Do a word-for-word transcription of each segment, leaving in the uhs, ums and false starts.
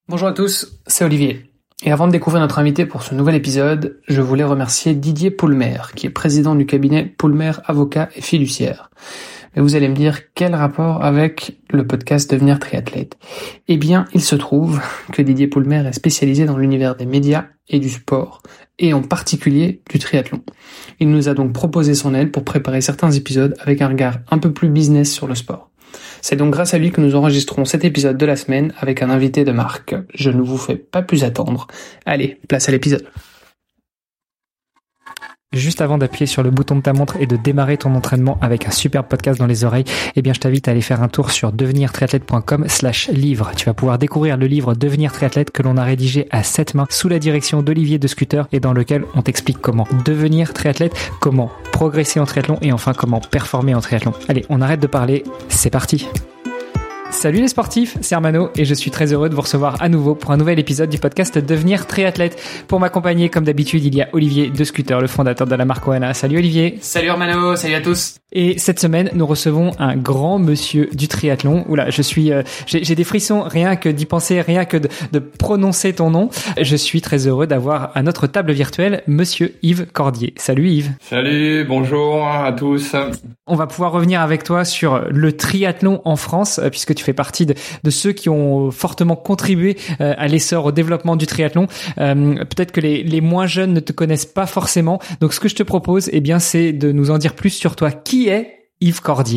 Bonjour à tous, c'est Olivier. Et avant de découvrir notre invité pour ce nouvel épisode, je voulais remercier Didier Poulmer, qui est président du cabinet Poulmer Avocat et Fiduciaire. Mais vous allez me dire, quel rapport avec le podcast Devenir triathlète ? Eh bien, il se trouve que Didier Poulmer est spécialisé dans l'univers des médias et du sport, et en particulier du triathlon. Il nous a donc proposé son aide pour préparer certains épisodes avec un regard un peu plus business sur le sport. C'est donc grâce à lui que nous enregistrons cet épisode de la semaine avec un invité de marque. Je ne vous fais pas plus attendre. Allez, place à l'épisode. Juste avant d'appuyer sur le bouton de ta montre et de démarrer ton entraînement avec un super podcast dans les oreilles, eh bien je t'invite à aller faire un tour sur devenir triathlète point com slash livre. Tu vas pouvoir découvrir le livre Devenir triathlète que l'on a rédigé à sept mains sous la direction d'Olivier de Scooter et dans lequel on t'explique comment devenir triathlète, comment progresser en triathlon et enfin comment performer en triathlon. Allez, on arrête de parler, c'est parti. Salut les sportifs, c'est Armano et je suis très heureux de vous recevoir à nouveau pour un nouvel épisode du podcast Devenir triathlète. Pour m'accompagner, comme d'habitude, il y a Olivier de Scooter, le fondateur de la marque Oana. Salut Olivier. Salut Armano, salut à tous. Et cette semaine, nous recevons un grand monsieur du triathlon. Oula, je suis, euh, j'ai, j'ai des frissons rien que d'y penser, rien que de, de prononcer ton nom. Je suis très heureux d'avoir à notre table virtuelle monsieur Yves Cordier. Salut Yves. Salut, bonjour à tous. On va pouvoir revenir avec toi sur le triathlon en France, puisque tu fais partie de, de ceux qui ont fortement contribué euh, à l'essor, au développement du triathlon. Euh, peut-être que les, les moins jeunes ne te connaissent pas forcément. Donc, ce que je te propose, eh bien, c'est de nous en dire plus sur toi. Qui est Yves Cordier ?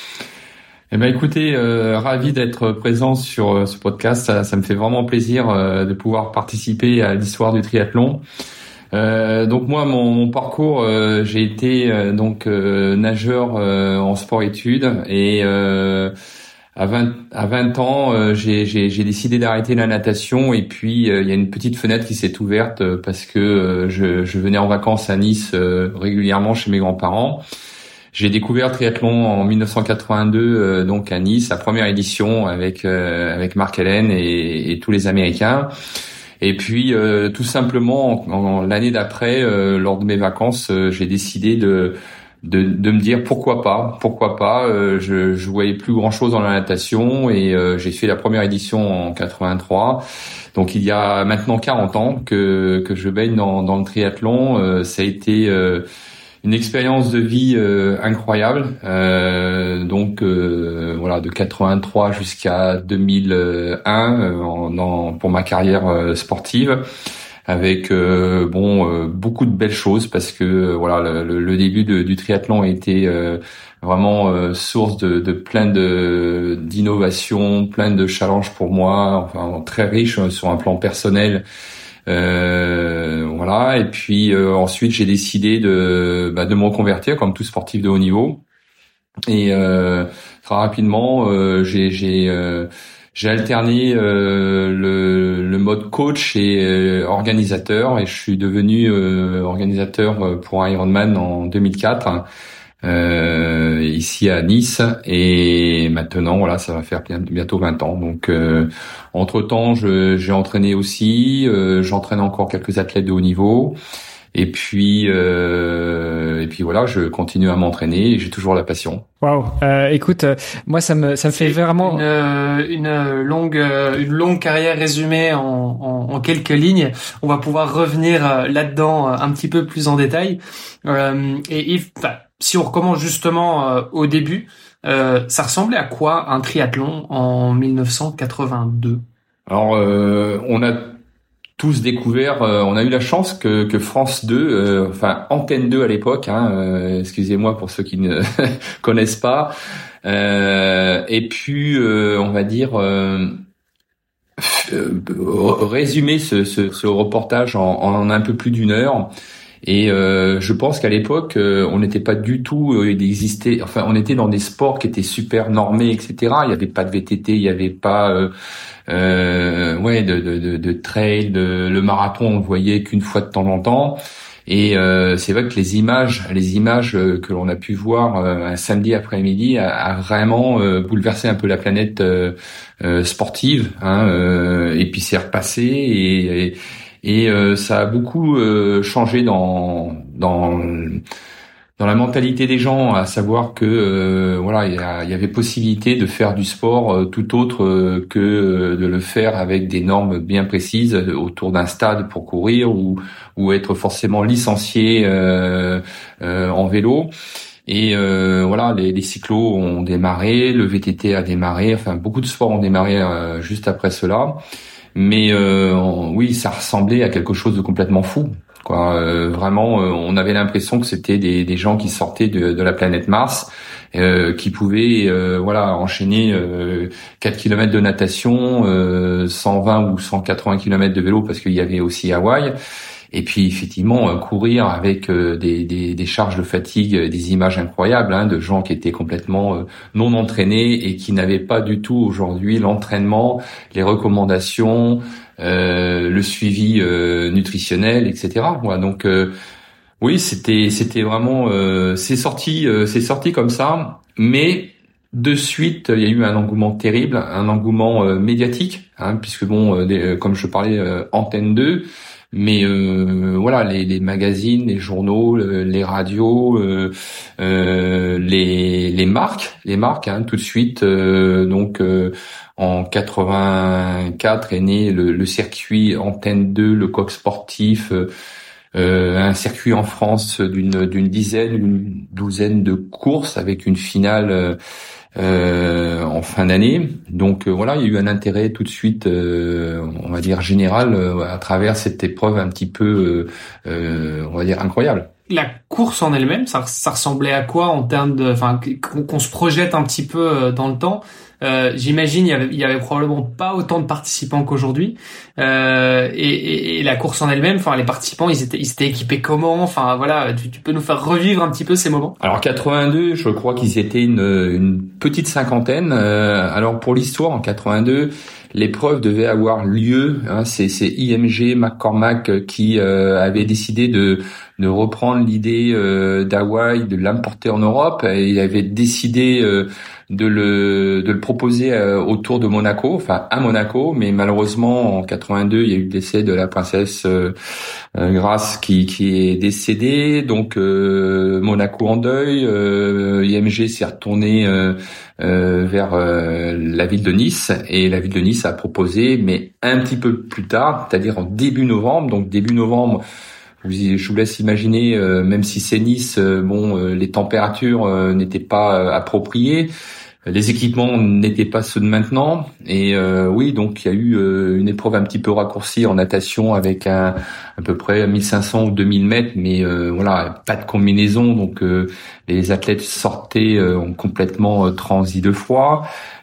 Eh ben, écoutez, euh, ravi d'être présent sur euh, ce podcast. Ça, ça me fait vraiment plaisir euh, de pouvoir participer à l'histoire du triathlon. Euh, donc moi, mon, mon parcours, euh, j'ai été euh, donc euh, nageur euh, en sport-études et euh, à vingt à vingt ans, euh, j'ai, j'ai j'ai décidé d'arrêter la natation et puis euh, il y a une petite fenêtre qui s'est ouverte euh, parce que euh, je, je venais en vacances à Nice euh, régulièrement chez mes grands-parents. J'ai découvert le triathlon en mille neuf cent quatre-vingt-deux, euh, donc à Nice, la première édition avec euh, avec Mark Allen et, et tous les Américains. Et puis euh, tout simplement, en, en, l'année d'après, euh, lors de mes vacances, euh, j'ai décidé de, de de me dire pourquoi pas, pourquoi pas. Euh, je je voyais plus grand chose dans la natation et euh, j'ai fait la première édition en quatre-vingt-trois. Donc il y a maintenant quarante ans que que je baigne dans dans le triathlon. Euh, ça a été euh, une expérience de vie euh, incroyable. Euh, donc euh, voilà, de quatre-vingt-trois jusqu'à deux mille un euh, en, en, pour ma carrière euh, sportive, avec euh, bon euh, beaucoup de belles choses parce que euh, voilà le, le début de, du triathlon a été euh, vraiment euh, source de, de plein de d'innovations, plein de challenges pour moi, enfin très riche sur un plan personnel. Euh, voilà. Et puis euh, ensuite, j'ai décidé de bah, de me reconvertir comme tout sportif de haut niveau. Et euh, très rapidement, euh, j'ai j'ai euh, j'ai alterné euh, le le mode coach et euh, organisateur, et je suis devenu euh, organisateur pour Ironman en deux mille quatre. Euh, ici à Nice, et maintenant voilà, ça va faire bientôt vingt ans. Donc euh, entre temps, je, j'ai entraîné aussi, euh, j'entraîne encore quelques athlètes de haut niveau, et puis euh, et puis voilà, je continue à m'entraîner et j'ai toujours la passion. Waouh, euh, écoute, euh, moi ça me ça me fait vraiment une, une longue une longue carrière résumée en, en, en quelques lignes. On va pouvoir revenir là-dedans un petit peu plus en détail. Euh, et Yves, enfin, si on recommence justement euh, au début, euh, ça ressemblait à quoi un triathlon en mille neuf cent quatre-vingt-deux ? Alors, euh, on a tous découvert, euh, on a eu la chance que, que France deux, euh, enfin Antenne deux à l'époque, hein, euh, excusez-moi pour ceux qui ne connaissent pas, euh, et puis euh, on va dire euh, euh, résumer ce, ce, ce reportage en, en un peu plus d'une heure. Et euh, je pense qu'à l'époque, euh, on n'était pas du tout, euh, il existait, enfin, on était dans des sports qui étaient super normés, et cetera. Il n'y avait pas de V T T, il n'y avait pas, euh, euh, ouais, de, de, de, de trail, de, le marathon, on le voyait qu'une fois de temps en temps. Et euh, c'est vrai que les images, les images euh, que l'on a pu voir euh, un samedi après-midi a, a vraiment euh, bouleversé un peu la planète euh, euh, sportive, hein, euh, et puis c'est repassé et, et Et euh, ça a beaucoup euh, changé dans dans dans la mentalité des gens, à savoir que euh, voilà, il y, a, il y avait possibilité de faire du sport euh, tout autre euh, que euh, de le faire avec des normes bien précises euh, autour d'un stade pour courir ou ou être forcément licencié euh, euh, en vélo. Et euh, voilà, les, les cyclos ont démarré, le V T T a démarré, enfin beaucoup de sports ont démarré euh, juste après cela. Mais euh, on, oui, ça ressemblait à quelque chose de complètement fou. Quoi, euh, vraiment, euh, on avait l'impression que c'était des, des gens qui sortaient de, de la planète Mars, euh, qui pouvaient, euh, voilà, enchaîner euh, quatre kilomètres de natation, euh, cent vingt ou cent quatre-vingts kilomètres de vélo, parce qu'il y avait aussi Hawaï. Et puis effectivement, euh, courir avec euh, des, des, des charges de fatigue, euh, des images incroyables hein, de gens qui étaient complètement euh, non entraînés et qui n'avaient pas du tout aujourd'hui l'entraînement, les recommandations, euh, le suivi euh, nutritionnel, et cetera. Voilà, donc euh, oui, c'était c'était vraiment euh, c'est sorti euh, c'est sorti comme ça, mais de suite, il y a eu un engouement terrible, un engouement euh, médiatique, hein, puisque bon, euh, des, comme je parlais, euh, Antenne deux. Mais euh, voilà, les, les magazines, les journaux, les radios, euh, euh, les, les marques, les marques, hein, tout de suite. Euh, donc euh, en quatre-vingt-quatre est né le, le circuit Antenne deux, le Coq Sportif, euh, un circuit en France d'une d'une dizaine, une douzaine de courses avec une finale. Euh, Euh, en fin d'année. Donc euh, voilà, il y a eu un intérêt tout de suite, euh, on va dire général, euh, à travers cette épreuve un petit peu, euh, euh, on va dire incroyable. La course en elle-même, ça, ça ressemblait à quoi en termes de, enfin, qu'on, qu'on se projette un petit peu dans le temps. Euh, j'imagine il y avait, il y avait probablement pas autant de participants qu'aujourd'hui. Euh, et, et, et la course en elle-même, enfin les participants, ils étaient, ils étaient équipés comment? Enfin voilà, tu, tu peux nous faire revivre un petit peu ces moments? Alors quatre-vingt-deux, je crois qu'ils étaient une, une petite cinquantaine. Euh, alors pour l'histoire, en quatre-vingt-deux, l'épreuve devait avoir lieu. Hein, c'est, c'est I M G McCormack qui euh, avait décidé de de reprendre l'idée euh, d'Hawaï, de l'importer en Europe. Et il avait décidé euh, de le de le proposer euh, autour de Monaco, enfin à Monaco, mais malheureusement en quatre-vingt-deux il y a eu le décès de la princesse euh, euh, Grace qui qui est décédée, donc euh, Monaco en deuil, euh, I M G s'est retourné euh, euh, vers euh, la ville de Nice et la ville de Nice a proposé, mais un petit peu plus tard, c'est-à-dire en début novembre, donc début novembre. Je vous laisse imaginer, euh, même si c'est Nice, euh, bon, euh, les températures euh, n'étaient pas euh, appropriées, les équipements n'étaient pas ceux de maintenant, et euh, oui, donc il y a eu euh, une épreuve un petit peu raccourcie en natation avec un, à peu près mille cinq cents ou deux mille mètres, mais euh, voilà, pas de combinaison, donc euh, les athlètes sortaient euh, ont complètement euh, transi de froid.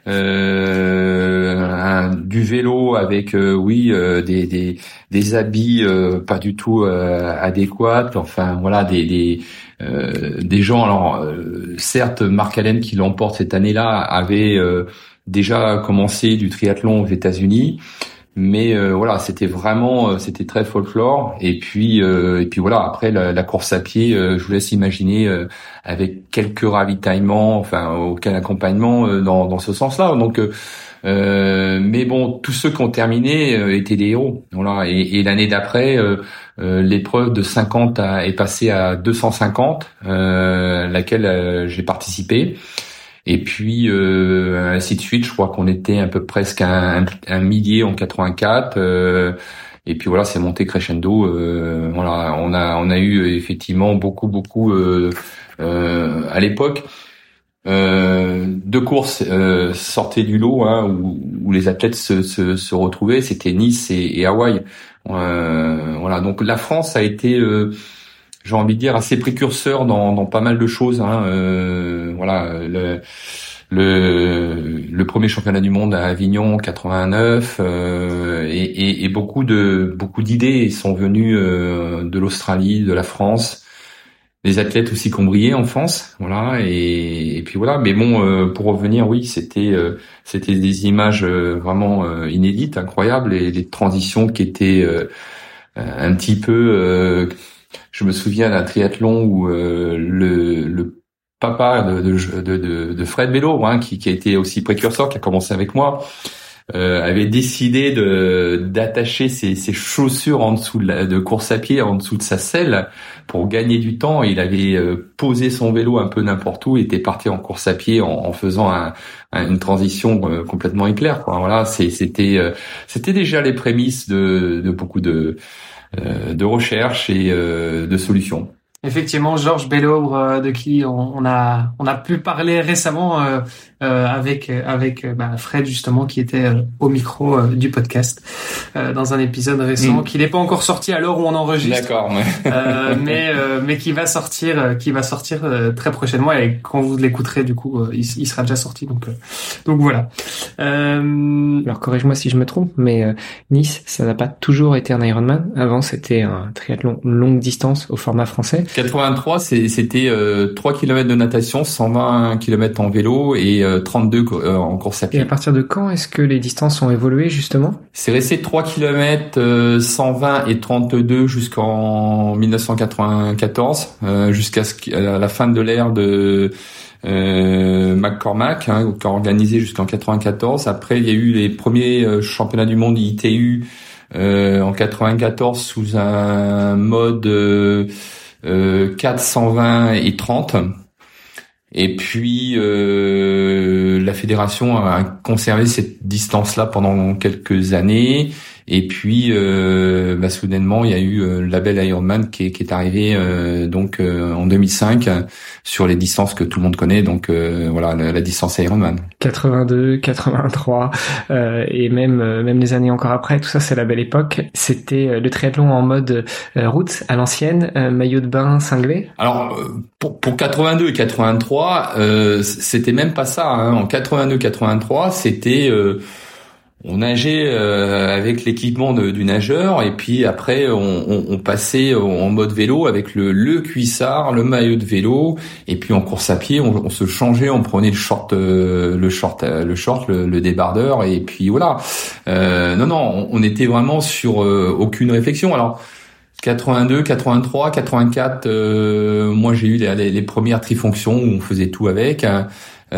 Euh, un, du vélo avec euh, oui euh, des, des des habits euh, pas du tout euh, adéquats, enfin voilà des des euh, des gens. Alors euh, certes Mark Allen qui l'emporte cette année-là avait euh, déjà commencé du triathlon aux États-Unis, mais euh, voilà, c'était vraiment euh, c'était très folklore. Et puis euh, et puis voilà, après la, la course à pied, euh, je vous laisse imaginer euh, avec quelques ravitaillements, enfin aucun accompagnement euh, dans dans ce sens-là. Donc euh, euh, mais bon, tous ceux qui ont terminé euh, étaient des héros. Voilà. Et, et l'année d'après, euh, euh, l'épreuve de cinquante a, est passée à deux cent cinquante, euh, laquelle euh, j'ai participé. Et puis euh, ainsi de suite. Je crois qu'on était un peu presque un, un, un millier en quatre-vingt-quatre. Euh, et puis voilà, c'est monté crescendo. Euh, voilà, on a on a eu effectivement beaucoup beaucoup euh, euh, à l'époque. Euh, deux courses euh, sortaient du lot, hein, où, où les athlètes se, se, se retrouvaient. C'était Nice et, et Hawaï. Euh, voilà. Donc la France a été, euh, j'ai envie de dire, assez précurseur dans, dans pas mal de choses. Hein. Euh, voilà. Le, le, le premier championnat du monde à Avignon en quatre-vingt-neuf, euh, et, et, et beaucoup de beaucoup d'idées sont venues euh, de l'Australie, de la France. Les athlètes aussi qui ont brillé en France, voilà, et, et puis voilà. Mais bon, euh, pour revenir, oui, c'était euh, c'était des images euh, vraiment euh, inédites, incroyables, et les transitions qui étaient euh, un petit peu. Euh, je me souviens d'un triathlon où euh, le, le papa de, de, de, de Fred Bello, hein, qui, qui a été aussi précurseur, qui a commencé avec moi, euh, avait décidé de d'attacher ses, ses chaussures en dessous de, la, de course à pied, en dessous de sa selle, pour gagner du temps. Il avait euh, posé son vélo un peu n'importe où, et était parti en course à pied en, en faisant un, un, une transition euh, complètement éclair, quoi. Voilà, c'est, c'était euh, c'était déjà les prémices de, de beaucoup de euh, de recherche et euh, de solutions. Effectivement, Georges Bellobre, de qui on, on a on a pu parler récemment euh, euh, avec avec euh, bah, Fred justement, qui était euh, au micro euh, du podcast euh, dans un épisode récent, mmh. qui n'est pas encore sorti à l'heure où on enregistre. D'accord, ouais. euh, mais euh, mais qui va sortir euh, qui va sortir euh, très prochainement, et quand vous l'écouterez du coup euh, il, il sera déjà sorti, donc euh, donc voilà. Euh... Alors corrige-moi si je me trompe, mais euh, Nice, ça n'a pas toujours été un Ironman. Avant, c'était un triathlon longue distance au format français. quatre-vingt-trois, c'est, c'était euh, trois kilomètres de natation, cent vingt kilomètres en vélo et euh, trente-deux euh, en course à pied. Et à partir de quand est-ce que les distances ont évolué justement ? C'est resté trois kilomètres, euh, cent vingt et trente-deux jusqu'en dix-neuf cent quatre-vingt-quatorze, euh, jusqu'à ce qu'à la fin de l'ère de euh, McCormack, hein, qui a organisé jusqu'en quatre-vingt-quatorze. Après, il y a eu les premiers euh, championnats du monde I T U euh, en quatre-vingt-quatorze sous un mode euh, Euh, quatre, cent vingt et trente. Et puis euh, la fédération a conservé cette distance-là pendant quelques années. Et puis euh, bah, soudainement, il y a eu euh, le label Ironman qui est, qui est arrivé euh, donc euh, en deux mille cinq sur les distances que tout le monde connaît. Donc euh, voilà, la, la distance Ironman. quatre-vingt-deux, quatre-vingt-trois euh, et même euh, même les années encore après, tout ça c'est la belle époque. C'était euh, le triathlon en mode euh, route à l'ancienne, euh, maillot de bain cinglé. Alors pour, pour quatre-vingt-deux et quatre-vingt-trois, euh, c'était même pas ça. Hein. En quatre-vingt-deux quatre-vingt-trois, c'était euh, on nageait euh, avec l'équipement de, du nageur, et puis après on, on, on passait en mode vélo avec le, le cuissard, le maillot de vélo, et puis en course à pied on, on se changeait, on prenait le short, euh, le short, le short, le, le débardeur, et puis voilà. Euh, non non, on, on était vraiment sur euh, aucune réflexion. Alors quatre-vingt-deux, quatre-vingt-trois, quatre-vingt-quatre, euh, moi j'ai eu les, les, les premières trifonctions où on faisait tout avec. Hein.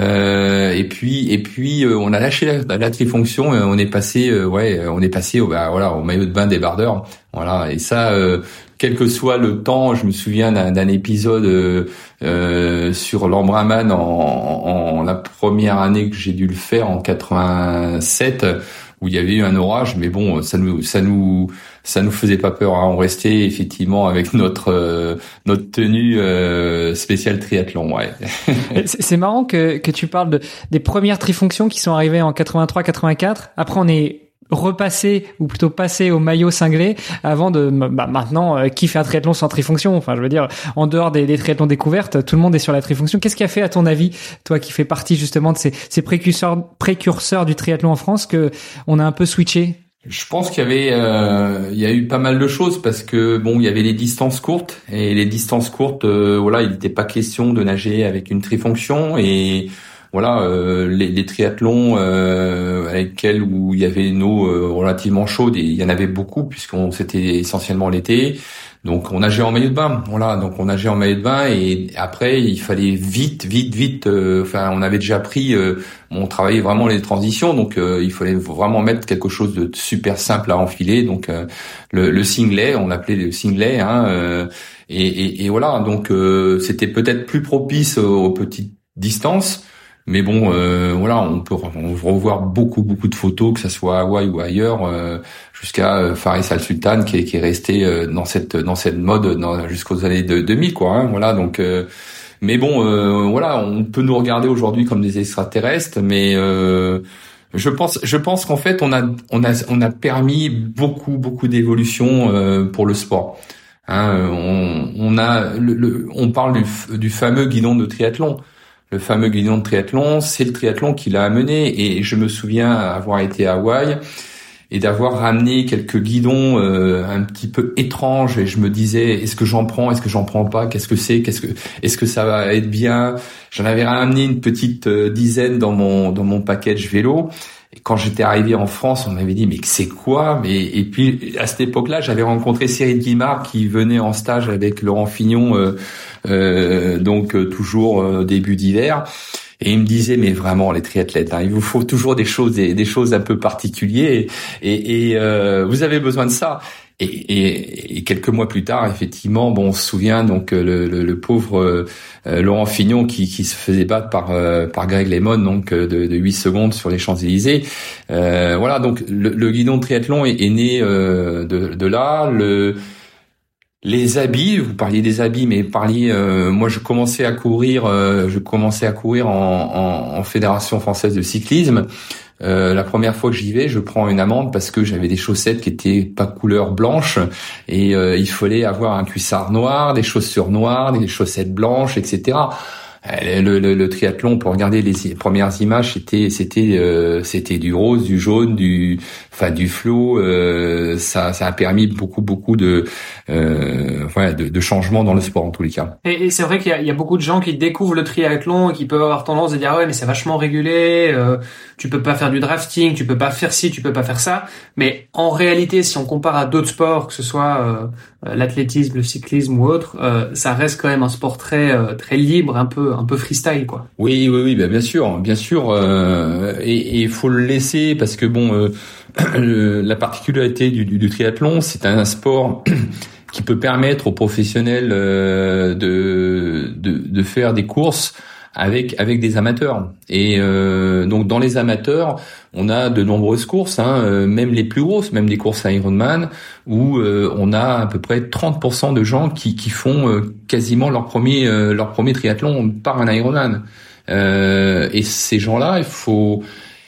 Euh, et puis et puis euh, on a lâché la, la trifonction, et on est passé euh, ouais on est passé au bah, voilà au maillot de bain débardeur, voilà. Et ça euh, quel que soit le temps, je me souviens d'un, d'un épisode euh, euh, sur l'Embrunman en, en, en la première année que j'ai dû le faire en quatre-vingt-sept, où il y avait eu un orage, mais bon, ça nous, ça nous, ça nous faisait pas peur. Hein. On restait effectivement avec notre euh, notre tenue euh, spéciale triathlon. Ouais. c'est, c'est marrant que que tu parles de des premières trifonctions qui sont arrivées en quatre-vingt-trois quatre-vingt-quatre. Après, on est repassé, ou plutôt passé au maillot cinglé, avant de bah, maintenant euh, qui fait un triathlon sans trifonction. Enfin, je veux dire, en dehors des, des triathlons découvertes, tout le monde est sur la trifonction. Qu'est-ce qui a fait, à ton avis, toi qui fais partie justement de ces, ces précurseurs précurseurs du triathlon en France, que on a un peu switché? Je pense qu'il y avait, euh, il y a eu pas mal de choses, parce que bon, il y avait les distances courtes, et les distances courtes, euh, voilà, il n'était pas question de nager avec une trifonction, et voilà, euh, les, les triathlons euh, avec lesquels où il y avait une eau euh, relativement chaude, et il y en avait beaucoup puisqu'on c'était essentiellement l'été. Donc on nageait en maillot de bain, voilà. Donc on nageait en maillot de bain, et après il fallait vite, vite, vite. Euh, enfin, on avait déjà pris, euh, on travaillait vraiment les transitions, donc euh, il fallait vraiment mettre quelque chose de super simple à enfiler. Donc euh, le, le singlet, on l'appelait le singlet, hein. Euh, et, et, et voilà. Donc euh, c'était peut-être plus propice aux, aux petites distances. Mais bon, euh, voilà, on peut revoir beaucoup, beaucoup de photos, que ça soit à Hawaï ou ailleurs, euh, jusqu'à euh, Faris Al Sultan, qui est, qui est resté euh, dans cette, dans cette mode dans, jusqu'aux années de, deux mille, quoi. Hein, voilà, donc. Euh, mais bon, euh, voilà, on peut nous regarder aujourd'hui comme des extraterrestres, mais euh, je pense, je pense qu'en fait, on a, on a, on a permis beaucoup, beaucoup d'évolution euh, pour le sport. Hein, on, on a, le, le, on parle du, du fameux guidon de triathlon. Le fameux guidon de triathlon, c'est le triathlon qui l'a amené. Et je me souviens avoir été à Hawaï et d'avoir ramené quelques guidons euh, un petit peu étranges. Et je me disais, est-ce que j'en prends, est-ce que j'en prends pas, qu'est-ce que c'est, qu'est-ce que, est-ce que ça va être bien. J'en avais ramené une petite euh, dizaine dans mon dans mon package vélo. Et quand j'étais arrivé en France, on m'avait dit mais c'est quoi? Mais et puis à cette époque-là, j'avais rencontré Cyril Guimard qui venait en stage avec Laurent Fignon, euh, euh, donc euh, toujours euh, début d'hiver. Et il me disait, mais vraiment, les triathlètes, hein, il vous faut toujours des choses, des, des choses un peu particulières, et, et euh, vous avez besoin de ça. Et, et, et quelques mois plus tard, effectivement, bon, on se souvient donc le, le, le pauvre euh, Laurent Fignon qui, qui se faisait battre par euh, par Greg LeMond, donc de, de huit secondes sur les Champs-Élysées. Euh, voilà, donc le, le guidon de triathlon est, est né euh, de, de là. Le Les habits, vous parliez des habits, mais parliez. Euh, moi, je commençais à courir. Euh, je commençais à courir en, en, en Fédération française de cyclisme. Euh, la première fois que j'y vais, je prends une amende parce que j'avais des chaussettes qui étaient pas couleur blanche et euh, il fallait avoir un cuissard noir, des chaussures noires, des chaussettes blanches, et cetera. Le, le, le triathlon, pour regarder les premières images, c'était c'était euh, c'était du rose, du jaune, du enfin du fluo. Euh, ça ça a permis beaucoup beaucoup de euh, voilà de, de changements dans le sport en tous les cas. Et, et c'est vrai qu'il y a, il y a beaucoup de gens qui découvrent le triathlon et qui peuvent avoir tendance à dire ah ouais mais c'est vachement régulé, euh, tu peux pas faire du drafting, tu peux pas faire ci, tu peux pas faire ça. Mais en réalité, si on compare à d'autres sports, que ce soit euh, l'athlétisme, le cyclisme ou autre, euh, ça reste quand même un sport très euh, très libre, un peu un peu freestyle quoi. Oui oui oui bah bien sûr bien sûr euh, et il faut le laisser parce que bon euh, le, la particularité du, du, du triathlon, c'est un sport qui peut permettre aux professionnels euh, de, de de faire des courses avec avec des amateurs et euh, donc dans les amateurs on a de nombreuses courses hein, euh, même les plus grosses, même des courses à Ironman où euh, on a à peu près trente pour cent de gens qui qui font euh, quasiment leur premier euh, leur premier triathlon par un Ironman euh, et ces gens-là il faut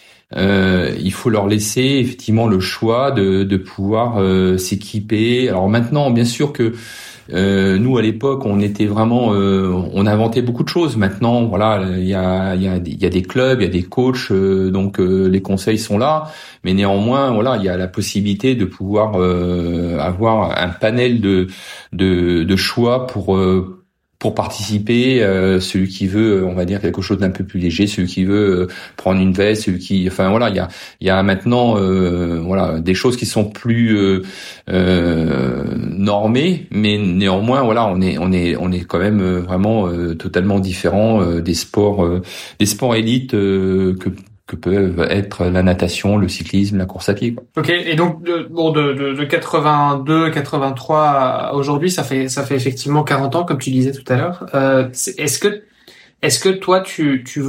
Euh, il faut leur laisser effectivement le choix de, de pouvoir euh, s'équiper. Alors maintenant, bien sûr que euh, nous à l'époque, on était vraiment, euh, on inventait beaucoup de choses. Maintenant, voilà, il y a, il y a, il y a des clubs, il y a des coachs, euh, donc euh, les conseils sont là. Mais néanmoins, voilà, il y a la possibilité de pouvoir euh, avoir un panel de de, de choix pour euh, pour participer, euh, celui qui veut, on va dire quelque chose d'un peu plus léger, celui qui veut euh, prendre une veste, celui qui, enfin voilà, il y a, il y a maintenant, euh, voilà, des choses qui sont plus euh, euh, normées, mais néanmoins, voilà, on est, on est, on est quand même vraiment euh, totalement différent euh, des sports, euh, des sports élites euh, que que peuvent être la natation, le cyclisme, la course à pied, quoi. Ok, et donc de, bon de, de, de quatre-vingt-deux, quatre-vingt-trois à aujourd'hui, ça fait ça fait effectivement quarante ans, comme tu disais tout à l'heure. Euh, est-ce que est-ce que toi tu tu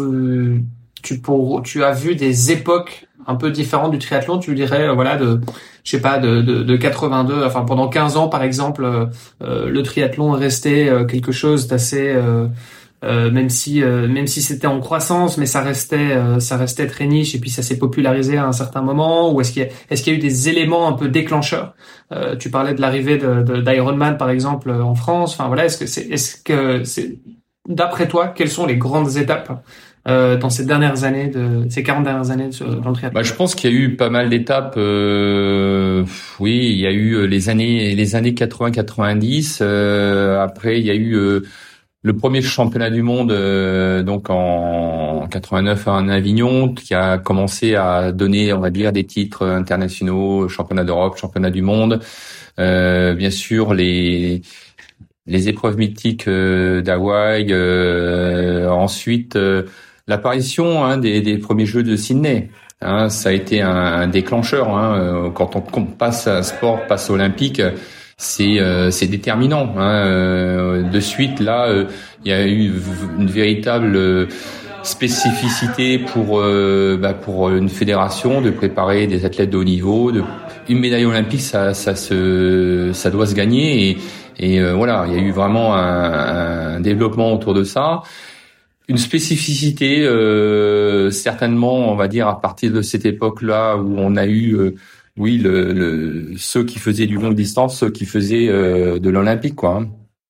tu pour tu as vu des époques un peu différentes du triathlon, tu dirais euh, voilà de je sais pas de, de de quatre-vingt-deux, enfin pendant quinze ans par exemple, euh, le triathlon est resté euh, quelque chose d'assez euh, Euh, même si euh, même si c'était en croissance, mais ça restait euh, ça restait très niche et puis ça s'est popularisé à un certain moment. Ou est-ce qu'il y a, est-ce qu'il y a eu des éléments un peu déclencheurs? Euh, tu parlais de l'arrivée de, de d'Ironman par exemple en France. Enfin voilà, est-ce que c'est est-ce que c'est d'après toi quelles sont les grandes étapes euh, dans ces dernières années de ces quarante dernières années de, dans le triathlon? Bah, je pense qu'il y a eu pas mal d'étapes. Euh, oui, il y a eu les années les années quatre-vingts quatre-vingt-dix. Euh, après, il y a eu euh, le premier championnat du monde, euh, donc en quatre-vingt-neuf à Avignon, qui a commencé à donner, on va dire, des titres internationaux, championnat d'Europe, championnat du monde. Euh, bien sûr, les les épreuves mythiques euh, d'Hawaï. Euh, ensuite, euh, l'apparition hein, des, des premiers Jeux de Sydney. Hein, ça a été un, un déclencheur. Hein, quand on, on passe à un sport, passe olympique. C'est euh, c'est déterminant. Hein. Euh, de suite, là, il euh, y a eu une véritable euh, spécificité pour euh, bah, pour une fédération de préparer des athlètes de haut niveau. De, une médaille olympique, ça ça se ça doit se gagner et et euh, voilà, il y a eu vraiment un, un développement autour de ça. Une spécificité, euh, certainement, on va dire à partir de cette époque-là où on a eu euh, oui, le, le, ceux qui faisaient du longue distance, ceux qui faisaient euh, de l'olympique, quoi.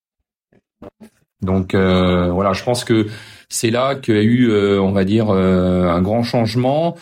Donc euh, voilà, je pense que c'est là qu'il y a eu, euh, on va dire, euh, un grand changement.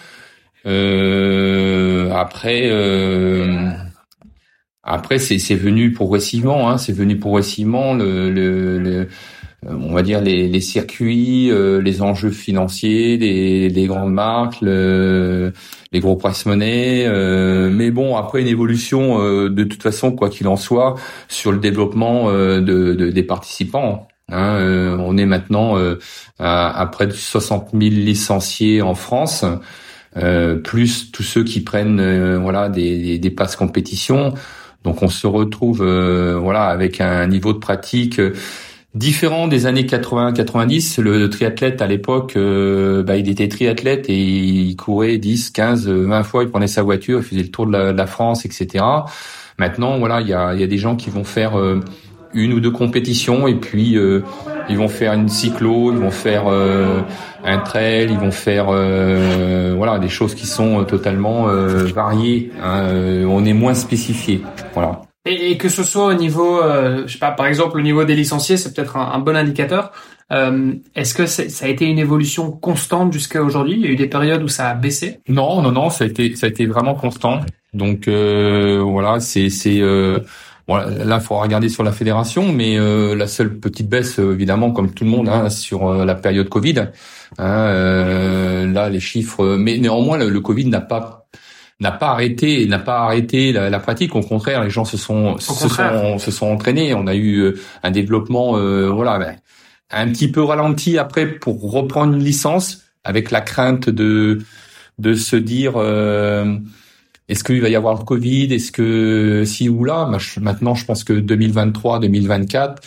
Euh, après, euh, après, c'est, c'est venu progressivement. Hein, c'est venu progressivement. Le, le, le on va dire les, les circuits, euh, les enjeux financiers, les, les grandes marques, le, les gros price-money. Euh, mais bon, après une évolution euh, de toute façon, quoi qu'il en soit, sur le développement euh, de, de, des participants. Hein, euh, on est maintenant euh, à, à près de soixante mille licenciés en France, euh, plus tous ceux qui prennent euh, voilà des, des, des passes compétition. Donc on se retrouve euh, voilà avec un niveau de pratique euh, différent des années quatre-vingts quatre-vingt-dix. Le, le triathlète à l'époque, euh, bah, il était triathlète et il courait dix, quinze, vingt fois. Il prenait sa voiture, il faisait le tour de la, de la France, et cetera. Maintenant, voilà, il y a, il y a des gens qui vont faire euh, une ou deux compétitions et puis euh, ils vont faire une cyclo, ils vont faire euh, un trail, ils vont faire euh, voilà des choses qui sont totalement euh, variées. Hein, euh, on est moins spécifié. Voilà. Et, et que ce soit au niveau, euh, je sais pas, par exemple au niveau des licenciés, c'est peut-être un, un bon indicateur. Euh, est-ce que c'est, ça a été une évolution constante jusqu'à aujourd'hui? Il y a eu des périodes où ça a baissé? Non, non, non, ça a été, ça a été vraiment constant. Donc euh, voilà, c'est, c'est, euh, voilà, là, il faut regarder sur la fédération, mais euh, la seule petite baisse, euh, évidemment, comme tout le monde, hein, sur euh, la période Covid. Hein, euh, là, les chiffres, mais néanmoins, le, le Covid n'a pas n'a pas arrêté, n'a pas arrêté la, la pratique. Au contraire, les gens se sont se sont se sont entraînés. On a eu un développement, euh, voilà. Ben, un petit peu ralenti après pour reprendre une licence, avec la crainte de de se dire euh, est-ce qu'il va y avoir le Covid, est-ce que si ou là. Maintenant, je pense que deux mille vingt-trois, deux mille vingt-quatre,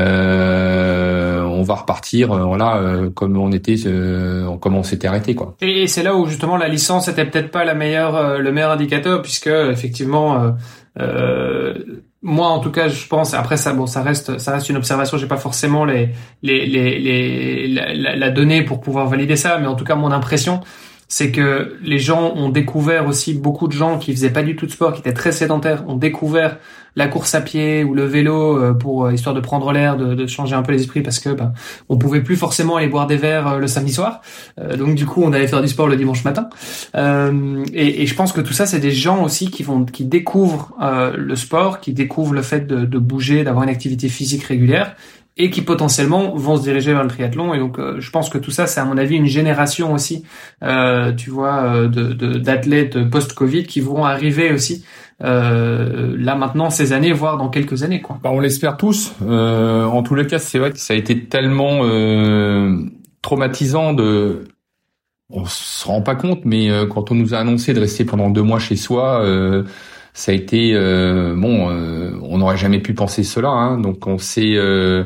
euh, on va repartir, euh, voilà, euh, comme on était, euh, comme on s'était arrêté, quoi. Et, et c'est là où justement la licence était peut-être pas la meilleure, euh, le meilleur indicateur, puisque effectivement. Euh, euh, Moi, en tout cas, je pense. Après, ça, bon, ça reste, ça reste une observation. J'ai pas forcément les, les, les, les la, la, la donnée pour pouvoir valider ça, mais en tout cas, mon impression, c'est que les gens ont découvert aussi, beaucoup de gens qui faisaient pas du tout de sport, qui étaient très sédentaires, ont découvert la course à pied ou le vélo pour histoire de prendre l'air, de, de changer un peu les esprits, parce que ben on pouvait plus forcément aller boire des verres le samedi soir. Euh, donc du coup, on allait faire du sport le dimanche matin. Euh, et, et je pense que tout ça, c'est des gens aussi qui vont, qui découvrent euh, le sport, qui découvrent le fait de, de bouger, d'avoir une activité physique régulière, et qui potentiellement vont se diriger vers le triathlon. Et donc, euh, je pense que tout ça, c'est à mon avis une génération aussi, euh, tu vois, de, de, d'athlètes post-Covid qui vont arriver aussi euh, là maintenant ces années, voire dans quelques années, quoi. Bah, on l'espère tous. Euh, en tous les cas, c'est vrai que ça a été tellement euh, traumatisant de. On se rend pas compte, mais euh, quand on nous a annoncé de rester pendant deux mois chez soi. Euh, Ça a été euh, bon, euh, on n'aurait jamais pu penser cela, hein, donc on s'est euh,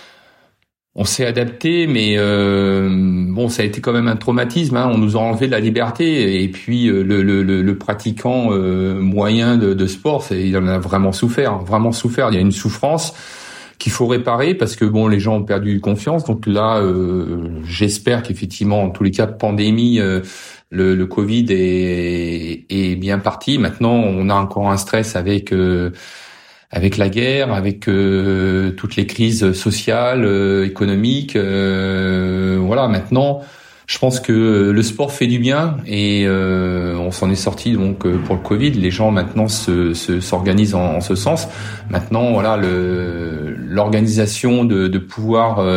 on s'est adapté, mais euh, bon, ça a été quand même un traumatisme. Hein, on nous a enlevé de la liberté, et puis euh, le, le, le, le pratiquant euh, moyen de, de sport, c'est, il en a vraiment souffert, vraiment souffert. Il y a une souffrance qu'il faut réparer parce que bon, les gens ont perdu confiance. Donc là, euh, j'espère qu'effectivement, en tous les cas de pandémie. Euh, Le, le Covid est, est bien parti. Maintenant, on a encore un stress avec euh, avec la guerre, avec euh, toutes les crises sociales, euh, économiques. Euh, voilà. Maintenant, je pense que le sport fait du bien et euh, on s'en est sorti donc pour le Covid. Les gens maintenant se, se s'organisent en, en ce sens. Maintenant, voilà, le, l'organisation de, de pouvoir euh,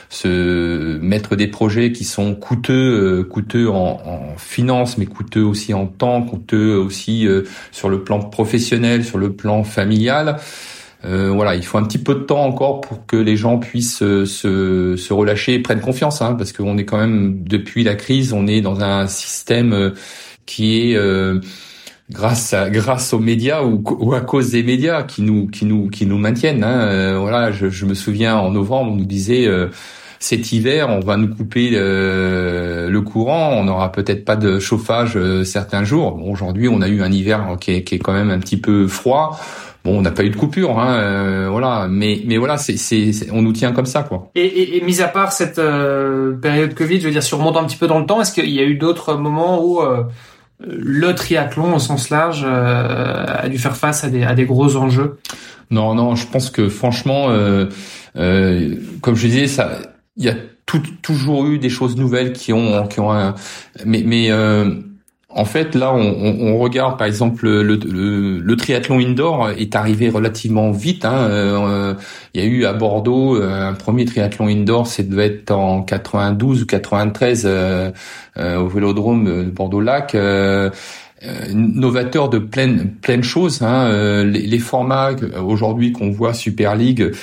se mettre des projets qui sont coûteux, euh, coûteux en, en finances, mais coûteux aussi en temps, coûteux aussi euh, sur le plan professionnel, sur le plan familial. Euh, voilà, il faut un petit peu de temps encore pour que les gens puissent euh, se, se relâcher et prennent confiance, hein, parce qu'on est quand même, depuis la crise, on est dans un système euh, qui est euh, grâce à, grâce aux médias ou, ou à cause des médias qui nous qui nous qui nous maintiennent. Hein. Euh, voilà, je, je me souviens en novembre, on nous disait euh, cet hiver, on va nous couper euh, le courant, on n'aura peut-être pas de chauffage euh, certains jours. Bon, aujourd'hui, on a eu un hiver qui est, qui est quand même un petit peu froid. Bon, on n'a pas eu de coupure, hein, euh, voilà. Mais mais voilà, c'est, c'est c'est on nous tient comme ça, quoi. Et, et, et mis à part cette euh, période Covid, je veux dire, si on remonte un petit peu dans le temps, est-ce qu'il y a eu d'autres moments où euh, le triathlon au sens large euh, a dû faire face à des à des gros enjeux? Non, non, je pense que franchement, euh, euh, comme je disais, ça, il y a tout, toujours eu des choses nouvelles qui ont qui ont un, mais mais euh, en fait, là, on, on, on regarde, par exemple, le, le, le triathlon indoor est arrivé relativement vite. Hein. Euh, il y a eu à Bordeaux un premier triathlon indoor, ça devait être en quatre-vingt-douze ou quatre-vingt-treize euh, euh, au Vélodrome de Bordeaux-Lac. Euh, euh, novateur de plein plein de choses. Hein. Euh, les, les formats aujourd'hui qu'on voit Super League,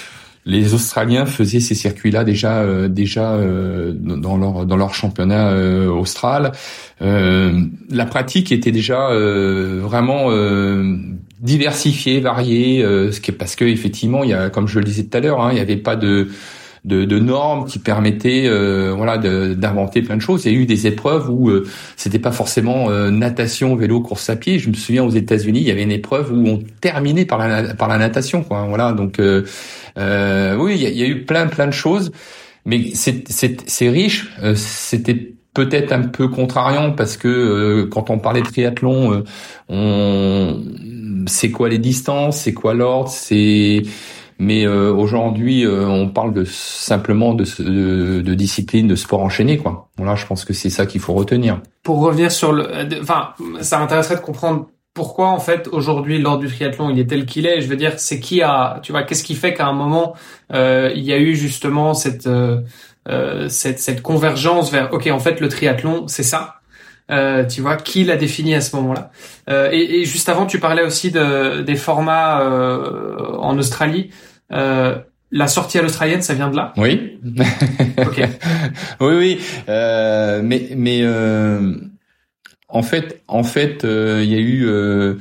les Australiens faisaient ces circuits-là déjà euh, déjà euh, dans leur dans leur championnat euh, austral. Euh, la pratique était déjà euh, vraiment euh, diversifiée, variée, euh, ce qui est parce que effectivement, il y a, comme je le disais tout à l'heure, hein, il n'y avait pas de De, de normes qui permettaient euh, voilà de, d'inventer plein de choses. Il y a eu des épreuves où euh, c'était pas forcément euh, natation, vélo, course à pied. Je me souviens aux États-Unis, il y avait une épreuve où on terminait par la par la natation, quoi. Voilà, donc euh, euh, oui, il y a, il y a eu plein plein de choses, mais c'est c'est c'est riche. Euh, c'était peut-être un peu contrariant parce que euh, quand on parlait de triathlon, euh, on c'est quoi les distances, c'est quoi l'ordre, c'est Mais euh, aujourd'hui, euh, on parle de simplement de, de, de discipline, de sport enchaîné, quoi. Voilà, je pense que c'est ça qu'il faut retenir. Pour revenir sur le, enfin, ça m'intéresserait de comprendre pourquoi en fait aujourd'hui l'ordre du triathlon il est tel qu'il est. Je veux dire, c'est qui a, tu vois, qu'est-ce qui fait qu'à un moment euh, il y a eu justement cette euh, euh, cette cette convergence vers, ok, en fait le triathlon c'est ça. Euh, tu vois, qui l'a défini à ce moment-là. Euh, et, et juste avant, tu parlais aussi de, des formats euh, en Australie. Euh, la sortie à l'australienne, ça vient de là ? Oui. Ok. oui, oui. Euh, mais, mais euh, en fait, en fait, euh, il y a eu euh,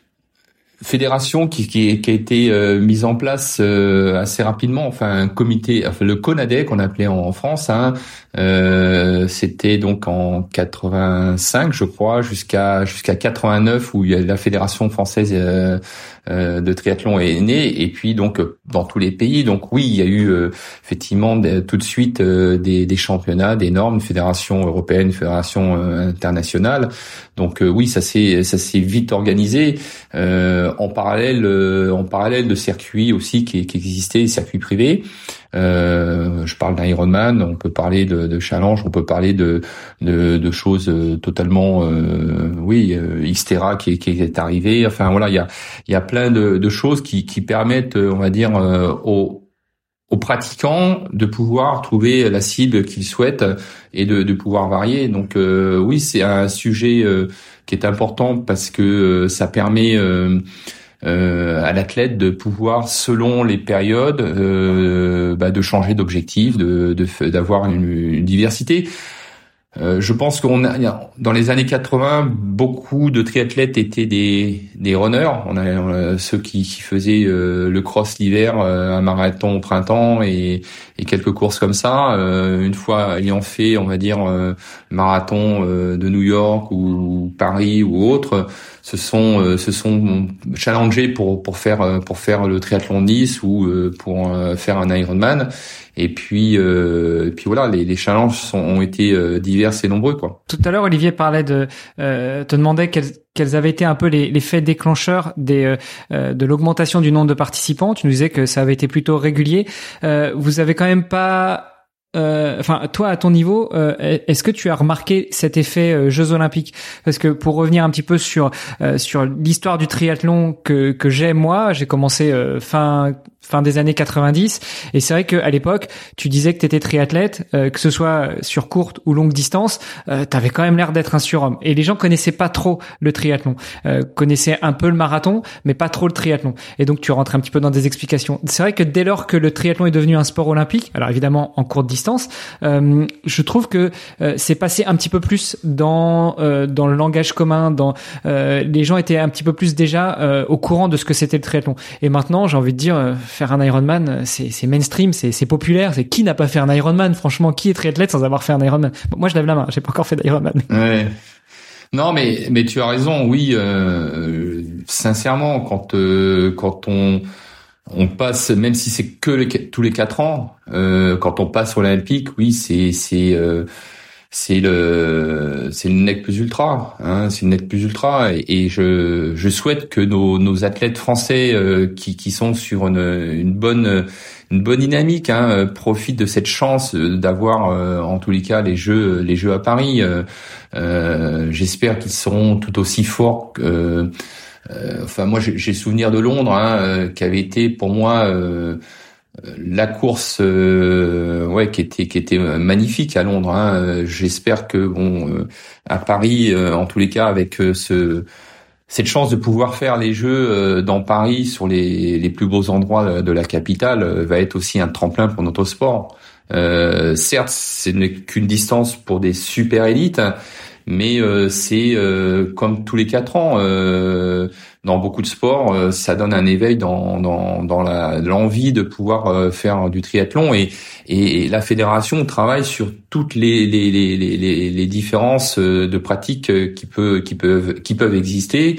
fédération qui, qui, qui a été euh, mise en place euh, assez rapidement. Enfin, un comité, enfin le CONADE qu'on appelait en, en France. Hein, euh, c'était donc en quatre-vingt-cinq, je crois, jusqu'à jusqu'à quatre-vingt-neuf où il y a la fédération française euh, euh, de triathlon est née. Et puis donc dans tous les pays. Donc oui, il y a eu euh, effectivement des, tout de suite euh, des, des championnats, des normes, une fédération européenne, une fédération euh, internationale. Donc euh, oui, ça s'est ça s'est vite organisé. Euh, en parallèle, euh, en parallèle de circuits aussi qui, qui existaient, des circuits privés. Euh, je parle d'Ironman, on peut parler de, de challenge, on peut parler de de, de choses totalement, euh, oui, euh, Xterra qui, qui est arrivé. Enfin voilà, il y a il y a plein de, de choses qui, qui permettent, on va dire, euh, aux aux pratiquants de pouvoir trouver la cible qu'ils souhaitent et de, de pouvoir varier. Donc euh, oui, c'est un sujet euh, qui est important parce que euh, ça permet euh, euh, à l'athlète de pouvoir, selon les périodes, euh, bah, de changer d'objectif, de, de d'avoir une, une diversité. Euh, je pense qu'on a, dans les années quatre-vingts, beaucoup de triathlètes étaient des des runners. On a, on a ceux qui, qui faisaient euh, le cross l'hiver, euh, un marathon au printemps et, et quelques courses comme ça. Euh, une fois ayant fait, on va dire, euh, marathon euh, de New York ou Paris ou autre, se sont euh, se sont challengés pour pour faire pour faire le triathlon de Nice ou euh, pour euh, faire un Ironman. Et puis, euh, et puis voilà, les, les challenges sont, ont été euh, divers et nombreux, quoi. Tout à l'heure, Olivier parlait de, euh, te demandait quels, quels avaient été un peu les, les faits déclencheurs des, euh, de l'augmentation du nombre de participants. Tu nous disais que ça avait été plutôt régulier. Euh, vous avez quand même pas Euh, enfin, toi, à ton niveau, euh, est-ce que tu as remarqué cet effet euh, Jeux Olympiques ? Parce que pour revenir un petit peu sur euh, sur l'histoire du triathlon que que j'ai moi, j'ai commencé euh, fin fin des années quatre-vingt-dix, et c'est vrai qu'à l'époque, tu disais que tu étais triathlète, euh, que ce soit sur courte ou longue distance, euh, tu avais quand même l'air d'être un surhomme. Et les gens connaissaient pas trop le triathlon, euh, connaissaient un peu le marathon, mais pas trop le triathlon. Et donc, tu rentres un petit peu dans des explications. C'est vrai que dès lors que le triathlon est devenu un sport olympique, alors évidemment en courte distance, euh, je trouve que euh, c'est passé un petit peu plus dans euh, dans le langage commun, dans euh, les gens étaient un petit peu plus déjà euh, au courant de ce que c'était le triathlon. Et maintenant, j'ai envie de dire, euh, faire un Ironman, c'est, c'est mainstream, c'est, c'est populaire. C'est qui n'a pas fait un Ironman ? Franchement, qui est triathlète sans avoir fait un Ironman ? Bon, moi, je lève la main. J'ai pas encore fait d'Ironman. Ouais. Non, mais mais tu as raison. Oui, euh, sincèrement, quand euh, quand on on passe, même si c'est que les, tous les quatre ans, euh, quand on passe sur l'Olympique, oui, c'est c'est euh, c'est le c'est le nec plus ultra, hein, c'est le nec plus ultra, et, et je je souhaite que nos nos athlètes français euh, qui qui sont sur une une bonne une bonne dynamique, hein, profitent de cette chance d'avoir euh, en tous les cas les jeux les jeux à Paris. Euh, euh, j'espère qu'ils seront tout aussi forts que euh, Euh, enfin, moi, j'ai, j'ai souvenir de Londres, hein, euh, qui avait été pour moi euh, la course, euh, ouais, qui était qui était magnifique à Londres. Hein. J'espère que bon, euh, à Paris, euh, en tous les cas, avec euh, ce cette chance de pouvoir faire les Jeux dans Paris sur les, les plus beaux endroits de la capitale va être aussi un tremplin pour notre sport. Euh, certes, ce n'est qu'une distance pour des super élites, mais euh, c'est euh, comme tous les quatre ans. Euh, dans beaucoup de sports, euh, ça donne un éveil dans dans dans la l'envie de pouvoir euh, faire du triathlon et, et et la fédération travaille sur toutes les les les les, les différences de pratiques qui peut qui peuvent qui peuvent exister.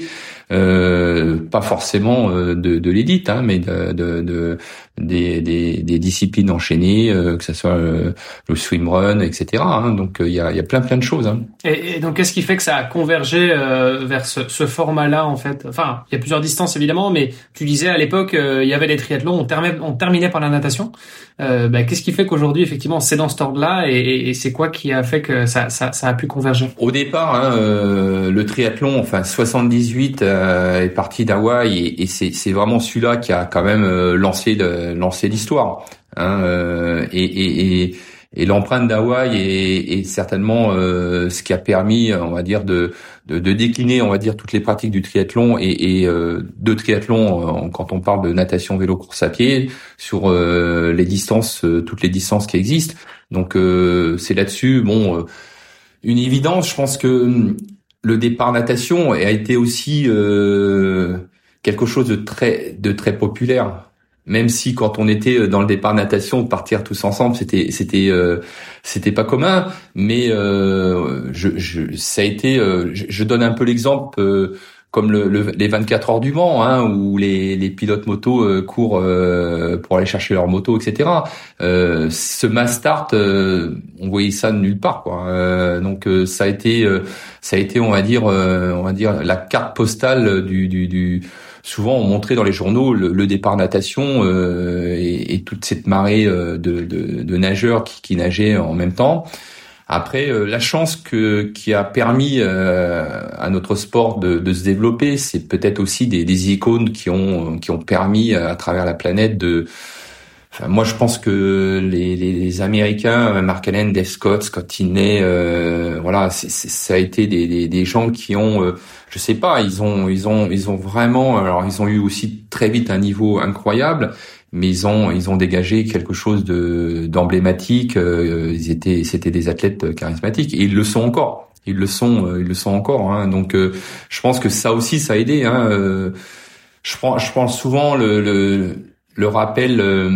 Euh, pas forcément de, de l'élite, hein, mais de, de, de des, des, des disciplines enchaînées, euh, que ce soit le, le swimrun, et cetera. Hein, donc il euh, y a, y a plein plein de choses. Hein. Et, et donc qu'est-ce qui fait que ça a convergé euh, vers ce, ce format-là en fait? Enfin, il y a plusieurs distances évidemment, mais tu disais à l'époque il euh, y avait des triathlons, on, terminait, on terminait par la natation. Euh, bah, qu'est-ce qui fait qu'aujourd'hui effectivement c'est dans cet ordre-là et, et, et c'est quoi qui a fait que ça, ça, ça a pu converger? Au départ, hein, euh, le triathlon, enfin soixante-dix-huit euh, est parti d'Hawaï et, et c'est, c'est vraiment celui-là qui a quand même euh, lancé, de, lancé l'histoire. Hein, euh, et, et, et, et l'empreinte d'Hawaï est, est certainement euh, ce qui a permis, on va dire, de, de, de décliner, on va dire, toutes les pratiques du triathlon et, et euh, de triathlon euh, quand on parle de natation, vélo, course à pied, sur euh, les distances, euh, toutes les distances qui existent. Donc euh, c'est là-dessus, bon, euh, une évidence. Je pense que le départ natation a été aussi euh, quelque chose de très, de très populaire. Même si quand on était dans le départ natation, partir tous ensemble, c'était c'était euh, c'était pas commun, mais euh, je, je ça a été. Euh, je, je donne un peu l'exemple euh, comme le, le, les vingt-quatre heures du Mans, hein, où les, les pilotes moto euh, courent euh, pour aller chercher leur moto, et cetera. Euh, ce mass start, euh, on voyait ça de nulle part, quoi. Euh, donc euh, ça a été, euh, ça a été, on va dire, euh, on va dire la carte postale du du, du souvent on montrait dans les journaux le, le départ natation euh, et, et toute cette marée euh, de, de, de nageurs qui, qui nageaient en même temps. Après, euh, la chance que qui a permis euh, à notre sport de, de se développer, c'est peut-être aussi des, des icônes qui ont qui ont permis à travers la planète de. Enfin, moi, je pense que les, les, les Américains, Mark Allen, Dave Scott, Scott Tinley, euh, voilà, c'est, c'est, ça a été des, des, des gens qui ont, euh, je sais pas, ils ont, ils ont, ils ont vraiment, alors ils ont eu aussi très vite un niveau incroyable, mais ils ont, ils ont dégagé quelque chose de d'emblématique. Euh, ils étaient, c'était des athlètes charismatiques et ils le sont encore. Ils le sont, euh, ils le sont encore. Hein, donc, euh, je pense que ça aussi, ça a aidé. Hein, euh, je prends, je prends souvent le, le, le rappel. Euh,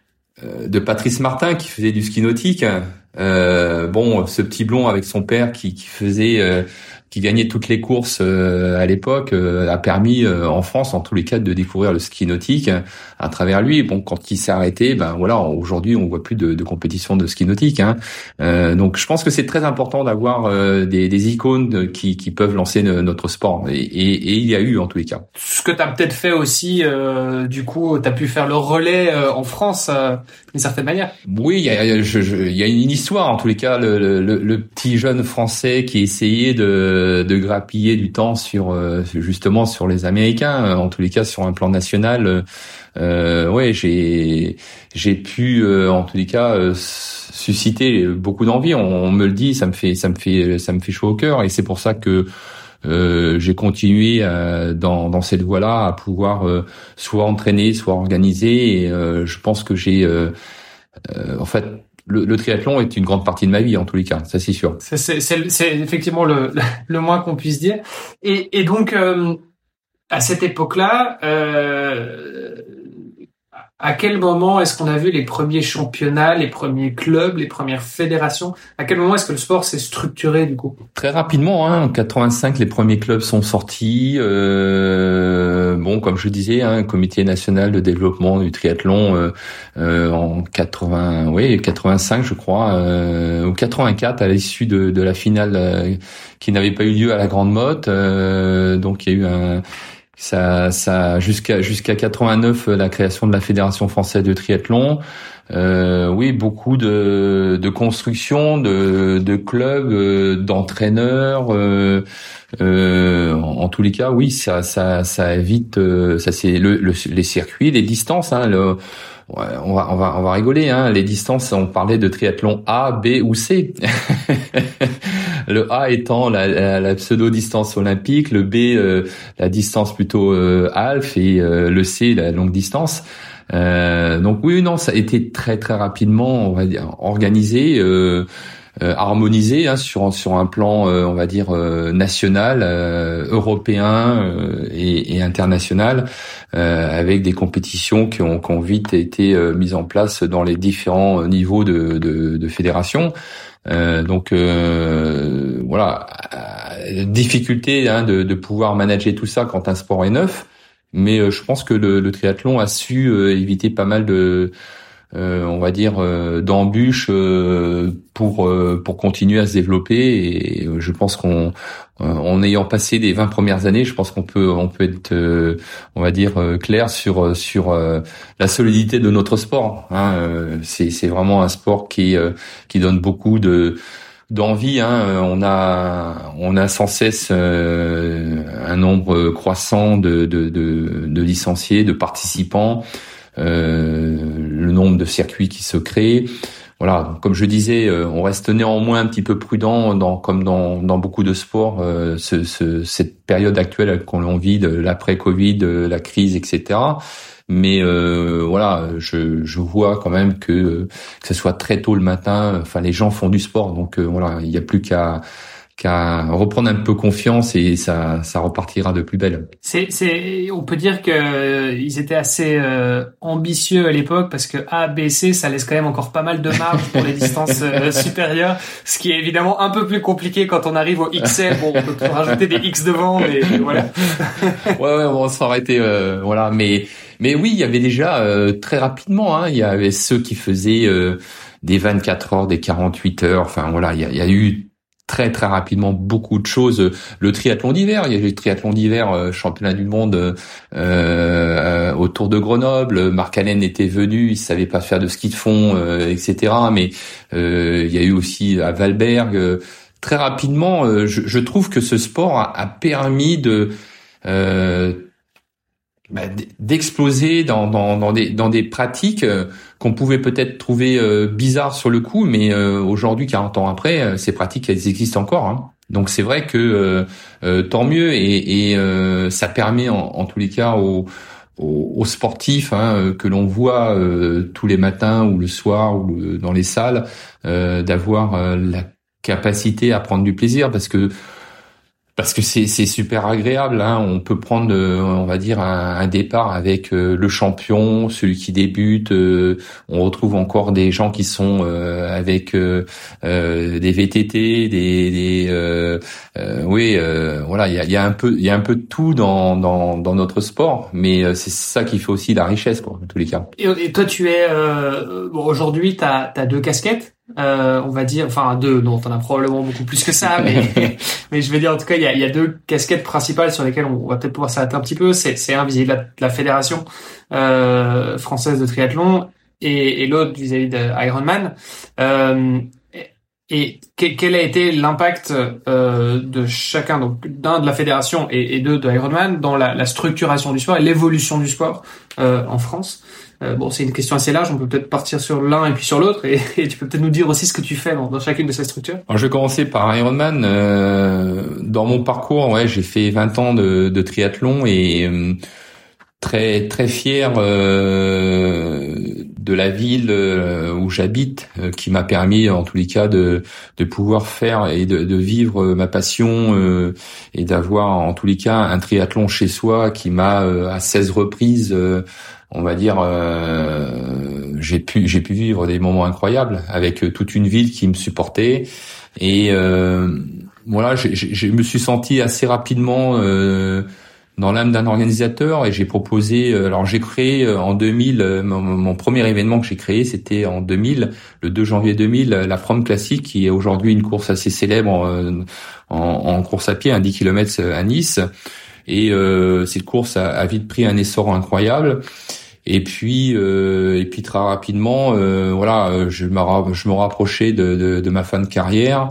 de Patrice Martin qui faisait du ski nautique. Euh, bon, ce petit blond avec son père qui, qui faisait, euh, qui gagnait toutes les courses euh, à l'époque, euh, a permis euh, en France, en tous les cas, de découvrir le ski nautique à travers lui. Bon, quand il s'est arrêté, ben voilà, aujourd'hui on voit plus de, de compétition de ski nautique. Hein. Euh, donc, je pense que c'est très important d'avoir euh, des, des icônes qui, qui peuvent lancer ne, notre sport. Et, et, et il y a eu en tous les cas. Ce que tu as peut-être fait aussi, euh, du coup, tu as pu faire le relais euh, en France euh, d'une certaine manière. Oui, il y a, je, je, il y a une histoire en tous les cas. Le, le, le petit jeune français qui essayait de, de grappiller du temps sur justement sur les Américains, en tous les cas sur un plan national. Euh, ouais, j'ai j'ai pu euh, en tous les cas euh, susciter beaucoup d'envie. On, on me le dit, ça me fait ça me fait ça me fait chaud au cœur et c'est pour ça que Euh, j'ai continué euh, dans, dans cette voie-là à pouvoir euh, soit entraîner, soit organiser. Et euh, je pense que j'ai, euh, euh, en fait, le, le triathlon est une grande partie de ma vie en tous les cas, ça c'est sûr. C'est, c'est, c'est, c'est effectivement le, le moins qu'on puisse dire. Et, et donc, euh, à cette époque-là, euh, à quel moment est-ce qu'on a vu les premiers championnats, les premiers clubs, les premières fédérations? À quel moment est-ce que le sport s'est structuré du coup? Très rapidement, hein, en quatre-vingt-cinq, les premiers clubs sont sortis. Euh, bon, comme je disais, hein, Comité national de développement du triathlon euh, euh, en quatre-vingts, oui, quatre-vingt-cinq, je crois, euh, ou quatre-vingt-quatre, à l'issue de, de la finale euh, qui n'avait pas eu lieu à la Grande Motte. Euh, donc, il y a eu un Ça, ça jusqu'à jusqu'à quatre-vingt-neuf, la création de la Fédération française de triathlon. Euh, oui, beaucoup de de construction, de de clubs, d'entraîneurs. Euh, euh, en, en tous les cas, oui, ça ça ça évite. Ça c'est le, le les circuits, les distances. Hein, le, ouais, on va, on va, on va rigoler, hein. Les distances, on parlait de triathlon A, B ou C. Le A étant la, la, la pseudo-distance olympique, le B, euh, la distance plutôt euh, half, et euh, le C, la longue distance. Euh, donc oui, non, ça a été très très rapidement, on va dire, organisé, euh, euh, harmonisé, hein, sur sur un plan, euh, on va dire, euh, national, euh, européen euh, et, et international, euh, avec des compétitions qui ont, qui ont vite été euh, mises en place dans les différents niveaux de, de, de fédération. Euh, donc euh, voilà, difficulté, hein, de, de pouvoir manager tout ça quand un sport est neuf. Mais euh, je pense que le, le triathlon a su euh, éviter pas mal de, euh, on va dire, euh, d'embûches euh, pour euh, pour continuer à se développer. Et euh, je pense qu'on, euh, en ayant passé les vingt premières années, je pense qu'on peut on peut être, euh, on va dire, euh, clair sur sur euh, la solidité de notre sport. Hein. Euh, c'est c'est vraiment un sport qui euh, qui donne beaucoup de d'envie, hein. On a, on a sans cesse euh, un nombre croissant de, de, de, de licenciés, de participants, euh, le nombre de circuits qui se créent. Voilà, comme je disais, on reste néanmoins un petit peu prudent, dans, comme dans, dans beaucoup de sports, euh, ce, ce, cette période actuelle qu'on vit, de l'après-Covid, de la crise, et cetera. Mais euh, voilà, je, je vois quand même que que ce soit très tôt le matin, enfin les gens font du sport, donc euh, voilà, il n'y a plus qu'à qu'à reprendre un peu confiance et ça ça repartira de plus belle. C'est c'est on peut dire que euh, ils étaient assez euh, ambitieux à l'époque, parce que A, B, C, ça laisse quand même encore pas mal de marge pour les distances euh, supérieures, ce qui est évidemment un peu plus compliqué quand on arrive au X L. Bon, on peut rajouter des X devant, mais, mais voilà. ouais ouais, bon, ça aurait été euh, voilà, mais mais oui, il y avait déjà euh, très rapidement, hein, il y avait ceux qui faisaient euh, des vingt-quatre heures, des quarante-huit heures, enfin voilà, il y a, il y a eu très très rapidement beaucoup de choses. Le triathlon d'hiver, il y a eu le triathlon d'hiver, euh, championnat du monde euh, euh, autour de Grenoble. Marc Allen était venu, il savait pas faire de ski de fond, euh, et cetera. Mais euh, il y a eu aussi à Valberg. Euh, très rapidement, euh, je, je trouve que ce sport a, a permis de euh, bah, d'exploser dans, dans, dans des dans des pratiques euh, qu'on pouvait peut-être trouver euh, bizarres sur le coup, mais euh, aujourd'hui, quarante ans après, euh, ces pratiques, elles existent encore, hein. Donc c'est vrai que euh, euh, tant mieux, et, et euh, ça permet en, en tous les cas aux, aux, aux sportifs, hein, que l'on voit euh, tous les matins ou le soir ou le, dans les salles, euh, d'avoir euh, la capacité à prendre du plaisir, parce que Parce que c'est c'est super agréable, hein. On peut prendre, euh, on va dire, un, un départ avec euh, le champion, celui qui débute. Euh, on retrouve encore des gens qui sont euh, avec euh, euh, des V T T, des, des euh, euh, oui, euh, voilà. Il y a, il y a un peu, il y a un peu de tout dans dans dans notre sport, mais euh, c'est ça qui fait aussi la richesse, quoi, en tous les cas. Et, et toi, tu es euh, bon, aujourd'hui, t'as t'as deux casquettes. Euh, on va dire, enfin deux, non, t'en as probablement beaucoup plus que ça, mais mais je veux dire, en tout cas, il y a, il y a deux casquettes principales sur lesquelles on va peut-être pouvoir s'arrêter un petit peu. C'est c'est un vis-à-vis de la, de la fédération euh, française de triathlon, et, et l'autre vis-à-vis de Ironman. Euh, et, et quel a été l'impact euh, de chacun, donc d'un de la fédération et, et deux de Ironman, dans la, la structuration du sport et l'évolution du sport euh, en France? Euh, bon, c'est une question assez large, on peut peut-être partir sur l'un et puis sur l'autre, et, et tu peux peut-être nous dire aussi ce que tu fais dans, dans chacune de ces structures. Alors, je vais commencer par Ironman. Euh, dans mon parcours, ouais, j'ai fait vingt ans de, de triathlon, et euh, très très fier euh, de la ville euh, où j'habite, euh, qui m'a permis, en tous les cas, de de pouvoir faire et de, de vivre ma passion, euh, et d'avoir, en tous les cas, un triathlon chez soi qui m'a, euh, à seize reprises, euh, on va dire, euh, j'ai pu j'ai pu vivre des moments incroyables avec euh, toute une ville qui me supportait, et euh, voilà, je, je, je me suis senti assez rapidement euh, dans l'âme d'un organisateur, et j'ai proposé, alors j'ai créé en deux mille, mon, mon premier événement que j'ai créé, c'était en deux mille, le deux janvier deux mille, la Prom Classic, qui est aujourd'hui une course assez célèbre en, en, en course à pied, un dix kilomètres à Nice. Et euh, cette course a, a vite pris un essor incroyable. Et puis, euh, et puis très rapidement, euh, voilà, je me je me rapprochais de, de, de ma fin de carrière.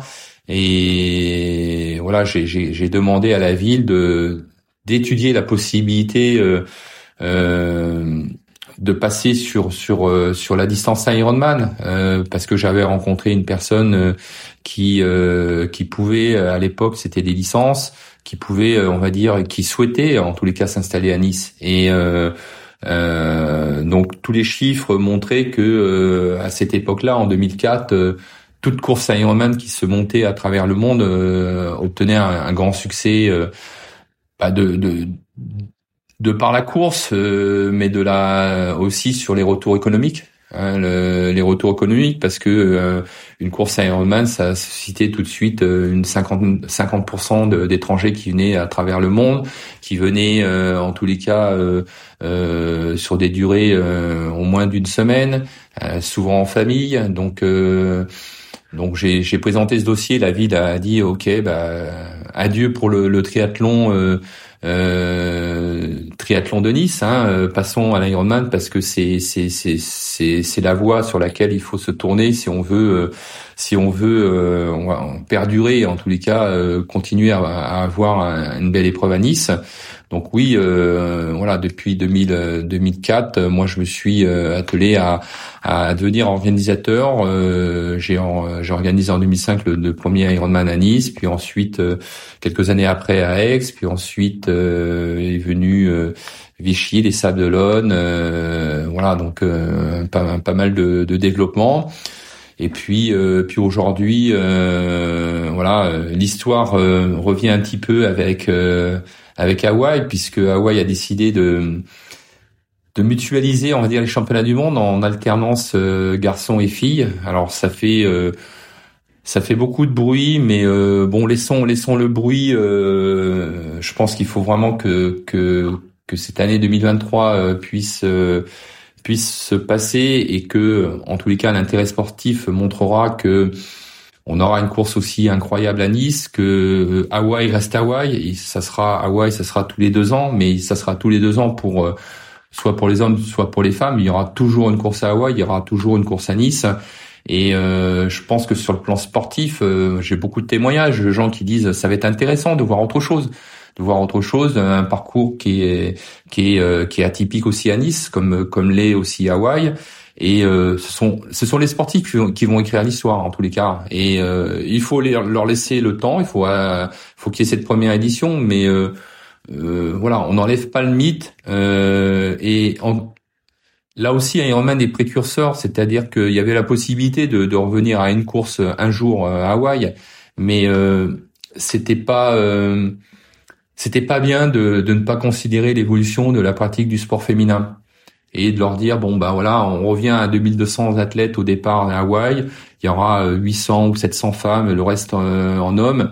Et voilà, j'ai, j'ai, j'ai demandé à la ville de d'étudier la possibilité euh, euh, de passer sur sur euh, sur la distance Ironman euh, parce que j'avais rencontré une personne euh, qui euh, qui pouvait à l'époque c'était des licences qui pouvait on va dire qui souhaitait en tous les cas s'installer à Nice et euh, euh, donc tous les chiffres montraient que euh, à cette époque-là en deux mille quatre euh, toute course Ironman qui se montait à travers le monde euh, obtenait un, un grand succès euh, bah de de de par la course, euh, mais de la aussi sur les retours économiques, hein, le, les retours économiques, parce que euh, une course Ironman, ça suscitait tout de suite euh, une cinquante cinquante pour cent de, d'étrangers qui venaient à travers le monde, qui venaient euh, en tous les cas euh, euh, sur des durées euh, au moins d'une semaine, euh, souvent en famille, donc. Euh, Donc j'ai, j'ai présenté ce dossier, la ville a dit ok bah adieu pour le, le triathlon euh, euh, triathlon de Nice, hein, euh, passons à l'Ironman parce que c'est c'est c'est c'est c'est la voie sur laquelle il faut se tourner si on veut euh, si on veut euh, on va perdurer en tous les cas euh, continuer à, à avoir un, une belle épreuve à Nice. Donc oui, euh, voilà, depuis deux mille, deux mille quatre, moi je me suis euh, attelé à, à devenir organisateur. Euh, j'ai, en, j'ai organisé en deux mille cinq le, le premier Ironman à Nice, puis ensuite euh, quelques années après à Aix, puis ensuite euh, est venu euh, Vichy, les Sables d'Olonne, euh, voilà, donc euh, pas, pas mal de, de développement. Et puis, euh, puis aujourd'hui, euh, voilà, l'histoire euh, revient un petit peu avec euh, avec Hawaï, puisque Hawaï a décidé de de mutualiser, on va dire, les championnats du monde en alternance euh, garçons et filles. Alors ça fait euh, ça fait beaucoup de bruit, mais euh, bon, laissons laissons le bruit. Euh, je pense qu'il faut vraiment que que que cette année deux mille vingt-trois euh, puisse euh, puisse se passer et que, en tous les cas, l'intérêt sportif montrera que on aura une course aussi incroyable à Nice, que Hawaï reste Hawaï, et ça sera Hawaï, ça sera tous les deux ans, mais ça sera tous les deux ans pour soit pour les hommes, soit pour les femmes. Il y aura toujours une course à Hawaï, il y aura toujours une course à Nice. Et euh, je pense que sur le plan sportif, euh, j'ai beaucoup de témoignages de gens qui disent ça va être intéressant de voir autre chose. de voir autre chose, un parcours qui est qui est euh, qui est atypique aussi à Nice, comme comme l'est aussi Hawaï. Et euh, ce sont ce sont les sportifs qui, qui vont écrire l'histoire en tous les cas. Et euh, il faut les, leur laisser le temps. Il faut euh, faut qu'il y ait cette première édition, mais euh, euh, voilà, on n'enlève pas le mythe. Euh, et en, là aussi, Ironman est précurseur, c'est-à-dire qu'il y avait la possibilité de, de revenir à une course un jour à Hawaï, mais euh, c'était pas euh, c'était pas bien de, de ne pas considérer l'évolution de la pratique du sport féminin et de leur dire bon bah voilà, on revient à deux mille deux cents athlètes au départ à Hawaï, il y aura huit cents ou sept cents femmes, le reste euh, en hommes.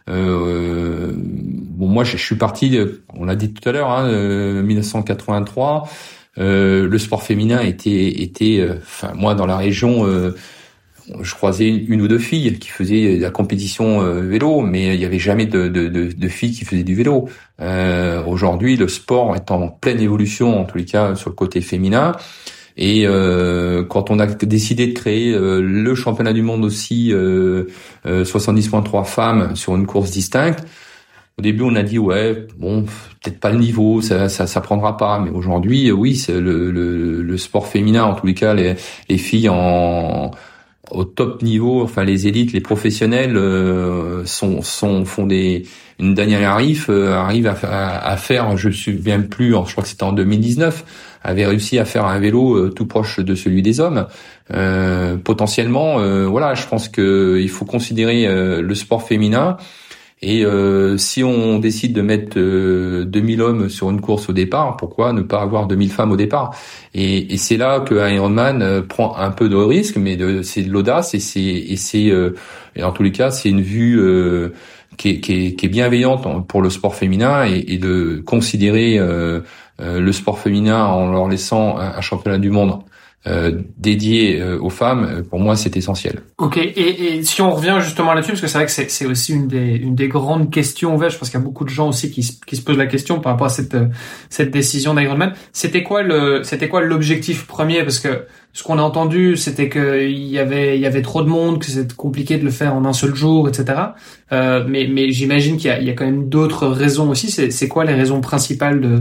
Euh, bon moi je, je suis parti, on l'a dit tout à l'heure, hein, euh, mille neuf cent quatre-vingt-trois. Euh, le sport féminin était était, enfin euh, moi dans la région. Euh, Je croisais une ou deux filles qui faisaient de la compétition euh, vélo, mais il n'y avait jamais de, de, de, de filles qui faisaient du vélo. Euh, aujourd'hui, le sport est en pleine évolution, en tous les cas sur le côté féminin. Et euh, quand on a décidé de créer euh, le championnat du monde aussi, euh, euh, soixante-dix virgule trois femmes sur une course distincte, au début on a dit ouais, bon, peut-être pas le niveau, ça, ça, ça prendra pas. Mais aujourd'hui, oui, c'est le, le, le sport féminin, en tous les cas, les, les filles en au top niveau, enfin les élites, les professionnels euh, sont sont font des une Danielle Arif euh, arrive à, à, à faire, je me souviens plus, je crois que c'était en deux mille dix-neuf, avait réussi à faire un vélo euh, tout proche de celui des hommes. Euh, potentiellement, euh, voilà, je pense que il faut considérer euh, le sport féminin. Et euh, si on décide de mettre euh, deux mille hommes sur une course au départ, pourquoi ne pas avoir deux mille femmes au départ? Et, et c'est là que Ironman euh, prend un peu de risque, mais de, c'est de l'audace et c'est et c'est euh, et en tous les cas c'est une vue euh, qui, est, qui, est, qui est bienveillante pour le sport féminin et, et de considérer euh, euh, le sport féminin en leur laissant un, un championnat du monde Euh, dédié euh, aux femmes, pour moi c'est essentiel. Ok, et, et si on revient justement là-dessus, parce que c'est vrai que c'est, c'est aussi une des, une des grandes questions ouvertes, je pense qu'il y a beaucoup de gens aussi qui, qui se posent la question par rapport à cette, cette décision d'Ironman. C'était quoi le, c'était quoi l'objectif premier? Parce que ce qu'on a entendu, c'était que il y avait, il y avait trop de monde, que c'était compliqué de le faire en un seul jour, et cetera. Euh, mais, mais j'imagine qu'il y a, il y a quand même d'autres raisons aussi. C'est, c'est quoi les raisons principales de,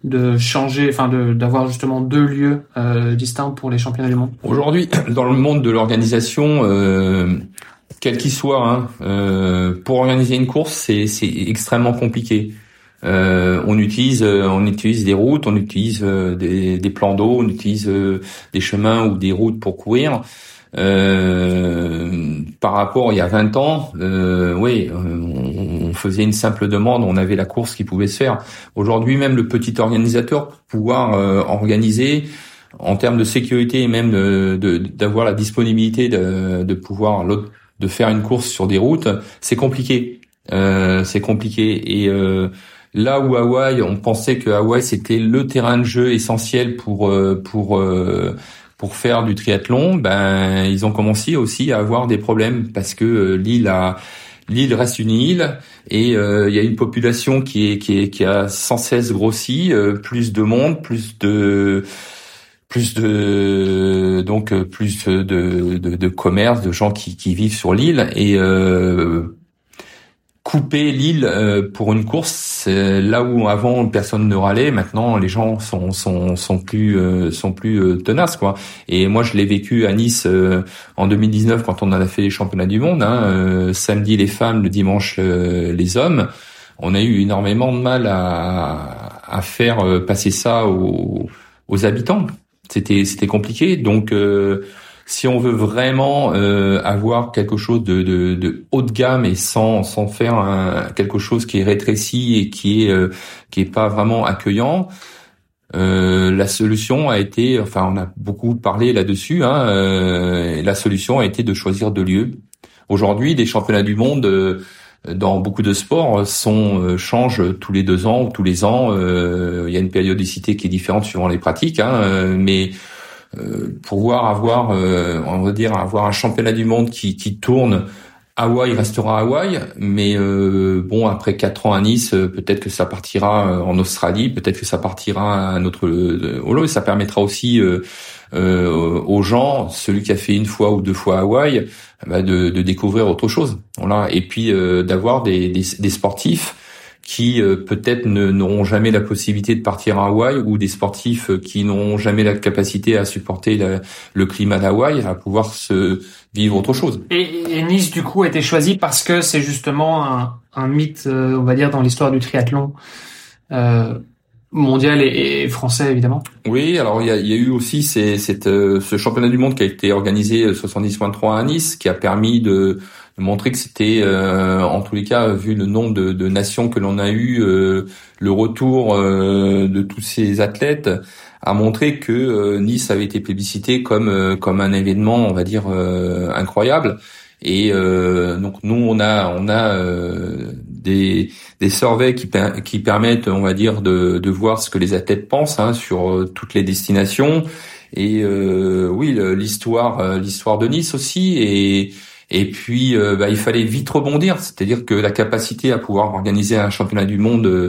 de changer, enfin de d'avoir justement deux lieux euh, distincts pour les championnats du monde? Aujourd'hui, dans le monde de l'organisation, euh, quel qu'il soit, hein, euh, pour organiser une course, c'est, c'est extrêmement compliqué. Euh, on utilise, on utilise des routes, on utilise euh, des, des plans d'eau, on utilise euh, des chemins ou des routes pour courir. Euh, par rapport il y a vingt ans, euh, oui, on, on faisait une simple demande, on avait la course qui pouvait se faire. Aujourd'hui, même le petit organisateur pour pouvoir euh, organiser en termes de sécurité et même de, de, d'avoir la disponibilité de, de pouvoir de faire une course sur des routes, c'est compliqué. Euh, c'est compliqué et euh, là où Hawaï, on pensait que Hawaï c'était le terrain de jeu essentiel pour euh, pour euh, pour faire du triathlon, ben ils ont commencé aussi à avoir des problèmes parce que euh, l'île a l'île reste une île et il euh, y a une population qui est qui est qui a sans cesse grossi, euh, plus de monde, plus de plus de donc plus de de, de commerce, de gens qui qui vivent sur l'île et euh, couper l'île euh, pour une course, c'est là où avant personne ne râlait, maintenant les gens sont sont sont plus euh, sont plus euh, tenaces quoi. Et moi je l'ai vécu à Nice euh, en deux mille dix-neuf quand on a fait les championnats du monde. Hein, euh, samedi les femmes, le dimanche euh, les hommes. On a eu énormément de mal à à faire euh, passer ça aux aux habitants. C'était c'était compliqué. Donc euh, si on veut vraiment euh, avoir quelque chose de, de, de haut de gamme et sans sans faire un, quelque chose qui est rétréci et qui est euh, qui est pas vraiment accueillant, euh, la solution a été, enfin on a beaucoup parlé là-dessus, hein, euh, la solution a été de choisir deux lieux. Aujourd'hui, les championnats du monde euh, dans beaucoup de sports sont euh, changent tous les deux ans ou tous les ans. Euh, il y a une périodicité qui est différente suivant les pratiques, hein, euh, mais Euh, pouvoir avoir, euh, on va dire, avoir un championnat du monde qui, qui tourne. Hawaï restera Hawaï, mais euh, bon, après quatre ans à Nice, euh, peut-être que ça partira euh, en Australie, peut-être que ça partira à un autre holo, et ça permettra aussi euh, euh, aux gens, celui qui a fait une fois ou deux fois Hawaï, bah, de, de découvrir autre chose. Voilà, et puis euh, d'avoir des, des, des sportifs qui euh, peut-être ne, n'auront jamais la possibilité de partir à Hawaï ou des sportifs euh, qui n'auront jamais la capacité à supporter la, le climat d'Hawaï, à pouvoir se vivre autre chose. Et, et Nice, du coup, a été choisi parce que c'est justement un, un mythe, euh, on va dire, dans l'histoire du triathlon euh, mondial et, et français, évidemment. Oui, alors il y a, il y a eu aussi ces, cette, euh, ce championnat du monde qui a été organisé soixante-dix vingt-trois à Nice, qui a permis de de montrer que c'était, euh, en tous les cas, vu le nombre de, de nations que l'on a eu, euh, le retour euh, de tous ces athlètes a montré que euh, Nice avait été plébiscité comme euh, comme un événement, on va dire, euh, incroyable. Et euh, donc nous, on a on a euh, des des surveys qui qui permettent, on va dire, de de voir ce que les athlètes pensent, hein, sur euh, toutes les destinations. Et euh, oui, l'histoire euh, l'histoire de Nice aussi. Et Et puis, euh, bah, il fallait vite rebondir, c'est-à-dire que la capacité à pouvoir organiser un championnat du monde euh,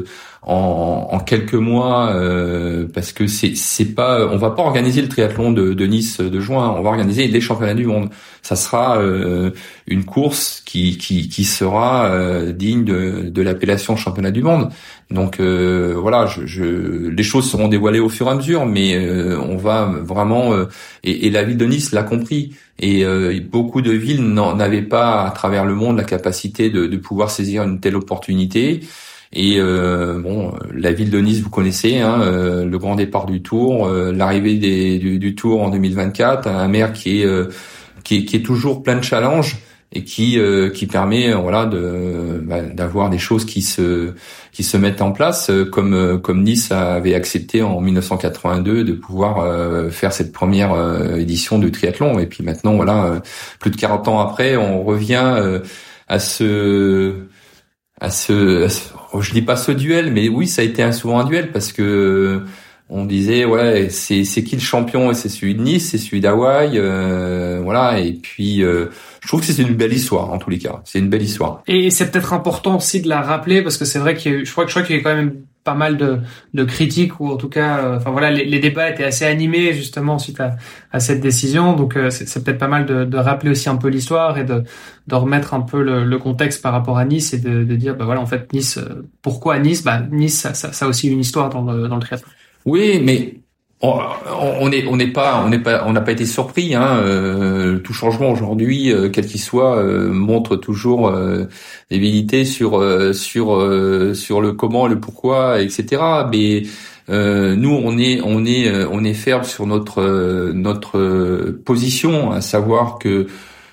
en, en quelques mois, euh, parce que c'est c'est pas, on va pas organiser le triathlon de, de Nice de juin, on va organiser les championnats du monde. Ça sera euh, une course qui qui qui sera euh, digne de, de l'appellation championnat du monde. Donc euh, voilà, je, je, les choses seront dévoilées au fur et à mesure, mais euh, on va vraiment euh, et, et la ville de Nice l'a compris. Et euh, beaucoup de villes n'avaient pas à travers le monde la capacité de, de pouvoir saisir une telle opportunité. Et euh, bon, la ville de Nice, vous connaissez, hein, euh, le grand départ du Tour, euh, l'arrivée des, du, du Tour en deux mille vingt-quatre, un maire qui est euh, qui est, qui est toujours plein de challenges et qui euh, qui permet euh, voilà de bah, d'avoir des choses qui se qui se mettent en place, euh, comme euh, comme Nice avait accepté en mille neuf cent quatre-vingt-deux de pouvoir euh, faire cette première euh, édition du triathlon. Et puis maintenant voilà, euh, plus de quarante ans après, on revient euh, à ce à ce, à ce oh, je dis pas ce duel, mais oui, ça a été un, souvent un duel parce que on disait ouais c'est c'est qui le champion, et c'est celui de Nice, c'est celui d'Hawaï, euh, voilà. Et puis euh, je trouve que c'est une belle histoire en tous les cas, c'est une belle histoire. Et c'est peut-être important aussi de la rappeler parce que c'est vrai qu'il y a eu, je crois que je crois qu'il y a quand même pas mal de de critiques, ou en tout cas euh, enfin voilà les, les débats étaient assez animés justement suite à à cette décision, donc euh, c'est, c'est peut-être pas mal de de rappeler aussi un peu l'histoire et de de remettre un peu le, le contexte par rapport à Nice, et de de dire bah voilà en fait Nice, euh, pourquoi Nice, bah Nice ça, ça ça a aussi une histoire dans le dans le triathlon. Oui, mais on on est on n'est pas on n'est pas on n'a pas été surpris, hein. Euh, tout changement aujourd'hui, euh, quel qu'il soit, euh, montre toujours euh, des vérités sur euh, sur euh, sur le comment, le pourquoi, et cetera. Mais euh, nous, on est on est on est ferme sur notre euh, notre position, à savoir que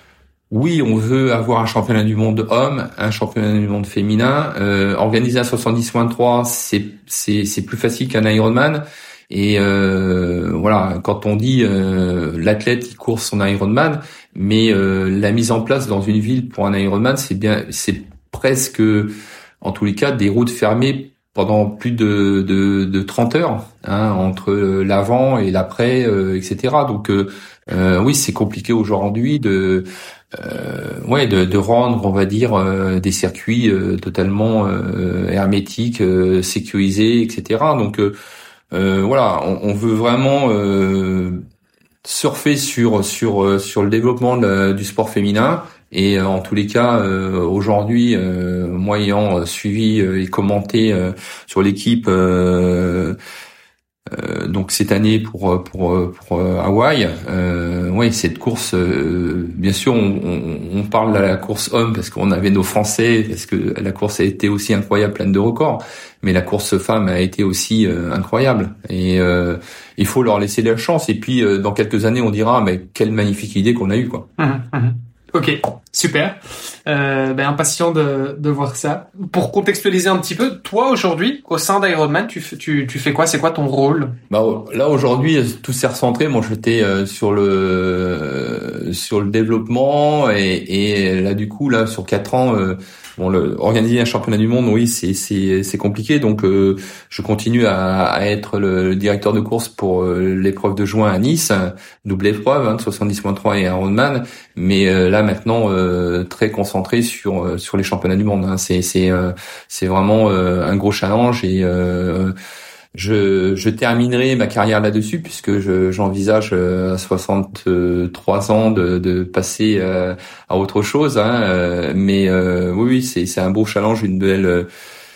oui, on veut avoir un championnat du monde homme, un championnat du monde féminin. Euh, organiser un soixante-dix vingt-trois, c'est c'est c'est plus facile qu'un Ironman. Et euh, voilà, quand on dit euh, l'athlète qui court son Ironman, mais euh, la mise en place dans une ville pour un Ironman, c'est bien, c'est presque, en tous les cas, des routes fermées pendant plus de de, de trente heures, hein, entre l'avant et l'après, euh, et cetera. Donc euh, euh, oui, c'est compliqué aujourd'hui de Euh, ouais, de, de rendre, on va dire, euh, des circuits euh, totalement euh, hermétiques, euh, sécurisés, et cetera. Donc euh, euh, voilà, on, on veut vraiment euh, surfer sur sur sur le développement de la, du sport féminin. Et euh, en tous les cas, euh, aujourd'hui, euh, moi ayant suivi euh, et commenté euh, sur l'équipe. Euh, Euh, donc cette année pour pour pour Hawaï, euh, ouais, cette course, euh, bien sûr, on, on, on parle de la course homme parce qu'on avait nos Français, parce que la course a été aussi incroyable, pleine de records, mais la course femme a été aussi euh, incroyable, et euh, il faut leur laisser la chance. Et puis euh, dans quelques années, on dira mais quelle magnifique idée qu'on a eue, quoi. Mmh, mmh. Ok, super. Euh, ben impatient de, de voir ça. Pour contextualiser un petit peu, toi aujourd'hui, au sein d'Ironman, tu fais, tu, tu fais quoi? C'est quoi ton rôle? Bah là aujourd'hui, tout s'est recentré. Moi, j'étais euh, sur le euh, sur le développement, et, et là du coup là sur quatre ans, euh, bon, le, organiser un championnat du monde, oui, c'est c'est c'est compliqué. Donc euh, je continue à, à être le, le directeur de course pour euh, l'épreuve de juin à Nice, double épreuve, hein, de soixante-dix vingt-trois et Ironman. Mais euh, là maintenant euh, très concentré sur euh, sur les championnats du monde, hein. C'est c'est euh, c'est vraiment euh, un gros challenge, et euh, je je terminerai ma carrière là-dessus, puisque je j'envisage euh, à soixante-trois ans de de passer euh, à autre chose, hein. Euh, mais euh, oui, c'est c'est un beau challenge, une belle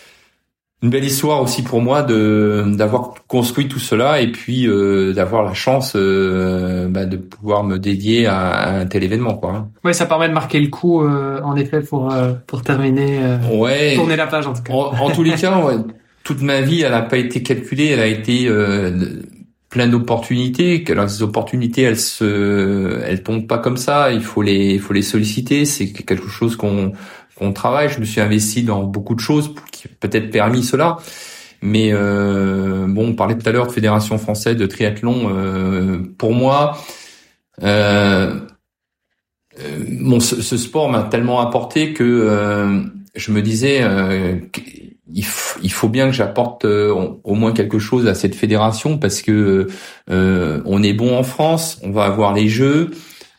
une belle histoire aussi pour moi de d'avoir construit tout cela, et puis euh, d'avoir la chance euh, bah, de pouvoir me dédier à, à un tel événement, quoi. Ouais, ça permet de marquer le coup, euh, en effet, pour euh, pour terminer, euh, ouais, tourner la page en tout cas. En, en tous les cas, ouais, toute ma vie, elle n'a pas été calculée, elle a été euh, plein d'opportunités. Alors, ces opportunités, elles se, elles tombent pas comme ça. Il faut les, il faut les solliciter. C'est quelque chose qu'on qu'on travaille. Je me suis investi dans beaucoup de choses qui ont peut-être permis cela. Mais euh, bon, on parlait tout à l'heure de Fédération française de triathlon. Euh, pour moi, euh, euh, bon, ce, ce sport m'a tellement apporté que euh, je me disais, euh, il, f- il faut bien que j'apporte euh, au moins quelque chose à cette fédération, parce que euh, on est bon en France, on va avoir les Jeux.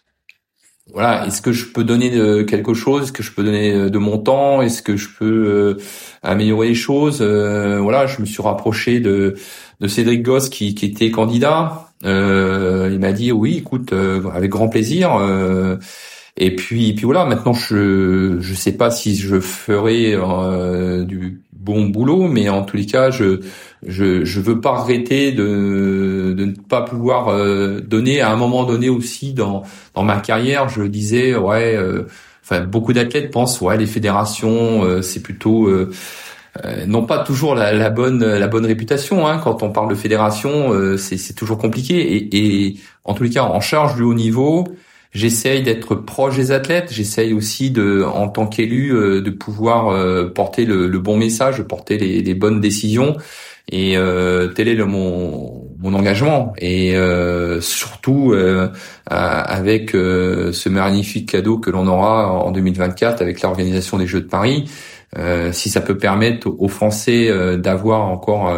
Voilà, est-ce que je peux donner de quelque chose? Est-ce que je peux donner de mon temps? Est-ce que je peux euh, améliorer les choses? euh, Voilà, je me suis rapproché de de Cédric Gosse qui, qui était candidat. Euh, il m'a dit oui, écoute, euh, avec grand plaisir. Euh, et puis, et puis voilà. Maintenant, je je sais pas si je ferai euh, du bon boulot, mais en tous les cas, je je je veux pas arrêter de de ne pas pouvoir euh, donner à un moment donné aussi dans dans ma carrière. Je disais ouais, euh, enfin beaucoup d'athlètes pensent ouais les fédérations euh, c'est plutôt euh, euh, non pas toujours la, la bonne la bonne réputation, hein. Quand on parle de fédération, euh, c'est c'est toujours compliqué, et, et en tous les cas en charge du haut niveau, j'essaye d'être proche des athlètes. J'essaye aussi de, en tant qu'élu, euh, de pouvoir euh, porter le, le bon message, porter les, les bonnes décisions. Et euh, tel est le, mon, mon engagement. Et euh, surtout euh, avec euh, ce magnifique cadeau que l'on aura en deux mille vingt-quatre avec l'organisation des Jeux de Paris, euh, si ça peut permettre aux Français euh, d'avoir encore euh,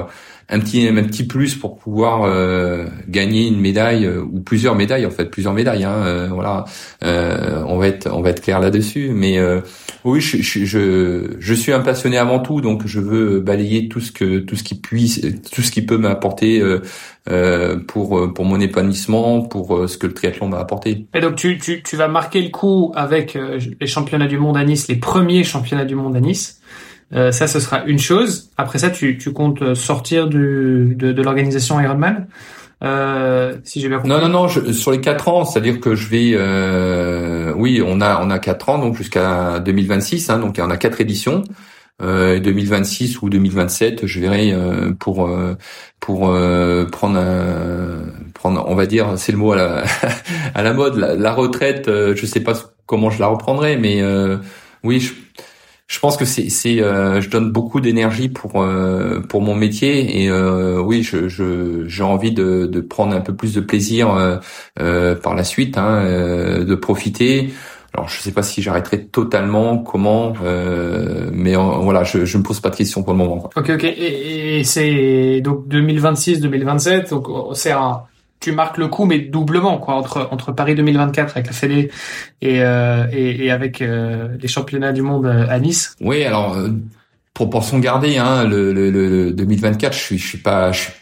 un petit un petit plus pour pouvoir euh, gagner une médaille euh, ou plusieurs médailles en fait plusieurs médailles hein, euh, voilà euh, on va être on va être clair là-dessus mais euh, oui je, je je je suis un passionné avant tout donc je veux balayer tout ce que tout ce qui puisse tout ce qui peut m'apporter euh, euh, pour pour mon épanouissement pour euh, ce que le triathlon m'a apporté. Et donc tu tu tu vas marquer le coup avec euh, les championnats du monde à Nice, les premiers championnats du monde à Nice. Euh, ça, ce sera une chose. Après ça, tu, tu comptes sortir du, de, de l'organisation Ironman, euh, si j'ai bien compris. Non, non, non. Je, sur les quatre ans, c'est-à-dire que je vais. Euh, oui, on a on a quatre ans, donc jusqu'à deux mille vingt-six. Hein, donc on a quatre éditions. Euh, deux mille vingt-six ou deux mille vingt-sept, je verrai euh, pour euh, pour euh, prendre un, prendre, on va dire, c'est le mot à la à la mode, la, la retraite. Euh, je sais pas comment je la reprendrai, mais euh, oui. Je, Je pense que c'est, c'est, euh, je donne beaucoup d'énergie pour euh, pour mon métier et euh, oui, je, je j'ai envie de, de prendre un peu plus de plaisir euh, euh, par la suite, hein, euh, de profiter. Alors je sais pas si j'arrêterai totalement, comment, euh, mais euh, voilà, je je me pose pas de questions pour le moment. Quoi. Ok, ok. Et, et c'est donc deux mille vingt-six deux mille vingt-sept, donc c'est un tu marques le coup, mais doublement, quoi, entre entre Paris deux mille vingt-quatre avec la Fédé et euh, et, et avec euh, les championnats du monde à Nice. Oui, alors euh, proportion gardée, hein, le, le, le deux mille vingt-quatre, je suis je suis pas je,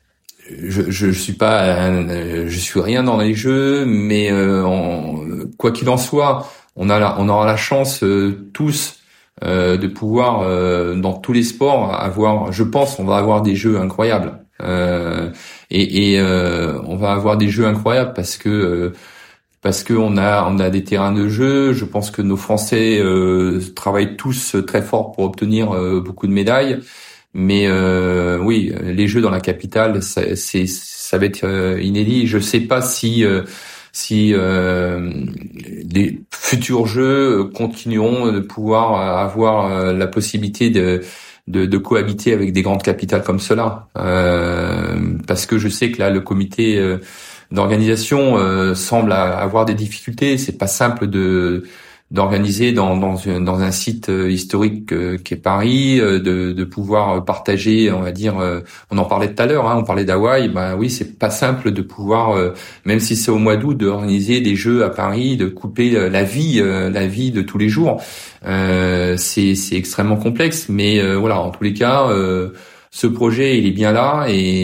je, je suis pas un, je suis rien dans les jeux, mais euh, en, quoi qu'il en soit, on a la, on aura la chance euh, tous euh, de pouvoir euh, dans tous les sports avoir, je pense, on va avoir des jeux incroyables. Euh, et, et euh, on va avoir des jeux incroyables parce que euh, parce que on a on a des terrains de jeu. Je pense que nos Français euh, travaillent tous très fort pour obtenir euh, beaucoup de médailles. Mais euh, oui, les jeux dans la capitale, ça, c'est ça va être euh, inédit. Je sais pas si euh, si euh, les futurs jeux continueront de pouvoir avoir euh, la possibilité de De, de cohabiter avec des grandes capitales comme cela, euh, parce que je sais que là le comité euh, d'organisation euh, semble avoir des difficultés. C'est pas simple de d'organiser dans dans, dans un site historique euh, qui est Paris, euh, de de pouvoir partager, on va dire, euh, on en parlait tout à l'heure, hein, on parlait d'Hawaï. Ben oui, c'est pas simple de pouvoir, euh, même si c'est au mois d'août, d'organiser des jeux à Paris, de couper la vie, euh, la vie de tous les jours. Euh, c'est c'est extrêmement complexe, mais euh, voilà, en tous les cas, euh, ce projet il est bien là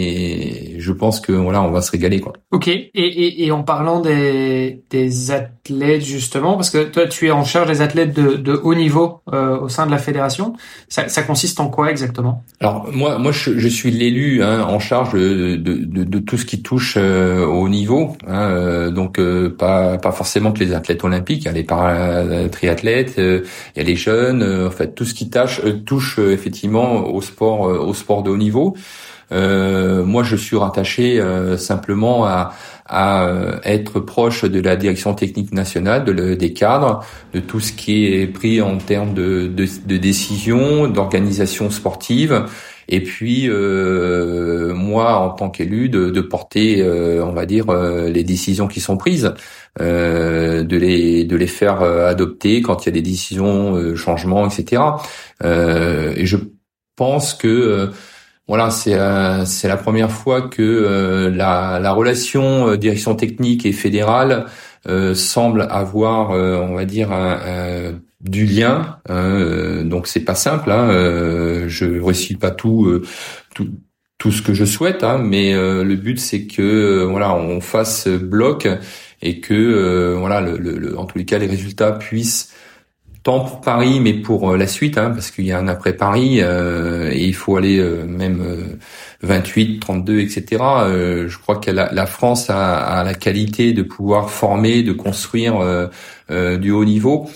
et je pense que voilà, on va se régaler quoi. Ok. Et et, et en parlant des des athlètes justement, parce que toi tu es en charge des athlètes de de haut niveau euh, au sein de la fédération, ça ça consiste en quoi exactement? Alors moi moi je, je suis l'élu hein, en charge de, de de de tout ce qui touche euh, au haut niveau, hein, euh, donc euh, pas pas forcément que les athlètes olympiques, il y a les para-triathlètes, euh, il y a les jeunes, euh, en fait tout ce qui tâche, euh, touche euh, effectivement au sport euh, au sport de haut niveau. Euh, moi, je suis rattaché euh, simplement à, à euh, être proche de la direction technique nationale, de le, des cadres, de tout ce qui est pris en termes de, de, de décision, d'organisation sportive. Et puis, euh, moi, en tant qu'élu, de, de porter, euh, on va dire, euh, les décisions qui sont prises, euh, de les de les faire euh, adopter quand il y a des décisions, euh, changements, et cetera. Euh, et je pense que euh, Voilà, c'est euh, c'est la première fois que euh, la, la relation euh, direction technique et fédérale euh, semble avoir, euh, on va dire, un, un, du lien. Euh, donc c'est pas simple. Hein, euh, je réussis pas tout, euh, tout tout ce que je souhaite, hein, mais euh, le but c'est que euh, voilà, on fasse bloc et que euh, voilà, le, le, le, en tous les cas, les résultats puissent tant pour Paris, mais pour la suite, hein, parce qu'il y a un après Paris euh, et il faut aller euh, même euh, vingt-huit, trente-deux, et cetera. Euh, je crois que la, la France a, a la qualité de pouvoir former, de construire euh, euh, du haut niveau.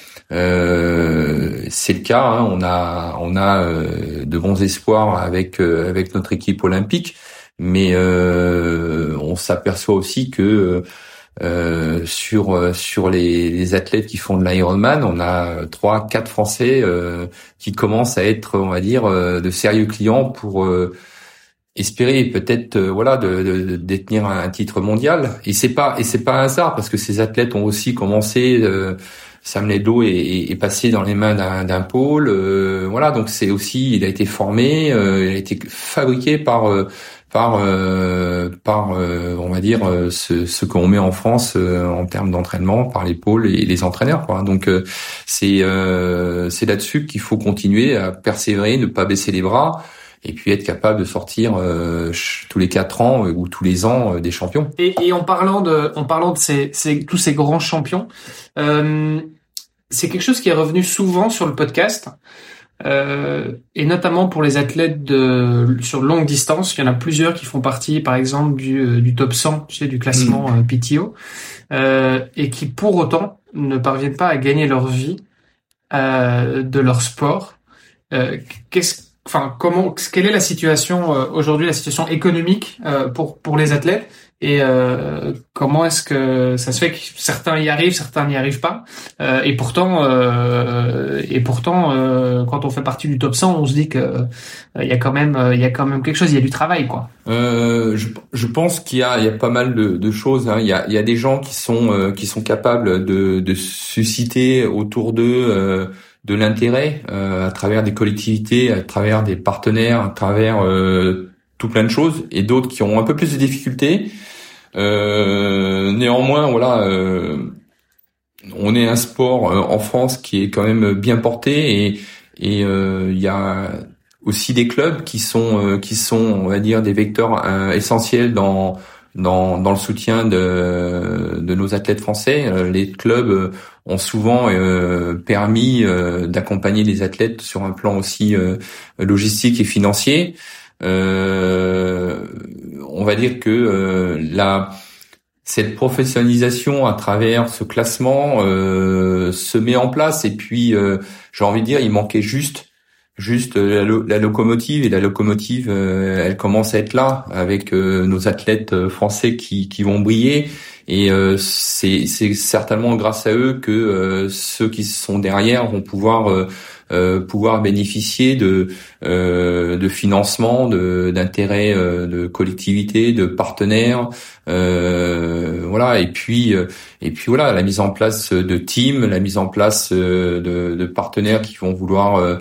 Euh, c'est le cas. Hein, on a, on a euh, de bons espoirs avec euh, avec notre équipe olympique, mais euh, on s'aperçoit aussi que Euh, sur sur les, les athlètes qui font de l'Ironman, on a trois, quatre Français euh, qui commencent à être, on va dire, euh, de sérieux clients pour euh, espérer peut-être, euh, voilà, de, de, de détenir un titre mondial. Et c'est pas et c'est pas un hasard parce que ces athlètes ont aussi commencé euh, Sam Laidlaw est, est, est passé dans les mains d'un, d'un pôle. Euh, voilà, donc c'est aussi, il a été formé, euh, il a été fabriqué par euh, par euh, par euh, on va dire euh, ce, ce qu'on met en France euh, en termes d'entraînement par les pôles et les entraîneurs, quoi. Donc euh, c'est euh, c'est là-dessus qu'il faut continuer à persévérer, ne pas baisser les bras. Et puis être capable de sortir euh, tous les quatre ans euh, ou tous les ans euh, des champions. Et, et en parlant de, en parlant de ces, ces tous ces grands champions, euh, c'est quelque chose qui est revenu souvent sur le podcast, euh, et notamment pour les athlètes de sur longue distance. Il y en a plusieurs qui font partie, par exemple, du, du top cent, tu sais, du classement mmh. P T O, euh, et qui pour autant ne parviennent pas à gagner leur vie euh, de leur sport. Euh, qu'est-ce Enfin, comment, quelle est la situation euh, aujourd'hui, la situation économique euh, pour pour les athlètes, et euh, comment est-ce que ça se fait que certains y arrivent, certains n'y arrivent pas, euh, et pourtant euh, et pourtant euh, quand on fait partie du top cent, on se dit que euh, il y a quand même il y a quand même quelque chose, il y a du travail, quoi. Euh, je, je pense qu'il y a il y a pas mal de, de choses. Hein. Il y a il y a des gens qui sont euh, qui sont capables de de susciter autour d'eux euh, de l'intérêt euh, à travers des collectivités, à travers des partenaires, à travers euh, tout plein de choses, et d'autres qui ont un peu plus de difficultés. Euh, néanmoins, voilà, euh, on est un sport euh, en France qui est quand même bien porté, et et euh, il y a aussi des clubs qui sont euh, qui sont, on va dire, des vecteurs euh, essentiels dans dans dans le soutien de de nos athlètes français. Euh, les clubs ont souvent euh, permis euh, d'accompagner les athlètes sur un plan aussi euh, logistique et financier. Euh, on va dire que euh, la cette professionnalisation à travers ce classement euh, se met en place, et puis euh, j'ai envie de dire, il manquait juste juste la, lo- la locomotive, et la locomotive euh, elle commence à être là avec euh, nos athlètes français qui qui vont briller. Et euh, c'est, c'est certainement grâce à eux que euh, ceux qui sont derrière vont pouvoir euh, euh, pouvoir bénéficier de euh, de financement, de d'intérêts, euh, de collectivités, de partenaires, euh, voilà. Et puis euh, et puis voilà, la mise en place de teams, la mise en place euh, de, de partenaires qui vont vouloir euh,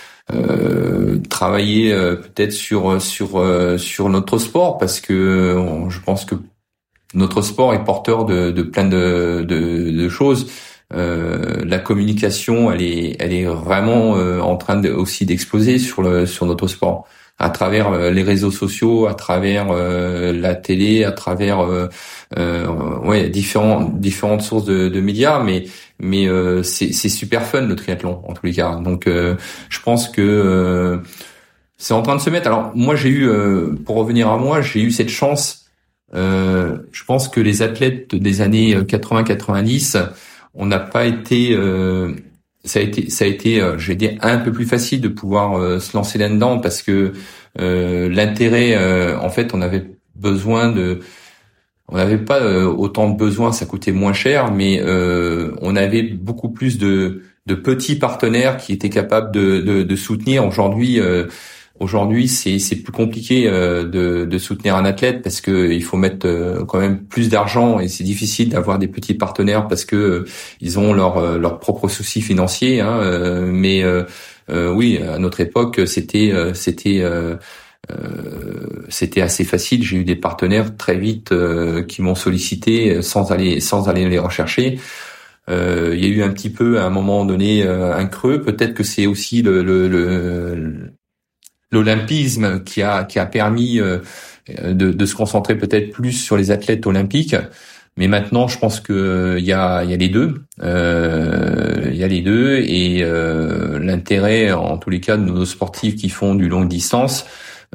Euh, travailler euh, peut-être sur sur euh, sur notre sport, parce que on, je pense que notre sport est porteur de, de plein de, de, de choses. Euh, la communication, elle est, elle est vraiment euh, en train de, aussi d'exploser sur le, sur notre sport, à travers euh, les réseaux sociaux, à travers euh, la télé, à travers euh, euh, ouais différents différentes sources de, de médias. Mais mais euh, c'est, c'est super fun le triathlon en tous les cas. Donc euh, je pense que euh, c'est en train de se mettre. Alors moi j'ai eu, euh, pour revenir à moi, j'ai eu cette chance. Euh, je pense que les athlètes des années quatre-vingts quatre-vingt-dix, on n'a pas été, euh, ça a été, ça a été, euh, je vais dire, un peu plus facile de pouvoir euh, se lancer là-dedans, parce que euh, l'intérêt, euh, en fait, on avait besoin de, on n'avait pas euh, autant de besoins, ça coûtait moins cher, mais euh, on avait beaucoup plus de, de petits partenaires qui étaient capables de, de, de soutenir. Aujourd'hui, euh, Aujourd'hui, c'est c'est plus compliqué euh, de de soutenir un athlète, parce que il faut mettre euh, quand même plus d'argent, et c'est difficile d'avoir des petits partenaires parce que euh, ils ont leurs euh, leurs propres soucis financiers. Hein, euh, mais euh, euh, oui, à notre époque, c'était euh, c'était euh, euh, c'était assez facile. J'ai eu des partenaires très vite euh, qui m'ont sollicité sans aller sans aller les rechercher. Euh, il y a eu un petit peu à un moment donné euh, un creux. Peut-être que c'est aussi le le, le l'olympisme qui a qui a permis euh, de, de se concentrer peut-être plus sur les athlètes olympiques. Mais maintenant, je pense que euh, il y a il y a les deux, euh, il y a les deux, et euh, l'intérêt, en tous les cas, de nos sportifs qui font du longue distance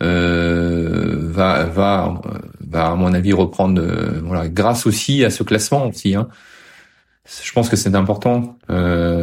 euh, va va va à mon avis reprendre, euh, voilà, grâce aussi à ce classement aussi. Hein. Je pense que c'est important. Euh,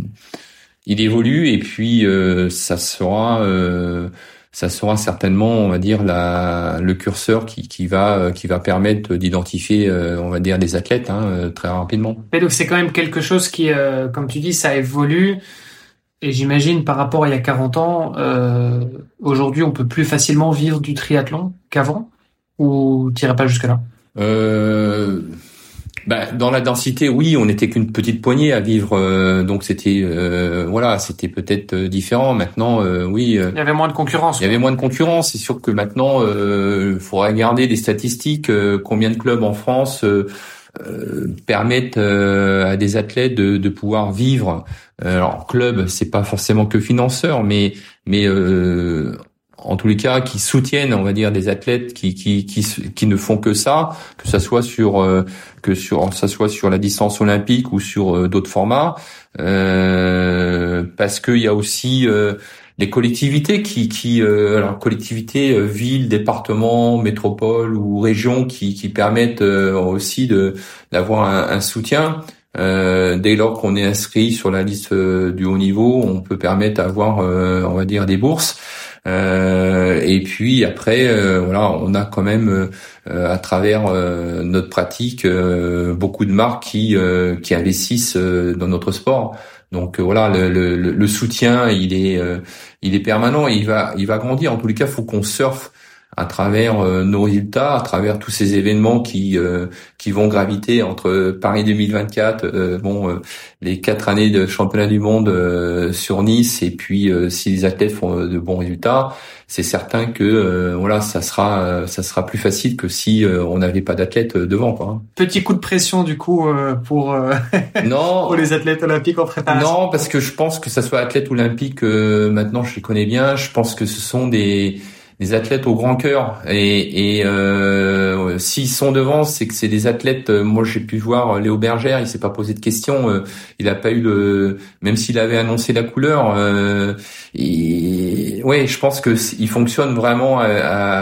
Il évolue, et puis euh, ça sera, euh, ça sera certainement, on va dire, la, le curseur qui, qui va, qui va permettre d'identifier, euh, on va dire, des athlètes hein, très rapidement. Mais donc c'est quand même quelque chose qui, euh, comme tu dis, ça évolue. Et j'imagine par rapport à il y a quarante ans, euh, aujourd'hui, on peut plus facilement vivre du triathlon qu'avant, ou t'irais pas jusque là? Euh... Ben, dans la densité, oui, on n'était qu'une petite poignée à vivre, euh, donc c'était euh, voilà, c'était peut-être différent. Maintenant, euh, oui, euh, il y avait moins de concurrence. Il y avait moins de concurrence. C'est sûr que maintenant, il euh, faudra regarder des statistiques. Euh, combien de clubs en France euh, euh, permettent euh, à des athlètes de, de pouvoir vivre. Alors, club, c'est pas forcément que financeur, mais mais euh, en tous les cas, qui soutiennent, on va dire, des athlètes qui qui qui qui ne font que ça, que ça soit sur euh, que sur ça soit sur la distance olympique ou sur euh, d'autres formats, euh, parce qu'il y a aussi euh, les collectivités qui qui euh, alors collectivités, euh, villes, départements, métropoles ou régions qui qui permettent euh, aussi de d'avoir un, un soutien. Euh, dès lors qu'on est inscrit sur la liste euh, du haut niveau, on peut permettre d'avoir, euh, on va dire, des bourses. Euh, et puis après, euh, voilà, on a quand même euh, à travers euh, notre pratique euh, beaucoup de marques qui euh, qui investissent euh, dans notre sport. Donc euh, voilà, le, le, le soutien, il est euh, il est permanent et il va il va grandir. En tous les cas, il faut qu'on surfe à travers euh, nos résultats, à travers tous ces événements qui euh, qui vont graviter entre Paris deux mille vingt-quatre, euh, bon euh, les quatre années de championnat du monde euh, sur Nice, et puis euh, si les athlètes font euh, de bons résultats, c'est certain que euh, voilà, ça sera euh, ça sera plus facile que si euh, on n'avait pas d'athlètes devant, quoi. Petit coup de pression du coup euh, pour euh, non pour les athlètes olympiques en préparation. Non, parce que je pense que ça soit athlète olympique, euh, maintenant je les connais bien. Je pense que ce sont des des athlètes au grand cœur, et, et euh, s'ils sont devant, c'est que c'est des athlètes. Euh, moi, j'ai pu voir Léo Bergère, il s'est pas posé de questions, euh, il a pas eu le, même s'il avait annoncé la couleur. Euh, et, ouais, je pense que il fonctionne vraiment à,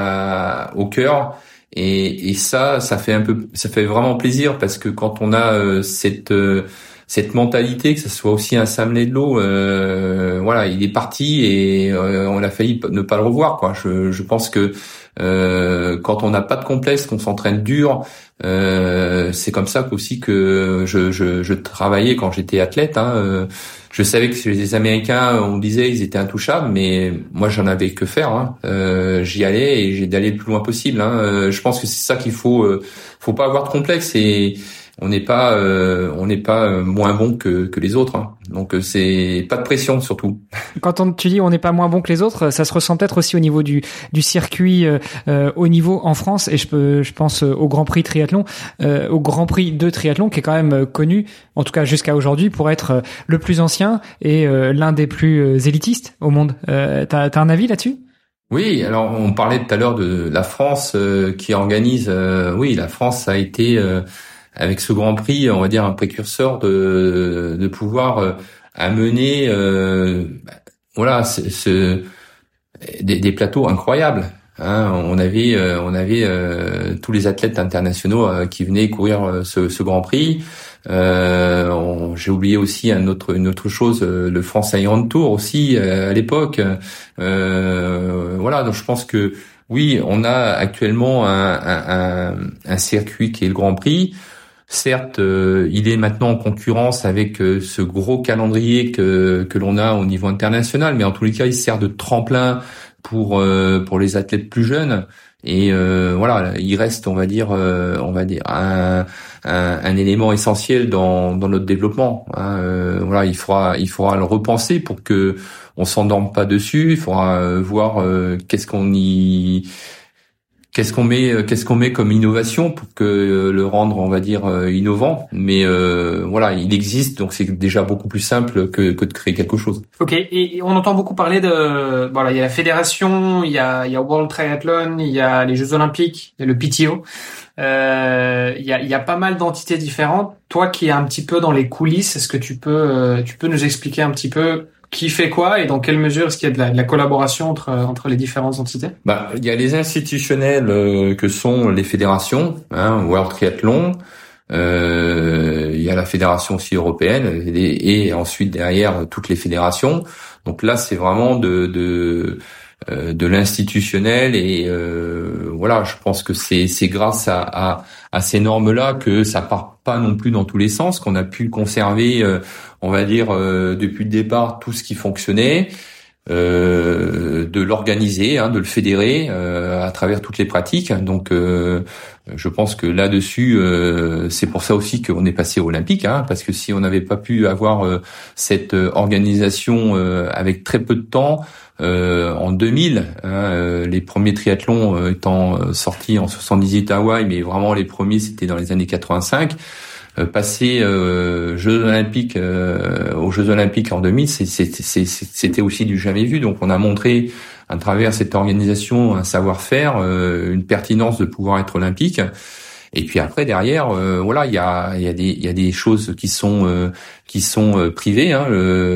à, au cœur, et, et ça, ça fait un peu, ça fait vraiment plaisir, parce que quand on a euh, cette euh, cette mentalité, que ce soit aussi un Sam Laidlaw, euh, voilà, il est parti et euh, on a failli ne pas le revoir, quoi. Je, je pense que euh, quand on n'a pas de complexe, qu'on s'entraîne dur, euh, c'est comme ça aussi que je, je, je travaillais quand j'étais athlète. Hein. Euh, je savais que chez les Américains, on disait ils étaient intouchables, mais moi j'en avais que faire. Hein. Euh, j'y allais et j'ai d'aller le plus loin possible. Hein. Euh, je pense que c'est ça qu'il faut. Euh, faut pas avoir de complexe, et on n'est pas euh, on n'est pas euh, moins bon que que les autres, hein. Donc euh, c'est pas de pression surtout. Quand on, tu dis on n'est pas moins bon que les autres, ça se ressent peut-être aussi au niveau du du circuit euh, euh, au niveau en France, et je peux je pense euh, au Grand Prix triathlon, euh, au Grand Prix de triathlon qui est quand même euh, connu, en tout cas jusqu'à aujourd'hui, pour être euh, le plus ancien et euh, l'un des plus euh, élitistes au monde. Euh, t'as t'as un avis là-dessus? Oui, alors on parlait tout à l'heure de la France euh, qui organise. Euh, oui, la France a été euh, avec ce Grand Prix, on va dire, un précurseur de, de pouvoir euh, amener, euh, voilà, ce, ce, des, des plateaux incroyables. Hein. On avait, euh, on avait euh, tous les athlètes internationaux euh, qui venaient courir euh, ce, ce Grand Prix. Euh, on, j'ai oublié aussi un autre, une autre chose, euh, le France Iron Tour aussi euh, à l'époque. Euh, voilà, donc je pense que oui, on a actuellement un, un, un, un circuit qui est le Grand Prix. Certes, euh, il est maintenant en concurrence avec euh, ce gros calendrier que que l'on a au niveau international, mais en tous les cas, il sert de tremplin pour euh, pour les athlètes plus jeunes. Et euh, voilà, il reste, on va dire, euh, on va dire un, un, un élément essentiel dans dans notre développement. Hein. Euh, voilà, il faudra il faudra le repenser pour que on s'endorme pas dessus. Il faudra euh, voir euh, qu'est-ce qu'on y Qu'est-ce qu'on met, qu'est-ce qu'on met comme innovation pour que euh, le rendre, on va dire, euh, innovant. Mais euh, voilà, il existe, donc c'est déjà beaucoup plus simple que, que de créer quelque chose. Ok, et on entend beaucoup parler de, voilà, il y a la fédération, il y a, il y a World Triathlon, il y a les Jeux Olympiques, il y a le P T O. Euh, il y a, il y a pas mal d'entités différentes. Toi, qui es un petit peu dans les coulisses, est-ce que tu peux, euh, tu peux nous expliquer un petit peu qui fait quoi et dans quelle mesure est-ce qu'il y a de la, de la collaboration entre entre les différentes entités? Bah, il y a les institutionnels euh, que sont les fédérations, hein, World Triathlon. Euh, il y a la fédération aussi européenne et, et ensuite derrière toutes les fédérations. Donc là, c'est vraiment de de euh, de l'institutionnel, et euh, voilà, je pense que c'est c'est grâce à, à à ces normes-là que ça part pas non plus dans tous les sens, qu'on a pu conserver, euh, on va dire, euh, depuis le départ tout ce qui fonctionnait. euh, de l'organiser, hein, de le fédérer euh, à travers toutes les pratiques. Donc, euh, je pense que là-dessus, euh, c'est pour ça aussi qu'on est passé aux Olympiques, hein, parce que si on n'avait pas pu avoir euh, cette organisation euh, avec très peu de temps, euh, en deux mille, hein, euh, les premiers triathlons euh, étant sortis en soixante-dix-huit à Hawaï, mais vraiment les premiers c'était dans les années quatre-vingt-cinq. Euh, passer euh, Jeux Olympiques euh, aux Jeux Olympiques en deux mille, c'est, c'est, c'est, c'était aussi du jamais vu. Donc on a montré à travers cette organisation un savoir-faire, euh, une pertinence de pouvoir être olympique. Et puis après derrière, euh, voilà, il y a il y a des il y a des choses qui sont euh, qui sont euh, privées. Hein, le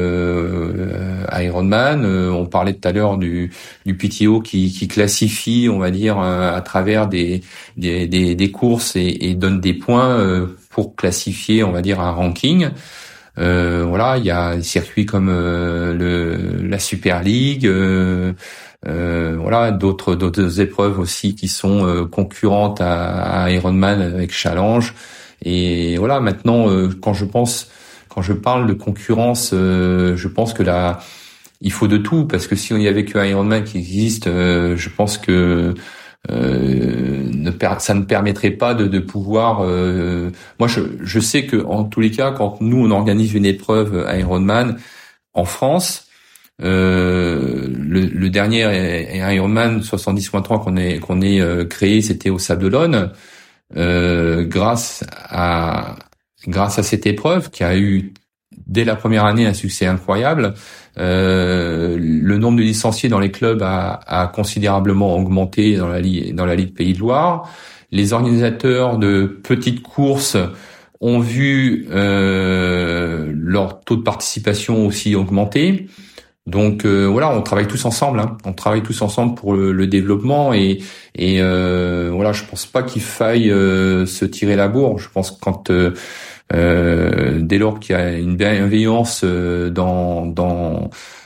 euh, Ironman, euh, on parlait tout à l'heure du du P T O qui qui classifie, on va dire, euh, à travers des des des, des courses et, et donne des points euh, pour classifier, on va dire, un ranking. Euh, voilà, il y a des circuits comme euh, le la Super League. Euh, Euh, voilà, d'autres d'autres épreuves aussi qui sont euh, concurrentes à, à Ironman avec Challenge. Et voilà, maintenant euh, quand je pense quand je parle de concurrence, euh, je pense que là il faut de tout, parce que si on y avait que Ironman qui existe, euh, je pense que euh, ne per- ça ne permettrait pas de, de pouvoir euh, moi je je sais que en tous les cas, quand nous on organise une épreuve Ironman en France, Euh, le, le dernier Ironman soixante-dix point trois qu'on ait qu'on ait euh, créé, c'était au Sable d'Olonne. Euh, grâce à grâce à cette épreuve qui a eu dès la première année un succès incroyable, euh, le nombre de licenciés dans les clubs a, a considérablement augmenté dans la ligue dans la Ligue Pays de Loire. Les organisateurs de petites courses ont vu euh, leur taux de participation aussi augmenter. Donc euh, voilà, on travaille tous ensemble, hein. On travaille tous ensemble pour le, le développement et et euh, voilà, je pense pas qu'il faille euh, se tirer la bourre. Je pense que quand euh, euh, dès lors qu'il y a une bienveillance euh, dans dans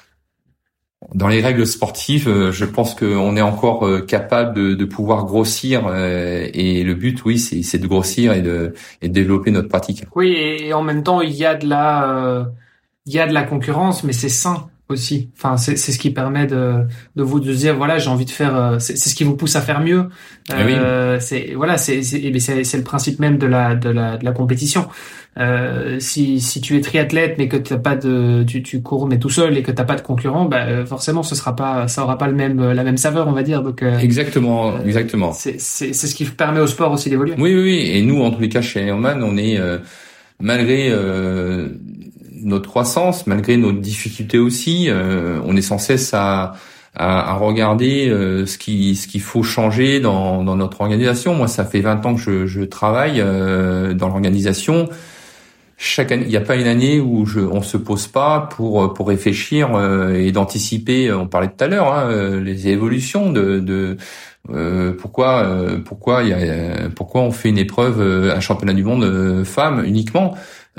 dans les règles sportives, euh, je pense qu'on est encore euh, capable de, de pouvoir grossir euh, et le but, oui, c'est, c'est de grossir et de et de développer notre pratique. Oui, et, et en même temps, il y a de la euh, il y a de la concurrence, mais c'est sain aussi. Enfin, c'est c'est ce qui permet de de vous de dire voilà, j'ai envie de faire. Euh, c'est, c'est ce qui vous pousse à faire mieux. Euh, oui. C'est voilà, c'est c'est c'est, c'est le principe même de la de la de la compétition. Euh, si si tu es triathlète mais que t'as pas de tu tu cours mais tout seul et que t'as pas de concurrent, bah forcément ce sera pas ça aura pas le même la même saveur, on va dire. Donc euh, exactement, euh, exactement. C'est c'est c'est ce qui permet au sport aussi d'évoluer. Oui oui oui. Et nous en tous les cas chez Ironman, on est euh, malgré euh, notre croissance, malgré nos difficultés aussi, euh, on est sans cesse à, à, à regarder euh, ce qui ce qu'il faut changer dans, dans notre organisation. Moi, ça fait vingt ans que je, je travaille euh, dans l'organisation. Chaque année, il n'y a pas une année où je, on se pose pas pour pour réfléchir euh, et d'anticiper. On parlait tout à l'heure, hein, les évolutions de, de euh, pourquoi euh, pourquoi il y a pourquoi on fait une épreuve, un championnat du monde euh, femmes uniquement.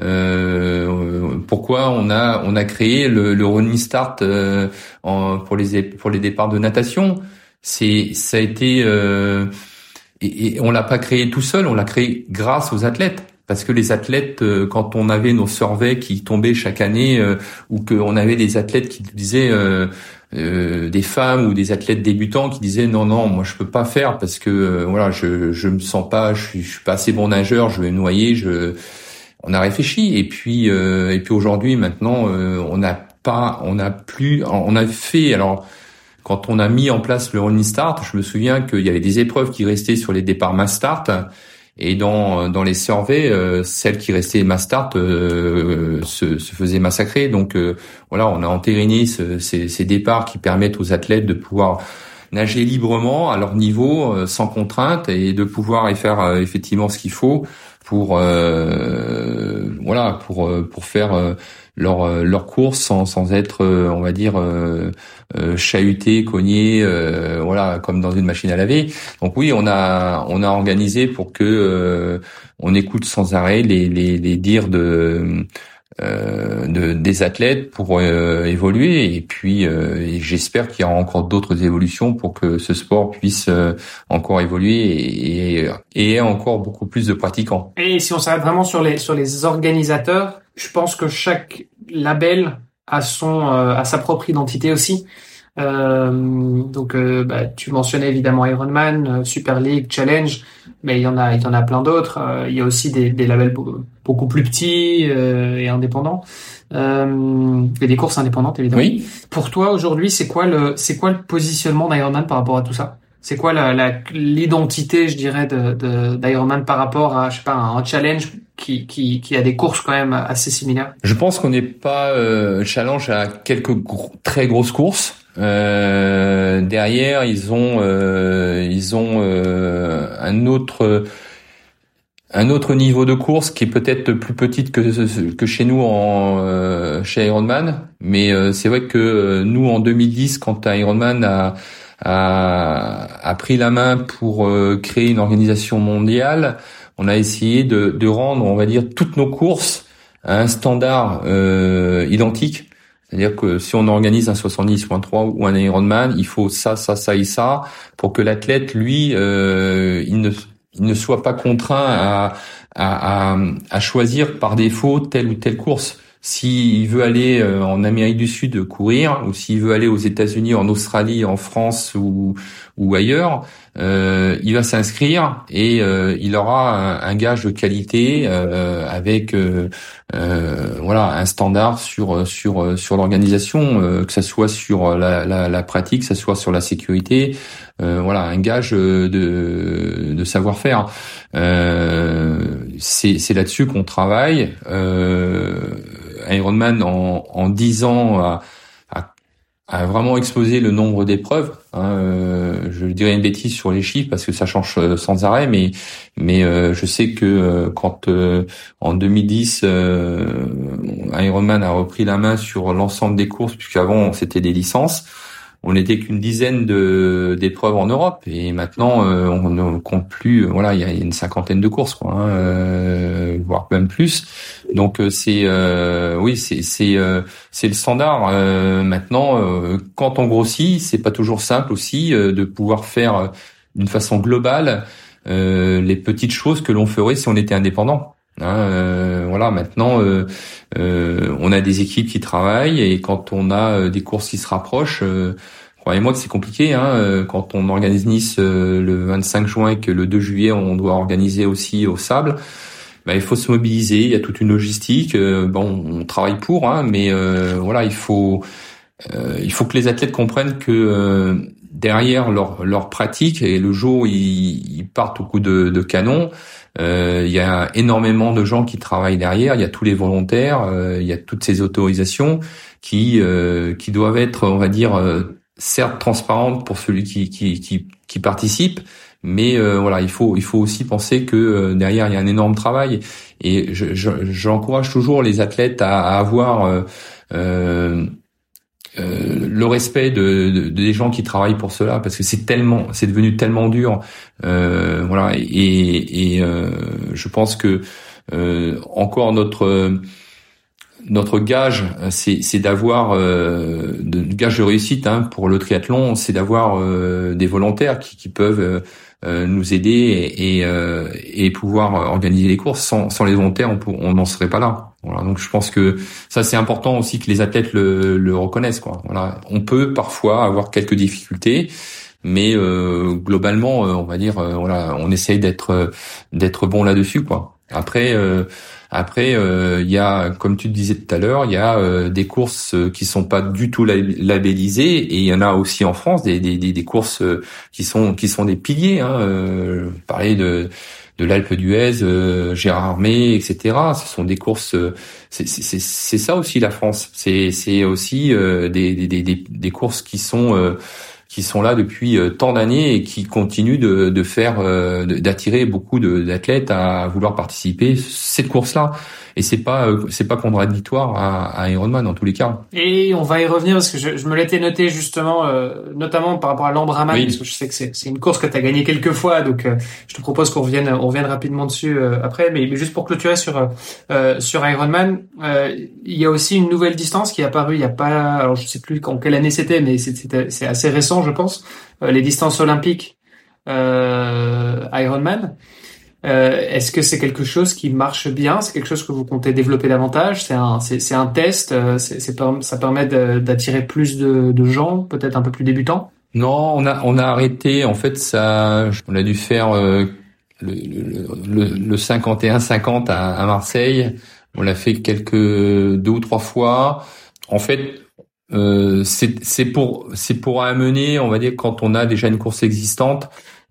Euh, pourquoi on a on a créé le, le running start euh, en, pour les pour les départs de natation. C'est ça a été euh, et, et on l'a pas créé tout seul, on l'a créé grâce aux athlètes. Parce que les athlètes, euh, quand on avait nos surveys qui tombaient chaque année, euh, ou qu'on avait des athlètes qui disaient, euh, euh, des femmes ou des athlètes débutants qui disaient non non, moi je peux pas faire parce que euh, voilà, je je me sens pas, je suis, je suis pas assez bon nageur, je vais me noyer. Je, on a réfléchi et puis euh, et puis aujourd'hui maintenant, euh, on n'a pas, on n'a plus, on a fait alors. Quand on a mis en place le running start, je me souviens qu'il y avait des épreuves qui restaient sur les départs mass start. Et dans dans les surveys, euh, celles qui restaient mass start euh, se, se faisaient massacrer. Donc euh, voilà, on a entériné ce, ces, ces départs qui permettent aux athlètes de pouvoir nager librement à leur niveau, euh, sans contrainte, et de pouvoir y faire euh, effectivement ce qu'il faut pour euh, voilà pour pour faire euh, leur leur course sans sans être euh, on va dire euh, euh, chahuté, cogné, euh, voilà, comme dans une machine à laver. Donc oui, on a on a organisé pour que euh, on écoute sans arrêt les les les dires de Euh, de, des athlètes pour euh, évoluer et puis euh, et j'espère qu'il y aura encore d'autres évolutions pour que ce sport puisse euh, encore évoluer et, et, et ait encore beaucoup plus de pratiquants. Et si on s'arrête vraiment sur les sur les organisateurs, je pense que chaque label à son euh, à sa propre identité aussi. Euh, donc euh, bah, tu mentionnais évidemment Ironman, euh, Super League, Challenge, mais il y en a il y en a plein d'autres. Euh, il y a aussi des, des labels be- beaucoup plus petits euh, et indépendants, euh, et des courses indépendantes évidemment. Oui. Pour toi aujourd'hui, c'est quoi le c'est quoi le positionnement d'Ironman par rapport à tout ça? C'est quoi la, la l'identité, je dirais, de, de d'Ironman par rapport à je sais pas un challenge qui qui qui a des courses quand même assez similaires? Je pense qu'on n'est pas euh, challenge à quelques gros, très grosses courses. Euh, derrière, ils ont euh, ils ont euh, un autre un autre niveau de course qui est peut-être plus petite que que chez nous en euh, chez Ironman, mais euh, c'est vrai que euh, nous en deux mille dix, quand Ironman a a, a pris la main pour euh, créer une organisation mondiale, on a essayé de, de rendre, on va dire, toutes nos courses à un standard euh, identique. C'est-à-dire que si on organise un soixante-dix ou un trois ou un Ironman, il faut ça, ça, ça et ça pour que l'athlète, lui, euh, il ne il ne soit pas contraint à, à, à, à choisir par défaut telle ou telle course. S'il veut aller en Amérique du Sud courir, ou s'il veut aller aux États-Unis, en Australie, en France ou, ou ailleurs, euh, il va s'inscrire et euh, il aura un, un gage de qualité euh, avec euh, euh, voilà un standard sur sur sur l'organisation, euh, que ça soit sur la, la, la pratique, que ça soit sur la sécurité, euh, voilà un gage de de savoir-faire. Euh, c'est c'est là-dessus qu'on travaille. Euh, Ironman en en dix ans a, a, a vraiment explosé le nombre d'épreuves. Hein, euh, je dirais une bêtise sur les chiffres parce que ça change sans arrêt, mais mais euh, je sais que euh, quand euh, en deux mille dix euh, Ironman a repris la main sur l'ensemble des courses, puisqu'avant c'était des licences, on n'était qu'une dizaine de d'épreuves en Europe et maintenant euh, on ne compte plus. Voilà, il y a une cinquantaine de courses, quoi, hein, euh, voire même plus. Donc euh, c'est euh, oui, c'est c'est euh, c'est le standard. Euh, maintenant, euh, quand on grossit, c'est pas toujours simple aussi euh, de pouvoir faire euh, d'une façon globale euh, les petites choses que l'on ferait si on était indépendant. Hein, euh, voilà, maintenant euh, euh, on a des équipes qui travaillent et quand on a des courses qui se rapprochent, euh, croyez-moi que c'est compliqué. Hein, euh, quand on organise Nice euh, le vingt-cinq juin et que le deux juillet on doit organiser aussi au Sable, bah, il faut se mobiliser. Il y a toute une logistique. Euh, bon, on travaille pour, hein, mais euh, voilà, il faut euh, il faut que les athlètes comprennent que euh, derrière leur leur pratique et le jour où ils, ils partent au coup de, de canon. Euh, il y a énormément de gens qui travaillent derrière. Il y a tous les volontaires, euh, il y a toutes ces autorisations qui euh, qui doivent être, on va dire, euh, certes transparentes pour celui qui qui qui, qui participe, mais euh, voilà, il faut il faut aussi penser que euh, derrière il y a un énorme travail. Et je, je, j'encourage toujours les athlètes à, à avoir euh, euh, Euh, le respect de, de, des gens qui travaillent pour cela, parce que c'est tellement, c'est devenu tellement dur, euh, voilà. Et, et euh, je pense que euh, encore notre notre gage, c'est, c'est d'avoir euh, de gage de réussite, hein, pour le triathlon, c'est d'avoir euh, des volontaires qui, qui peuvent euh, nous aider et, et, euh, et pouvoir organiser les courses. Sans, sans les volontaires, on on n'en serait pas là. Voilà, donc je pense que ça c'est important aussi que les athlètes le, le reconnaissent, quoi. Voilà, on peut parfois avoir quelques difficultés, mais euh, globalement, euh, on va dire, euh, voilà, on essaye d'être euh, d'être bon là-dessus, quoi. Après, euh, après, il euh, y a, comme tu le disais tout à l'heure, il y a euh, des courses qui sont pas du tout labellisées, et il y en a aussi en France des des, des, des courses qui sont qui sont des piliers. Hein, euh, parler de de l'Alpe d'Huez, euh, Gérard Armé, et cetera. Ce sont des courses. Euh, c'est, c'est, c'est ça aussi la France. C'est, c'est aussi euh, des, des, des, des courses qui sont euh, qui sont là depuis euh, tant d'années et qui continuent de, de faire, euh, d'attirer beaucoup de, d'athlètes à vouloir participer à cette course-là. Et c'est pas euh, c'est pas contradictoire à, à Ironman dans tous les cas. Et on va y revenir parce que je, je me l'étais noté justement, euh, notamment par rapport à l'Ambraman, oui. Parce que je sais que c'est, c'est une course que tu as gagnée quelques fois, donc euh, je te propose qu'on revienne on revienne rapidement dessus euh, après. Mais, mais juste pour clôturer sur euh, sur Ironman, euh, il y a aussi une nouvelle distance qui est apparue il y a pas, alors je sais plus en quelle année c'était, mais c'est, c'est, c'est assez récent, je pense. Euh, les distances olympiques euh, Ironman. Euh, est-ce que c'est quelque chose qui marche bien? C'est quelque chose que vous comptez développer davantage? C'est un, c'est, c'est un test. C'est, c'est, ça permet de, d'attirer plus de, de gens, peut-être un peu plus débutants? Non, on a on a arrêté. En fait, ça, on a dû faire euh, le, le, le, le cinquante et un cinquante à, à Marseille. On l'a fait quelques deux ou trois fois. En fait, euh, c'est c'est pour c'est pour amener, on va dire, quand on a déjà une course existante,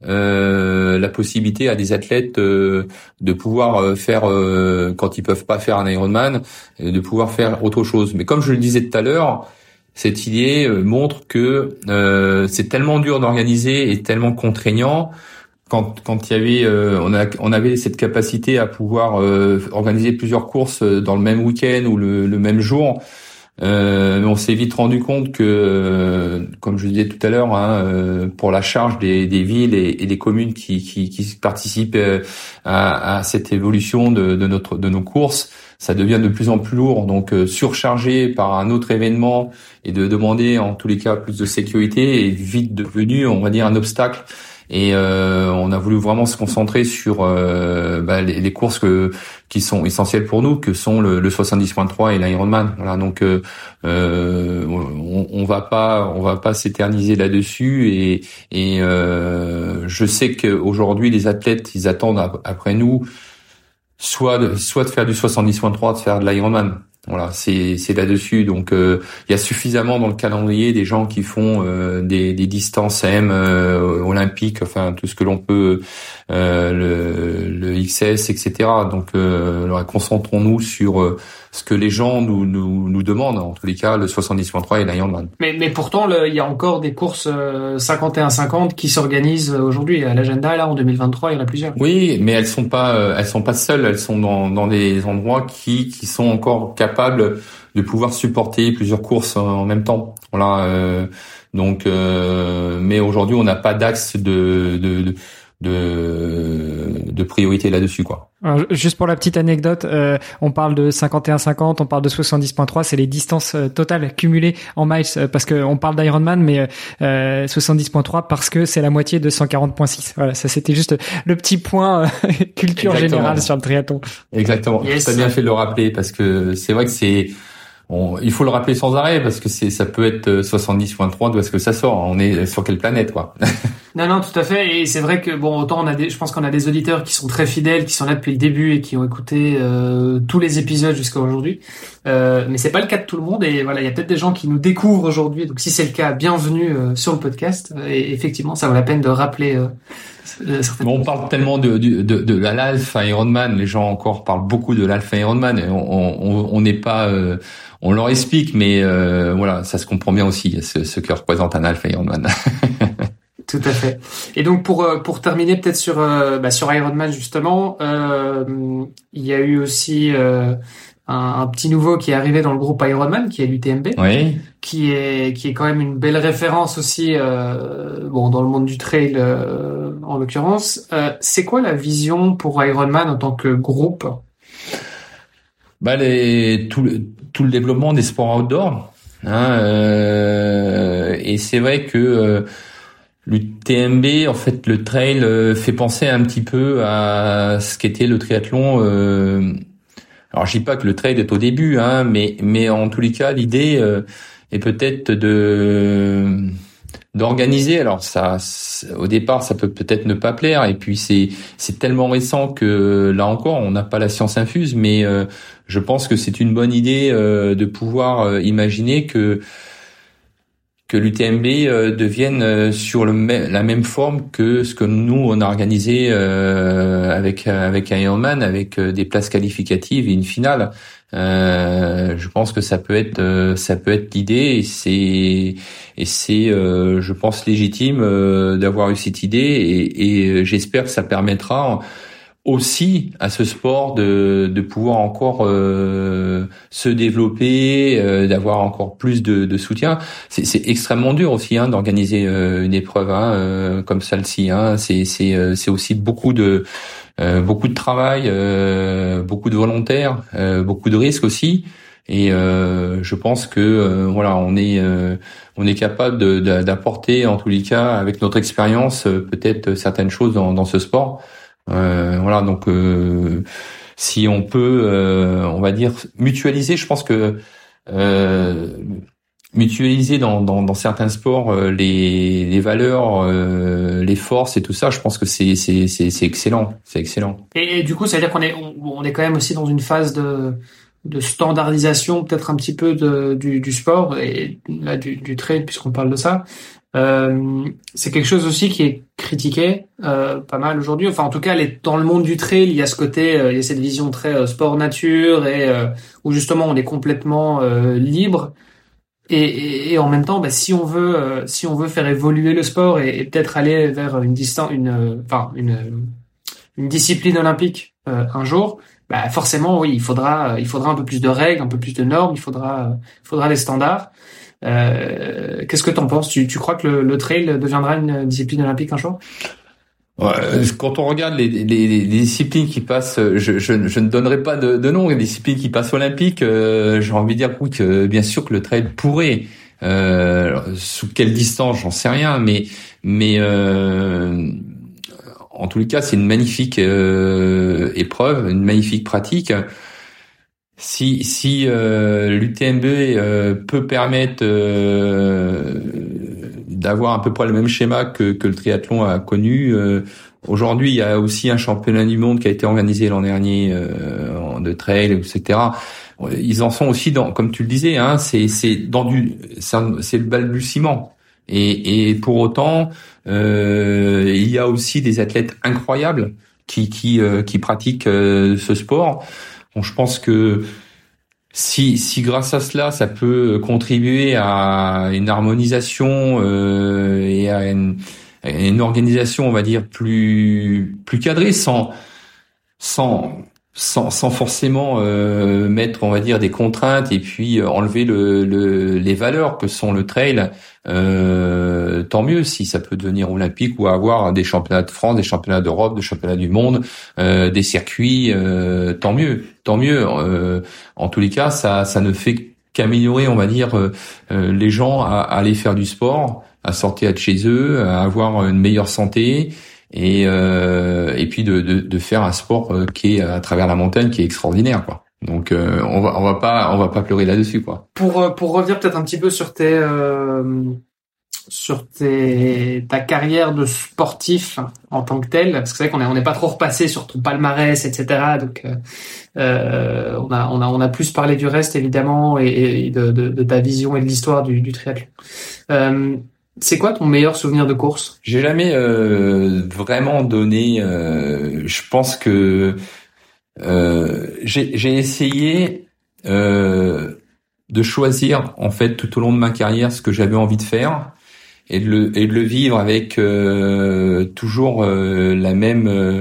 euh, la possibilité à des athlètes euh, de pouvoir faire, euh, quand ils peuvent pas faire un Ironman, de pouvoir faire autre chose. Mais comme je le disais tout à l'heure, cette idée montre que euh, c'est tellement dur d'organiser et tellement contraignant. Quand quand il y avait euh, on a on avait cette capacité à pouvoir euh, organiser plusieurs courses dans le même week-end ou le, le même jour, euh, mais on s'est vite rendu compte que, euh, comme je disais tout à l'heure, hein, euh, pour la charge des, des villes et, et des communes qui qui, qui participent à, à cette évolution de, de notre de nos courses, ça devient de plus en plus lourd. Donc euh, surchargé par un autre événement et de demander en tous les cas plus de sécurité est vite devenu, on va dire, un obstacle. Et euh, on a voulu vraiment se concentrer sur euh, bah, les, les courses que, qui sont essentielles pour nous, que sont le, le soixante-dix point trois et l'Ironman. Voilà, donc euh, euh, on, on va pas, on va pas s'éterniser là-dessus. Et, et euh, je sais qu'aujourd'hui les athlètes, ils attendent après nous soit de, soit de faire du soixante-dix point trois, de faire de l'Ironman. Voilà, c'est c'est là-dessus. Donc euh, il y a suffisamment dans le calendrier des gens qui font euh, des des distances M euh, olympiques, enfin tout ce que l'on peut, euh, le le X S, et cetera. Donc euh, alors, concentrons-nous sur euh, ce que les gens nous nous nous demandent. En tous les cas, le soixante-dix point trois et l'Ironman. Mais mais pourtant le, il y a encore des courses euh, cinquante et un cinquante qui s'organisent aujourd'hui à l'agenda. Là en deux mille vingt-trois, il y en a plusieurs. Oui, mais elles sont pas euh, elles sont pas seules. Elles sont dans dans des endroits qui qui sont encore capables de pouvoir supporter plusieurs courses en même temps. Voilà. Euh, donc, euh, mais aujourd'hui, on n'a pas d'axe de de de, de priorité là-dessus, quoi. Alors, juste pour la petite anecdote, euh, on parle de cinquante et un cinquante, on parle de soixante-dix point trois, c'est les distances euh, totales cumulées en miles, euh, parce que on parle d'Ironman, mais euh, soixante-dix point trois parce que c'est la moitié de cent quarante point six. Voilà, ça c'était juste le petit point euh, culture Exactement. Générale sur le triathlon. Exactement. Yes. Tu as bien fait de le rappeler parce que c'est vrai que c'est On, il faut le rappeler sans arrêt parce que c'est, ça peut être soixante-dix point trois, d'où est-ce que ça sort? On est sur quelle planète, quoi? Non, non, tout à fait. Et c'est vrai que bon, autant on a des, je pense qu'on a des auditeurs qui sont très fidèles, qui sont là depuis le début et qui ont écouté euh, tous les épisodes jusqu'à aujourd'hui. Euh, mais c'est pas le cas de tout le monde. Et voilà, il y a peut-être des gens qui nous découvrent aujourd'hui. Donc si c'est le cas, bienvenue euh, sur le podcast. Et effectivement, ça vaut la peine de rappeler. Euh, Bon, on parle tellement de, de, de, de l'Alpha Ironman, les gens encore parlent beaucoup de l'Alpha Ironman, et on n'est pas, euh, on leur explique, mais euh, voilà, ça se comprend bien aussi, ce, ce que représente un Alpha Ironman. Tout à fait. Et donc pour pour terminer peut-être sur euh, bah, sur Ironman justement, euh, il y a eu aussi euh, un, un petit nouveau qui est arrivé dans le groupe Ironman, qui est l'U T M B, oui. qui est qui est quand même une belle référence aussi, euh, bon dans le monde du trail euh, en l'occurrence. Euh, c'est quoi la vision pour Ironman en tant que groupe? Bah les tout le tout le développement des sports outdoor, hein, euh, et c'est vrai que euh, l'U T M B, en fait, le trail euh, fait penser un petit peu à ce qu'était le triathlon. Euh, alors, je dis pas que le trail est au début, hein, mais mais en tous les cas, l'idée euh, est peut-être de d'organiser. Alors, ça, au départ, ça peut peut-être ne pas plaire, et puis c'est c'est tellement récent que là encore, on n'a pas la science infuse, mais euh, je pense que c'est une bonne idée euh, de pouvoir euh, imaginer que que l'U T M B euh, devienne euh, sur le même, la même forme que ce que nous on a organisé euh, avec avec Ironman, avec euh, des places qualificatives et une finale. Euh, je pense que ça peut être euh, ça peut être l'idée, et c'est et c'est euh, je pense légitime euh, d'avoir eu cette idée, et, et j'espère que ça permettra aussi à ce sport de de pouvoir encore euh, se développer, euh, d'avoir encore plus de, de soutien. C'est, c'est extrêmement dur aussi, hein, d'organiser euh, une épreuve hein, euh, comme celle-ci. Hein. C'est c'est euh, c'est aussi beaucoup de euh, beaucoup de travail, euh, beaucoup de volontaires, euh, beaucoup de risques aussi. Et euh, je pense que euh, voilà, on est euh, on est capable de, de, d'apporter en tous les cas avec notre expérience euh, peut-être certaines choses dans, dans ce sport. Euh, voilà, donc euh, si on peut, euh, on va dire mutualiser, je pense que euh, mutualiser dans, dans, dans certains sports euh, les, les valeurs, euh, les forces et tout ça, je pense que c'est c'est c'est, c'est excellent, c'est excellent. Et, et du coup, ça veut dire qu'on est on, on est quand même aussi dans une phase de de standardisation, peut-être un petit peu de, du, du sport et là du, du trail puisqu'on parle de ça. Euh, c'est quelque chose aussi qui est critiqué euh, pas mal aujourd'hui. Enfin, en tout cas, les, dans le monde du trail, il y a ce côté, euh, il y a cette vision très euh, sport nature et euh, où justement on est complètement euh, libre. Et, et, et en même temps, bah, si on veut, euh, si on veut faire évoluer le sport et, et peut-être aller vers une distance, une, euh, enfin une, une discipline olympique euh, un jour, bah forcément, oui, il faudra, il faudra un peu plus de règles, un peu plus de normes, il faudra, il faudra des standards. Euh, qu'est-ce que t'en penses? Tu, tu crois que le, le trail deviendra une discipline olympique un jour? Ouais, quand on regarde les, les, les disciplines qui passent, je, je, je ne donnerai pas de, de nom, les disciplines qui passent olympiques, euh, j'ai envie de dire oui, que bien sûr que le trail pourrait, euh, sous quelle distance, j'en sais rien, mais mais euh, en tous les cas, c'est une magnifique euh, épreuve, une magnifique pratique. Si si euh, l'U T M B euh, peut permettre euh, d'avoir à peu près le même schéma que, que le triathlon a connu, euh, aujourd'hui il y a aussi un championnat du monde qui a été organisé l'an dernier euh, de trail, et cetera. Ils en sont aussi dans, comme tu le disais, hein, c'est c'est dans du, c'est, c'est le balbutiement. Et, et pour autant, euh, il y a aussi des athlètes incroyables qui qui euh, qui pratiquent euh, ce sport. Bon, je pense que si, si grâce à cela, ça peut contribuer à une harmonisation euh, et à une, à une organisation, on va dire plus plus cadrée, sans sans sans, sans forcément euh, mettre, on va dire, des contraintes et puis enlever le, le les valeurs que sont le trail. Euh, tant mieux si ça peut devenir olympique ou avoir des championnats de France, des championnats d'Europe, des championnats du monde, euh, des circuits, euh, tant mieux, tant mieux. Euh, en tous les cas, ça, ça ne fait qu'améliorer, on va dire, euh, les gens à, à aller faire du sport, à sortir de chez eux, à avoir une meilleure santé et euh, et puis de, de, de faire un sport qui est à travers la montagne, qui est extraordinaire, quoi. Donc euh, on va on va pas on va pas pleurer là-dessus, quoi. Pour pour revenir peut-être un petit peu sur tes euh, sur tes ta carrière de sportif en tant que tel, parce que c'est vrai qu'on est on n'est pas trop repassé sur ton palmarès, et cetera. Donc euh, on a on a on a plus parlé du reste évidemment et, et de, de de ta vision et de l'histoire du du triathlon. Euh, c'est quoi ton meilleur souvenir de course? J'ai jamais euh, vraiment donné. Euh, je pense que Euh, j'ai, j'ai essayé euh, de choisir en fait tout au long de ma carrière ce que j'avais envie de faire et de le, et de le vivre avec euh, toujours euh, la même euh,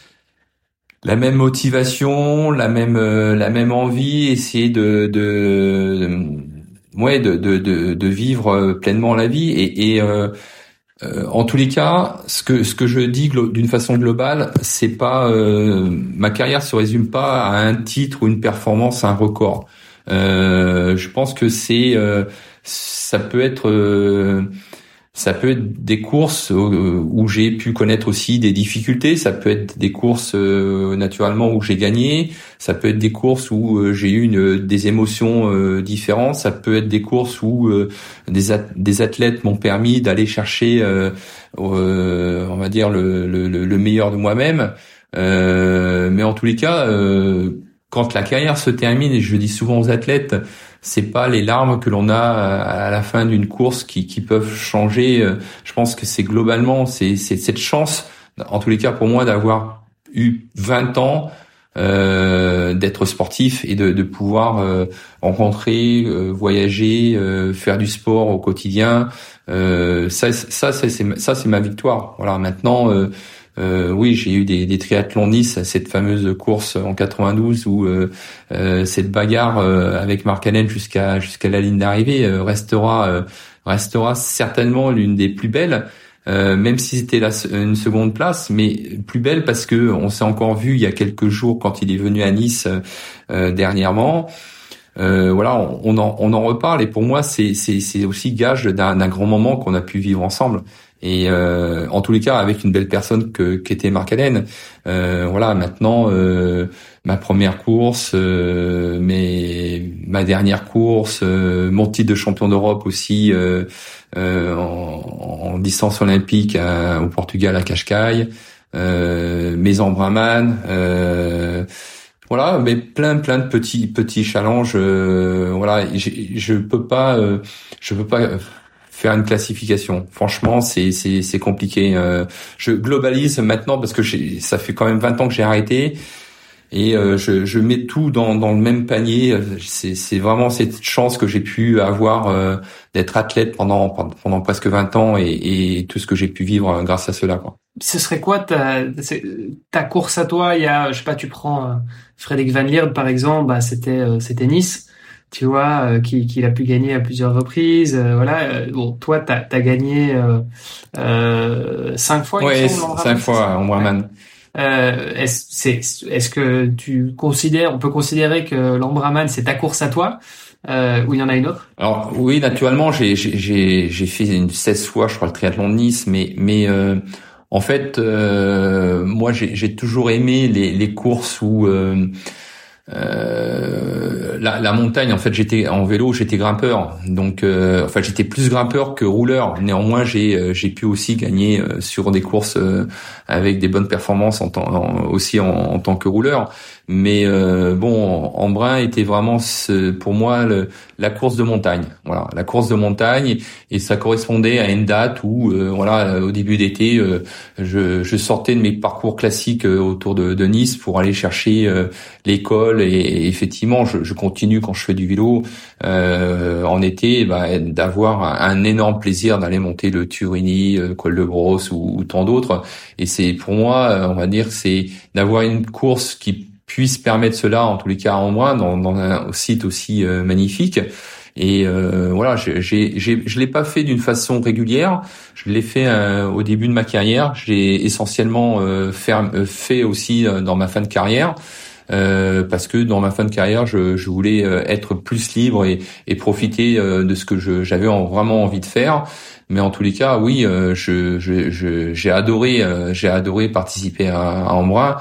la même motivation, la même euh, la même envie, essayer de de, de ouais de, de de de vivre pleinement la vie et, et euh, Euh, en tous les cas, ce que ce que je dis glo- d'une façon globale, c'est pas euh, ma carrière se résume pas à un titre ou une performance, à un record. Euh, je pense que c'est euh, ça peut être euh, ça peut être des courses où, où j'ai pu connaître aussi des difficultés. Ça peut être des courses euh, naturellement où j'ai gagné. Ça peut être des courses où euh, j'ai eu une, des émotions euh, différentes. Ça peut être des courses où euh, des, at- des athlètes m'ont permis d'aller chercher, euh, euh, on va dire, le, le, le meilleur de moi-même. Euh, mais en tous les cas, euh, quand la carrière se termine, et je dis souvent aux athlètes, c'est pas les larmes que l'on a à la fin d'une course qui, qui peuvent changer. Je pense que c'est globalement, c'est, c'est cette chance, en tous les cas pour moi, d'avoir eu vingt ans, euh, d'être sportif et de, de pouvoir euh, rencontrer, euh, voyager, euh, faire du sport au quotidien. Euh, ça, ça, ça, c'est, ça, c'est ma victoire. Voilà. Maintenant. Euh, Euh, oui, j'ai eu des, des triathlons Nice, cette fameuse course en quatre-vingt-douze où euh, euh, cette bagarre euh, avec Mark Allen jusqu'à jusqu'à la ligne d'arrivée euh, restera euh, restera certainement l'une des plus belles, euh, même si c'était la, une seconde place, mais plus belle parce que on s'est encore vu il y a quelques jours quand il est venu à Nice euh, dernièrement. Euh, voilà, on, on en on en reparle et pour moi c'est c'est c'est aussi gage d'un, d'un grand moment qu'on a pu vivre ensemble. et euh, en tous les cas avec une belle personne que qu'était Mark Allen. Euh, voilà, maintenant euh, ma première course, euh, mais ma dernière course, euh, mon titre de champion d'Europe aussi euh, euh, en, en distance olympique à, au Portugal à Cascais, euh, mes Embrunman, euh, voilà, mais plein plein de petits petits challenges. Euh, voilà, je, je peux pas, euh, je peux pas faire une classification. Franchement, c'est c'est c'est compliqué. Euh, je globalise maintenant parce que j'ai, ça fait quand même vingt ans que j'ai arrêté. Et euh, je, je mets tout dans, dans le même panier. C'est, c'est vraiment cette chance que j'ai pu avoir euh, d'être athlète pendant pendant presque vingt ans et, et tout ce que j'ai pu vivre grâce à cela, quoi. Ce serait quoi ta ta course à toi? Il y a, je sais pas, tu prends euh, Frédéric Van Lierde par exemple, bah c'était euh, c'était Nice, tu vois, euh, qui qu'il a pu gagner à plusieurs reprises. Euh, voilà. Euh, bon, toi t'as t'as gagné euh, euh, cinq fois. Ouais, cinq fois en Embrunman. Euh, est-ce, c'est, est-ce que tu considères, on peut considérer que l'Embrunman c'est ta course à toi, euh, ou il y en a une autre? Alors oui, naturellement, j'ai j'ai j'ai fait une seize fois, je crois, le triathlon de Nice, mais mais euh, en fait, euh, moi j'ai j'ai toujours aimé les les courses où euh, Euh, la, la montagne, en fait, j'étais en vélo, j'étais grimpeur, donc euh, enfin j'étais plus grimpeur que rouleur. Néanmoins, j'ai euh, j'ai pu aussi gagner euh, sur des courses euh, avec des bonnes performances en tant, en, aussi en, en tant que rouleur. Mais euh, bon, Embrun était vraiment ce, pour moi le, la course de montagne. Voilà, la course de montagne, et ça correspondait à une date où euh, voilà, au début d'été, euh, je, je sortais de mes parcours classiques euh, autour de, de Nice pour aller chercher euh, l'école. Et, et effectivement, je, je continue quand je fais du vélo euh, en été, bah, d'avoir un, un énorme plaisir d'aller monter le Turini, le col de Brosse ou, ou tant d'autres. Et c'est pour moi, on va dire, c'est d'avoir une course qui puisse permettre cela, en tous les cas en moi, dans, dans un site aussi euh, magnifique. Et euh, voilà, j'ai, j'ai, j'ai, je l'ai pas fait d'une façon régulière. Je l'ai fait euh, au début de ma carrière. J'ai essentiellement euh, fait, euh, fait aussi euh, dans ma fin de carrière. Euh, parce que dans ma fin de carrière, je, je voulais euh, être plus libre et, et profiter euh, de ce que je, j'avais en, vraiment envie de faire. Mais en tous les cas, oui, euh, je, je, je, j'ai adoré, euh, j'ai adoré participer à, à Embrun.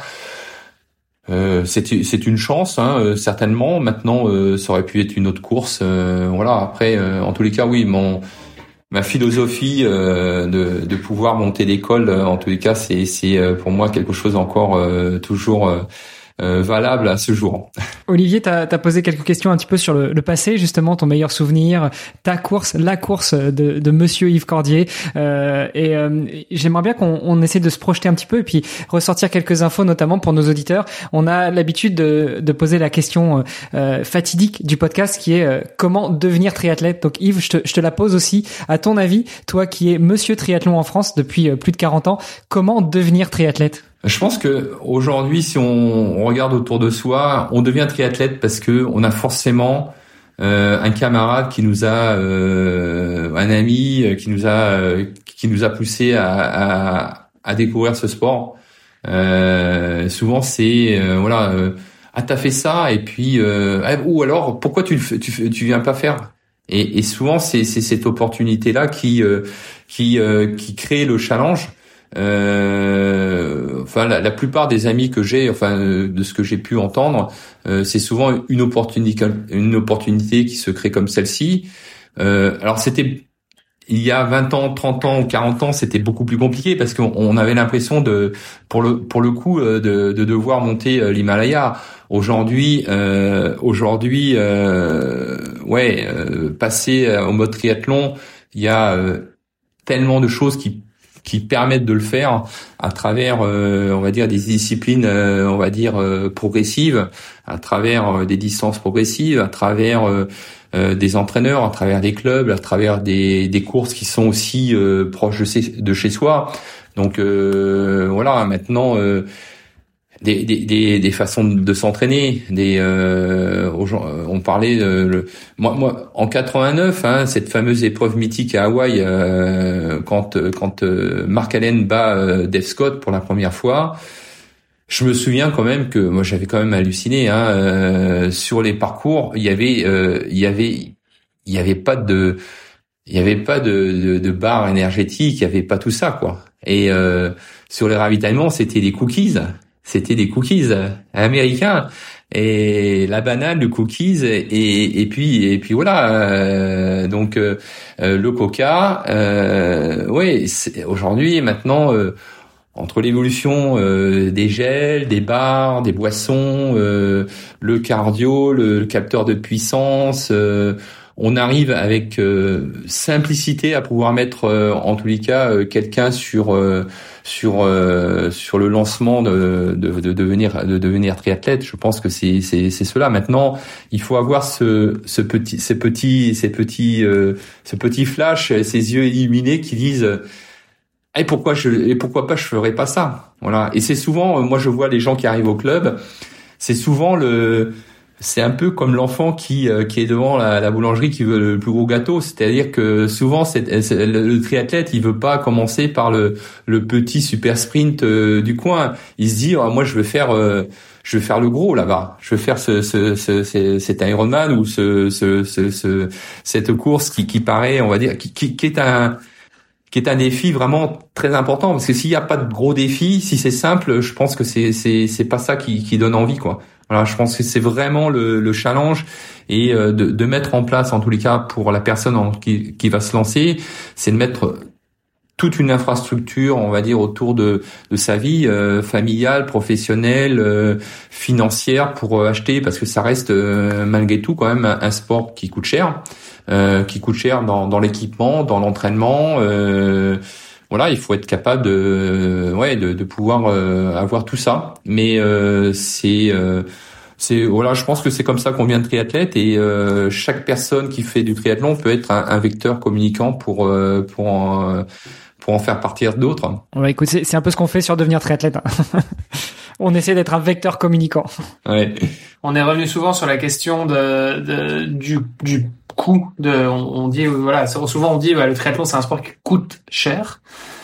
Euh, c'est, c'est une chance, hein, euh, certainement. Maintenant, euh, ça aurait pu être une autre course. Euh, voilà. Après, euh, en tous les cas, oui, mon ma philosophie euh, de, de pouvoir monter l'école, euh, en tous les cas, c'est, c'est euh, pour moi quelque chose encore euh, toujours. Euh, Euh, valable à ce jour. Olivier, t'as, t'as posé quelques questions un petit peu sur le, le passé, justement, ton meilleur souvenir, ta course, la course de, de Monsieur Yves Cordier. Euh, et euh, j'aimerais bien qu'on on essaie de se projeter un petit peu et puis ressortir quelques infos, notamment pour nos auditeurs. On a l'habitude de, de poser la question euh, fatidique du podcast, qui est euh, comment devenir triathlète. Donc Yves, je te, je te la pose aussi. À ton avis, toi qui es Monsieur Triathlon en France depuis euh, plus de quarante ans, comment devenir triathlète ? Je pense que aujourd'hui, si on, on regarde autour de soi, on devient triathlète parce que on a forcément euh, un camarade qui nous a, euh, un ami qui nous a, euh, qui nous a poussé à, à, à découvrir ce sport. Euh, souvent, c'est euh, voilà, euh, ah t'as fait ça et puis euh, ou alors pourquoi tu le fais, tu tu viens pas faire. Et, et souvent, c'est, c'est cette opportunité-là qui euh, qui euh, qui crée le challenge. Euh, enfin, la, la plupart des amis que j'ai, enfin, euh, de ce que j'ai pu entendre, euh, c'est souvent une opportunité, une opportunité qui se crée comme celle-ci. Euh, alors, c'était il y a vingt ans, trente ans ou quarante ans, c'était beaucoup plus compliqué parce qu'on on avait l'impression de, pour le pour le coup, de, de devoir monter l'Himalaya. Aujourd'hui, euh, aujourd'hui, euh, ouais, euh, passer au mode triathlon, il y a euh, tellement de choses qui qui permettent de le faire à travers, euh, on va dire, des disciplines, euh, on va dire, euh, progressives, à travers euh, des distances progressives, à travers euh, euh, des entraîneurs, à travers des clubs, à travers des, des courses qui sont aussi euh, proches de, de chez soi. Donc euh, voilà, maintenant, euh, des, des, des, des façons de s'entraîner. Des, euh, on parlait, de, le, moi, moi, en quatre-vingt-neuf, hein, cette fameuse épreuve mythique à Hawaï, euh, quand, quand euh, Mark Allen bat euh, Dave Scott pour la première fois. Je me souviens quand même que moi j'avais quand même halluciné. Hein, euh, sur les parcours, il y avait, euh, il y avait, il y avait pas de il y avait pas de, de, de barres énergétiques, il y avait pas tout ça, quoi. Et euh, sur les ravitaillements, c'était des cookies, c'était des cookies américains et la banane, le cookies et, et puis et puis voilà. Euh, donc euh, le Coca, euh, ouais, c'est, aujourd'hui maintenant. Euh, Entre l'évolution euh, des gels, des bars, des boissons, euh, le cardio, le, le capteur de puissance, euh, on arrive avec euh, simplicité à pouvoir mettre, euh, en tous les cas, euh, quelqu'un sur euh, sur euh, sur le lancement de, de, de devenir de devenir triathlète. Je pense que c'est c'est c'est cela. Maintenant, il faut avoir ce ce petit ces petits ces petits euh, ce petit flash, ces yeux illuminés qui disent et pourquoi je et pourquoi pas je ferais pas ça, voilà. Et c'est souvent, moi je vois les gens qui arrivent au club, c'est souvent le c'est un peu comme l'enfant qui qui est devant la, la boulangerie qui veut le plus gros gâteau, c'est-à-dire que souvent c'est, c'est le, le triathlète, il veut pas commencer par le le petit super sprint euh, du coin. Il se dit oh, moi je veux faire euh, je veux faire le gros là-bas, je veux faire ce ce, ce, ce cet Ironman ou ce ce, ce ce cette course qui qui paraît, on va dire, qui qui, qui est un qui est un défi vraiment très important, parce que s'il n'y a pas de gros défi, si c'est simple, je pense que c'est c'est c'est pas ça qui qui donne envie, quoi. Voilà, je pense que c'est vraiment le le challenge et euh, de de mettre en place, en tous les cas pour la personne en, qui qui va se lancer, c'est de mettre toute une infrastructure, on va dire, autour de de sa vie euh, familiale, professionnelle, euh, financière pour euh, acheter, parce que ça reste euh, malgré tout quand même un, un sport qui coûte cher. Euh, qui coûte cher dans, dans l'équipement, dans l'entraînement. Euh, voilà, il faut être capable de, ouais, de, de pouvoir euh, avoir tout ça. Mais euh, c'est, euh, c'est, voilà, je pense que c'est comme ça qu'on devient triathlète et euh, chaque personne qui fait du triathlon peut être un, un vecteur communicant pour euh, pour en, pour en faire partir d'autres. Ouais, écoute, c'est, c'est un peu ce qu'on fait sur devenir triathlète. On essaie d'être un vecteur communicant. Ouais. On est revenu souvent sur la question de, de du du coût de on, on dit voilà souvent on dit bah, le triathlon c'est un sport qui coûte cher.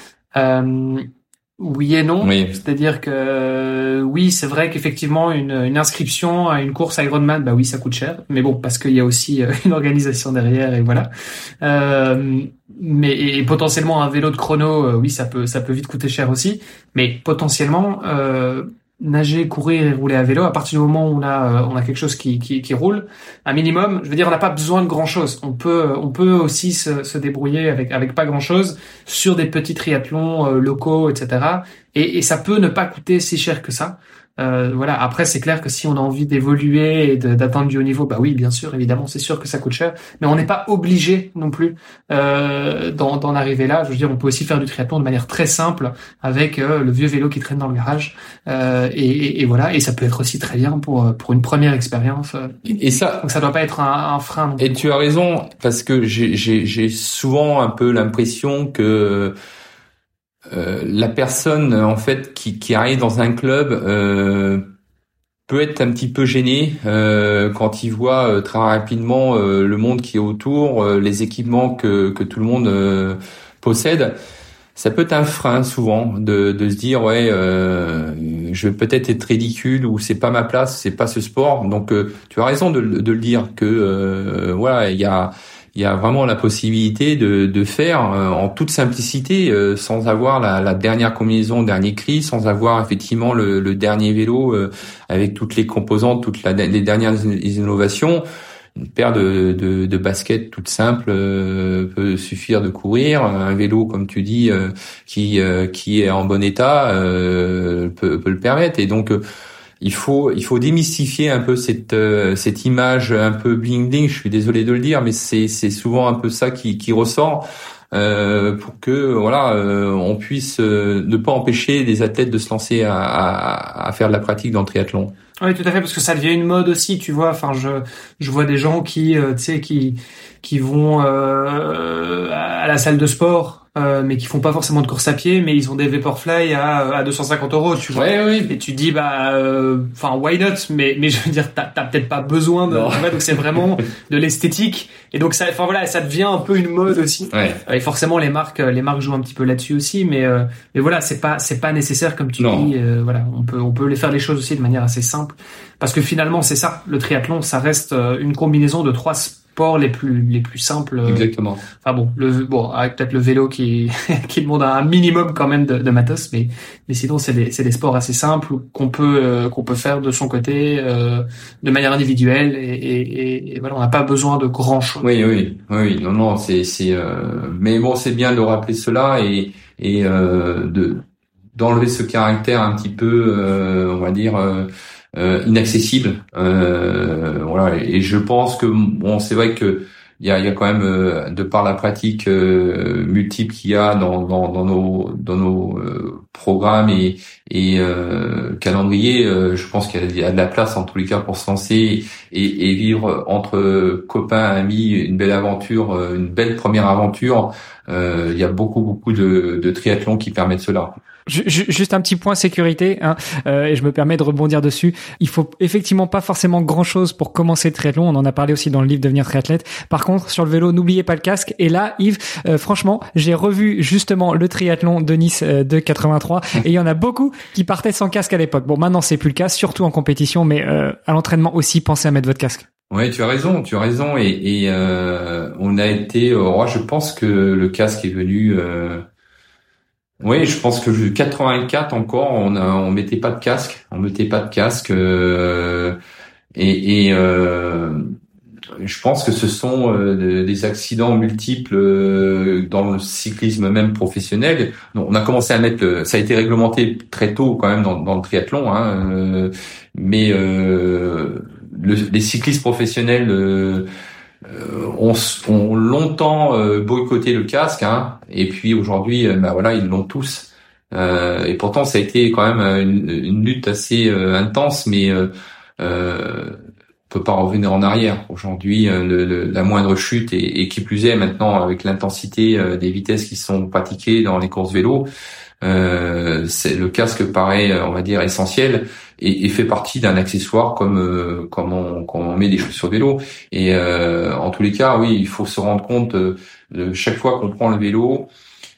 Euh, oui et non, oui. C'est-à-dire que oui, c'est vrai qu'effectivement une, une inscription à une course Ironman, bah oui, ça coûte cher, mais bon, parce qu'il y a aussi une organisation derrière et voilà. Euh, mais et potentiellement un vélo de chrono, euh, oui, ça peut ça peut vite coûter cher aussi, mais potentiellement euh, nager, courir et rouler à vélo, à partir du moment où on a on a quelque chose qui qui, qui roule, un minimum, je veux dire, on n'a pas besoin de grand chose. On peut on peut aussi se, se débrouiller avec avec pas grand chose sur des petits triathlons euh, locaux, et cetera. Et, et ça peut ne pas coûter si cher que ça. Euh, voilà. Après, c'est clair que si on a envie d'évoluer et de, d'atteindre du haut niveau, bah oui, bien sûr, évidemment, c'est sûr que ça coûte cher, mais on n'est pas obligé non plus euh, d'en, d'en arriver là. Je veux dire, on peut aussi faire du triathlon de manière très simple avec euh, le vieux vélo qui traîne dans le garage, euh, et, et, et voilà. Et ça peut être aussi très bien pour pour une première expérience. Et ça, donc ça doit pas être un, un frein. Non plus. Et tu as raison, parce que j'ai j'ai, j'ai souvent un peu l'impression que Euh, la personne en fait qui, qui arrive dans un club euh, peut être un petit peu gênée euh, quand il voit euh, très rapidement euh, le monde qui est autour, euh, les équipements que, que tout le monde euh, possède. Ça peut être un frein souvent de, de se dire ouais euh, je vais peut-être être ridicule ou c'est pas ma place, c'est pas ce sport. Donc euh, tu as raison de, de le dire que euh, voilà, il y a il y a vraiment la possibilité de, de faire euh, en toute simplicité, euh, sans avoir la, la dernière combinaison, le dernier cri, sans avoir effectivement le, le dernier vélo euh, avec toutes les composantes, toutes la, les dernières innovations. Une paire de, de, de baskets toute simple euh, peut suffire de courir. Un vélo, comme tu dis, euh, qui euh, qui est en bon état euh, peut, peut le permettre. Et donc euh, Il faut, il faut démystifier un peu cette euh, cette image un peu bling bling. Je suis désolé de le dire, mais c'est c'est souvent un peu ça qui qui ressort euh, pour que voilà euh, on puisse euh, ne pas empêcher les athlètes de se lancer à, à à faire de la pratique dans le triathlon. Oui, tout à fait, parce que ça devient une mode aussi, tu vois. Enfin, je je vois des gens qui, euh, tu sais, qui qui vont euh, à la salle de sport. Euh, mais qui font pas forcément de course à pied, mais ils ont des Vaporfly à, à deux cent cinquante euros, tu vois. Ouais, oui. Et tu dis, bah, enfin, euh, why not? Mais, mais je veux dire, t'as, t'as peut-être pas besoin de, tu vois, donc c'est vraiment de l'esthétique. Et donc ça, enfin voilà, ça devient un peu une mode aussi. Ouais. Et forcément, les marques, les marques jouent un petit peu là-dessus aussi, mais, euh, mais voilà, c'est pas, c'est pas nécessaire, comme tu non. dis, euh, voilà, on peut, on peut les faire les choses aussi de manière assez simple. Parce que finalement, c'est ça, le triathlon, ça reste une combinaison de trois sports les plus les plus simples. Exactement. Enfin bon, le bon avec peut-être le vélo qui qui demande un minimum quand même de, de matos, mais mais sinon c'est des c'est des sports assez simples qu'on peut euh, qu'on peut faire de son côté euh, de manière individuelle et et, et voilà, on n'a pas besoin de grand chose. Oui, oui, oui, non, non, c'est c'est. Euh... Mais bon, c'est bien de rappeler cela et et euh, de d'enlever ce caractère un petit peu, euh, on va dire. Euh, Euh, inaccessible, euh, voilà. Et je pense que bon, c'est vrai que il y a, il y a quand même, euh, de par la pratique euh, multiple qu'il y a dans, dans, dans nos dans nos euh, programmes et et euh, calendriers, euh, je pense qu'il y a, il y a de la place en tous les cas pour se lancer et, et vivre entre copains, amis, une belle aventure, une belle première aventure. Euh, il y a beaucoup beaucoup de, de triathlons qui permettent cela. Juste un petit point sécurité, hein, euh, et je me permets de rebondir dessus. Il faut effectivement pas forcément grand-chose pour commencer le triathlon. On en a parlé aussi dans le livre Devenir triathlète. Par contre, sur le vélo, n'oubliez pas le casque. Et là, Yves, euh, franchement, j'ai revu justement le triathlon de Nice euh, de quatre-vingt-trois, et il y en a beaucoup qui partaient sans casque à l'époque. Bon, maintenant c'est plus le cas, surtout en compétition, mais euh, à l'entraînement aussi, pensez à mettre votre casque. Ouais, tu as raison, tu as raison. Et, et euh, on a été, euh, ouais, je pense que le casque est venu. Euh, Oui, je pense que quatre-vingt-quatre encore, on a, on mettait pas de casque, on mettait pas de casque, euh, et, et euh, je pense que ce sont euh, des accidents multiples euh, dans le cyclisme même professionnel. Donc, on a commencé à mettre, le, ça a été réglementé très tôt quand même dans, dans le triathlon, hein, euh, mais euh, le, les cyclistes professionnels euh, Euh, ont, ont longtemps euh, boycotté le casque, hein, et puis aujourd'hui, euh, bah voilà, ils l'ont tous. Euh, et pourtant, ça a été quand même une, une lutte assez euh, intense, mais euh, euh, on peut pas revenir en arrière. Aujourd'hui, euh, le, le, la moindre chute, et, et qui plus est maintenant avec l'intensité euh, des vitesses qui sont pratiquées dans les courses vélo, euh, c'est, le casque paraît, on va dire, essentiel. Et, et fait partie d'un accessoire comme euh, comme on, quand on met des chaussures vélo. Et euh, en tous les cas, oui, il faut se rendre compte euh, de chaque fois qu'on prend le vélo,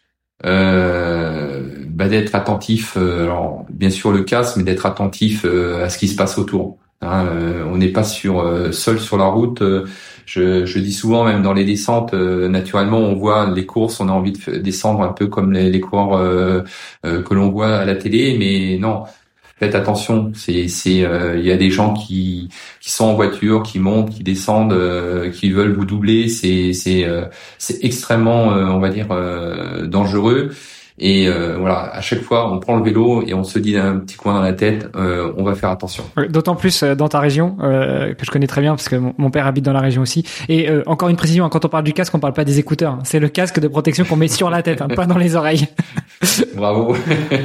euh, bah, d'être attentif. Euh, alors bien sûr le casque, mais d'être attentif euh, à ce qui se passe autour. Hein, euh, on n'est pas sur euh, seul sur la route. Euh, je, je dis souvent, même dans les descentes, euh, naturellement, on voit les courses, on a envie de descendre un peu comme les, les coureurs euh, euh, que l'on voit à la télé, mais non. Faites attention, c'est c'est euh, il y a des gens qui qui sont en voiture, qui montent, qui descendent, euh, qui veulent vous doubler, c'est c'est euh, c'est extrêmement euh, on va dire euh, dangereux. Et euh, voilà, à chaque fois on prend le vélo et on se dit d'un petit coin dans la tête, euh, on va faire attention. D'autant plus dans ta région, euh, que je connais très bien parce que mon, mon père habite dans la région aussi. Et euh, encore une précision, hein, quand on parle du casque, on parle pas des écouteurs, hein. C'est le casque de protection qu'on met sur la tête, hein, pas dans les oreilles. Bravo.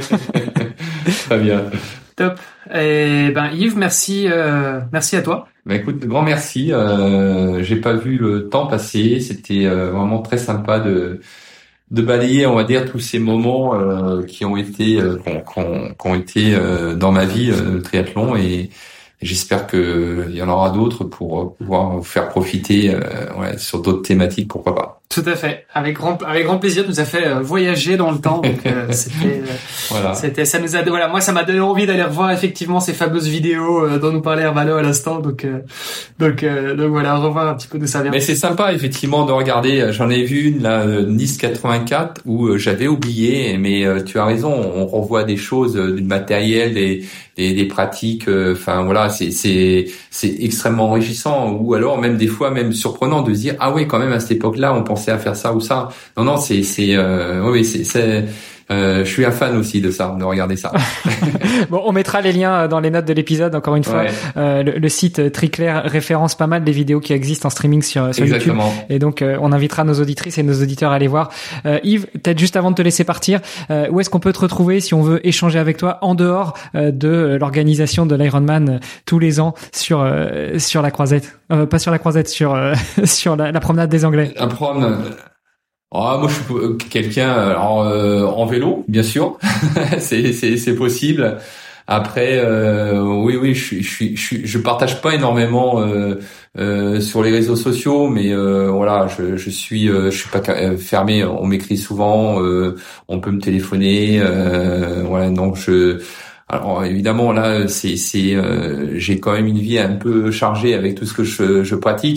Très bien. Top. Et ben Yves, merci, euh, merci à toi. Ben écoute, grand merci. Euh, j'ai pas vu le temps passer. C'était euh, vraiment très sympa de de balayer, on va dire, tous ces moments euh, qui ont été, euh, qui ont, qui ont été euh, dans ma vie, euh, le triathlon, et j'espère que il y en aura d'autres pour pouvoir vous faire profiter euh, ouais, sur d'autres thématiques, pourquoi pas. Tout à fait, avec grand avec grand plaisir, nous a fait euh, voyager dans le temps. Donc euh, c'était, euh, voilà. c'était, ça nous a, voilà, moi ça m'a donné envie d'aller revoir effectivement ces fameuses vidéos euh, dont nous parlait Hermano à l'instant. Donc euh, donc euh, donc voilà, revoir un petit peu d'où ça vient. Mais c'est sympa effectivement de regarder. J'en ai vu une là, Nice quatre-vingt-quatre, où euh, j'avais oublié, mais euh, tu as raison, on revoit des choses, euh, du matériel, des des, des pratiques. Enfin euh, voilà, c'est c'est c'est extrêmement enrichissant. Ou alors même des fois même surprenant de se dire ah oui, quand même à cette époque-là on pensait à faire ça ou ça. Non non, c'est c'est euh, oui c'est c'est Euh, je suis un fan aussi de ça, de regarder ça. Bon, on mettra les liens dans les notes de l'épisode. Encore une fois, ouais. euh, le, le site Triclair référence pas mal des vidéos qui existent en streaming sur, sur Exactement. YouTube. Et donc, euh, on invitera nos auditrices et nos auditeurs à aller voir. Euh, Yves, peut-être juste avant de te laisser partir, euh, où est-ce qu'on peut te retrouver si on veut échanger avec toi en dehors euh, de l'organisation de l'Ironman euh, tous les ans sur euh, sur la Croisette, euh, pas sur la Croisette, sur euh, sur la, la promenade des Anglais. La promenade. Ah, moi, je suis quelqu'un alors, euh, en vélo, bien sûr, c'est c'est c'est possible. Après, euh, oui, oui, je suis, je suis, je suis, je partage pas énormément euh, euh, sur les réseaux sociaux, mais euh, voilà, je, je suis, euh, je suis pas fermé. On m'écrit souvent, euh, on peut me téléphoner, euh, voilà. Donc je, alors évidemment là, c'est, c'est, euh, j'ai quand même une vie un peu chargée avec tout ce que je, je pratique,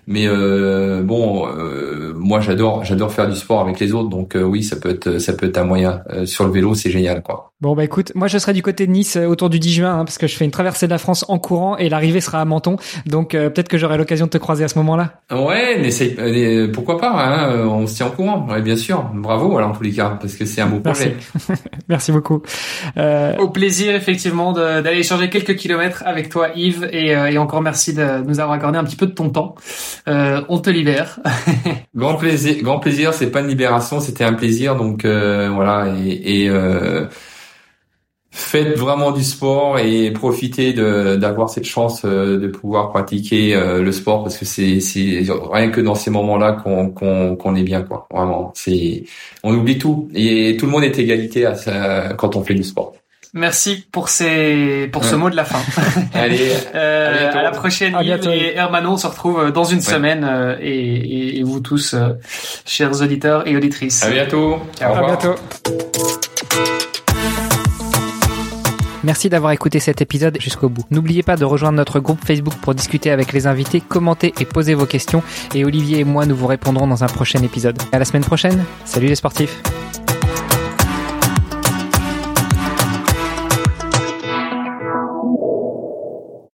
Mais euh, bon, euh, moi j'adore, j'adore faire du sport avec les autres, donc euh, oui, ça peut être, ça peut être un moyen. Euh, sur le vélo, c'est génial, quoi. Bon bah écoute, moi je serai du côté de Nice euh, autour du dix juin, hein, parce que je fais une traversée de la France en courant et l'arrivée sera à Menton, donc euh, peut-être que j'aurai l'occasion de te croiser à ce moment-là. Ouais, mais c'est, euh, pourquoi pas, hein, on se tient au courant, ouais, bien sûr. Bravo, alors en tous les cas, parce que c'est un beau projet. Merci, Merci beaucoup. Euh... Au plaisir effectivement de, d'aller échanger quelques kilomètres avec toi, Yves, et, euh, et encore merci de nous avoir accordé un petit peu de ton temps. Euh, on te libère. Grand plaisir, grand plaisir. C'est pas une libération, c'était un plaisir. Donc euh, voilà, et, et euh, faites vraiment du sport et profitez de d'avoir cette chance euh, de pouvoir pratiquer euh, le sport, parce que c'est c'est rien que dans ces moments-là qu'on qu'on qu'on est bien, quoi. Vraiment, c'est on oublie tout et tout le monde est égalité à ça quand on fait du sport. Merci pour ces pour ouais. ce mot de la fin. Allez, euh, à, à la prochaine, Yves et Hermano. On se retrouve dans une ouais. semaine euh, et, et, et vous tous, euh, chers auditeurs et auditrices. À bientôt. Ciao. Au revoir. À bientôt. Merci d'avoir écouté cet épisode jusqu'au bout. N'oubliez pas de rejoindre notre groupe Facebook pour discuter avec les invités, commenter et poser vos questions. Et Olivier et moi, nous vous répondrons dans un prochain épisode. À la semaine prochaine. Salut les sportifs.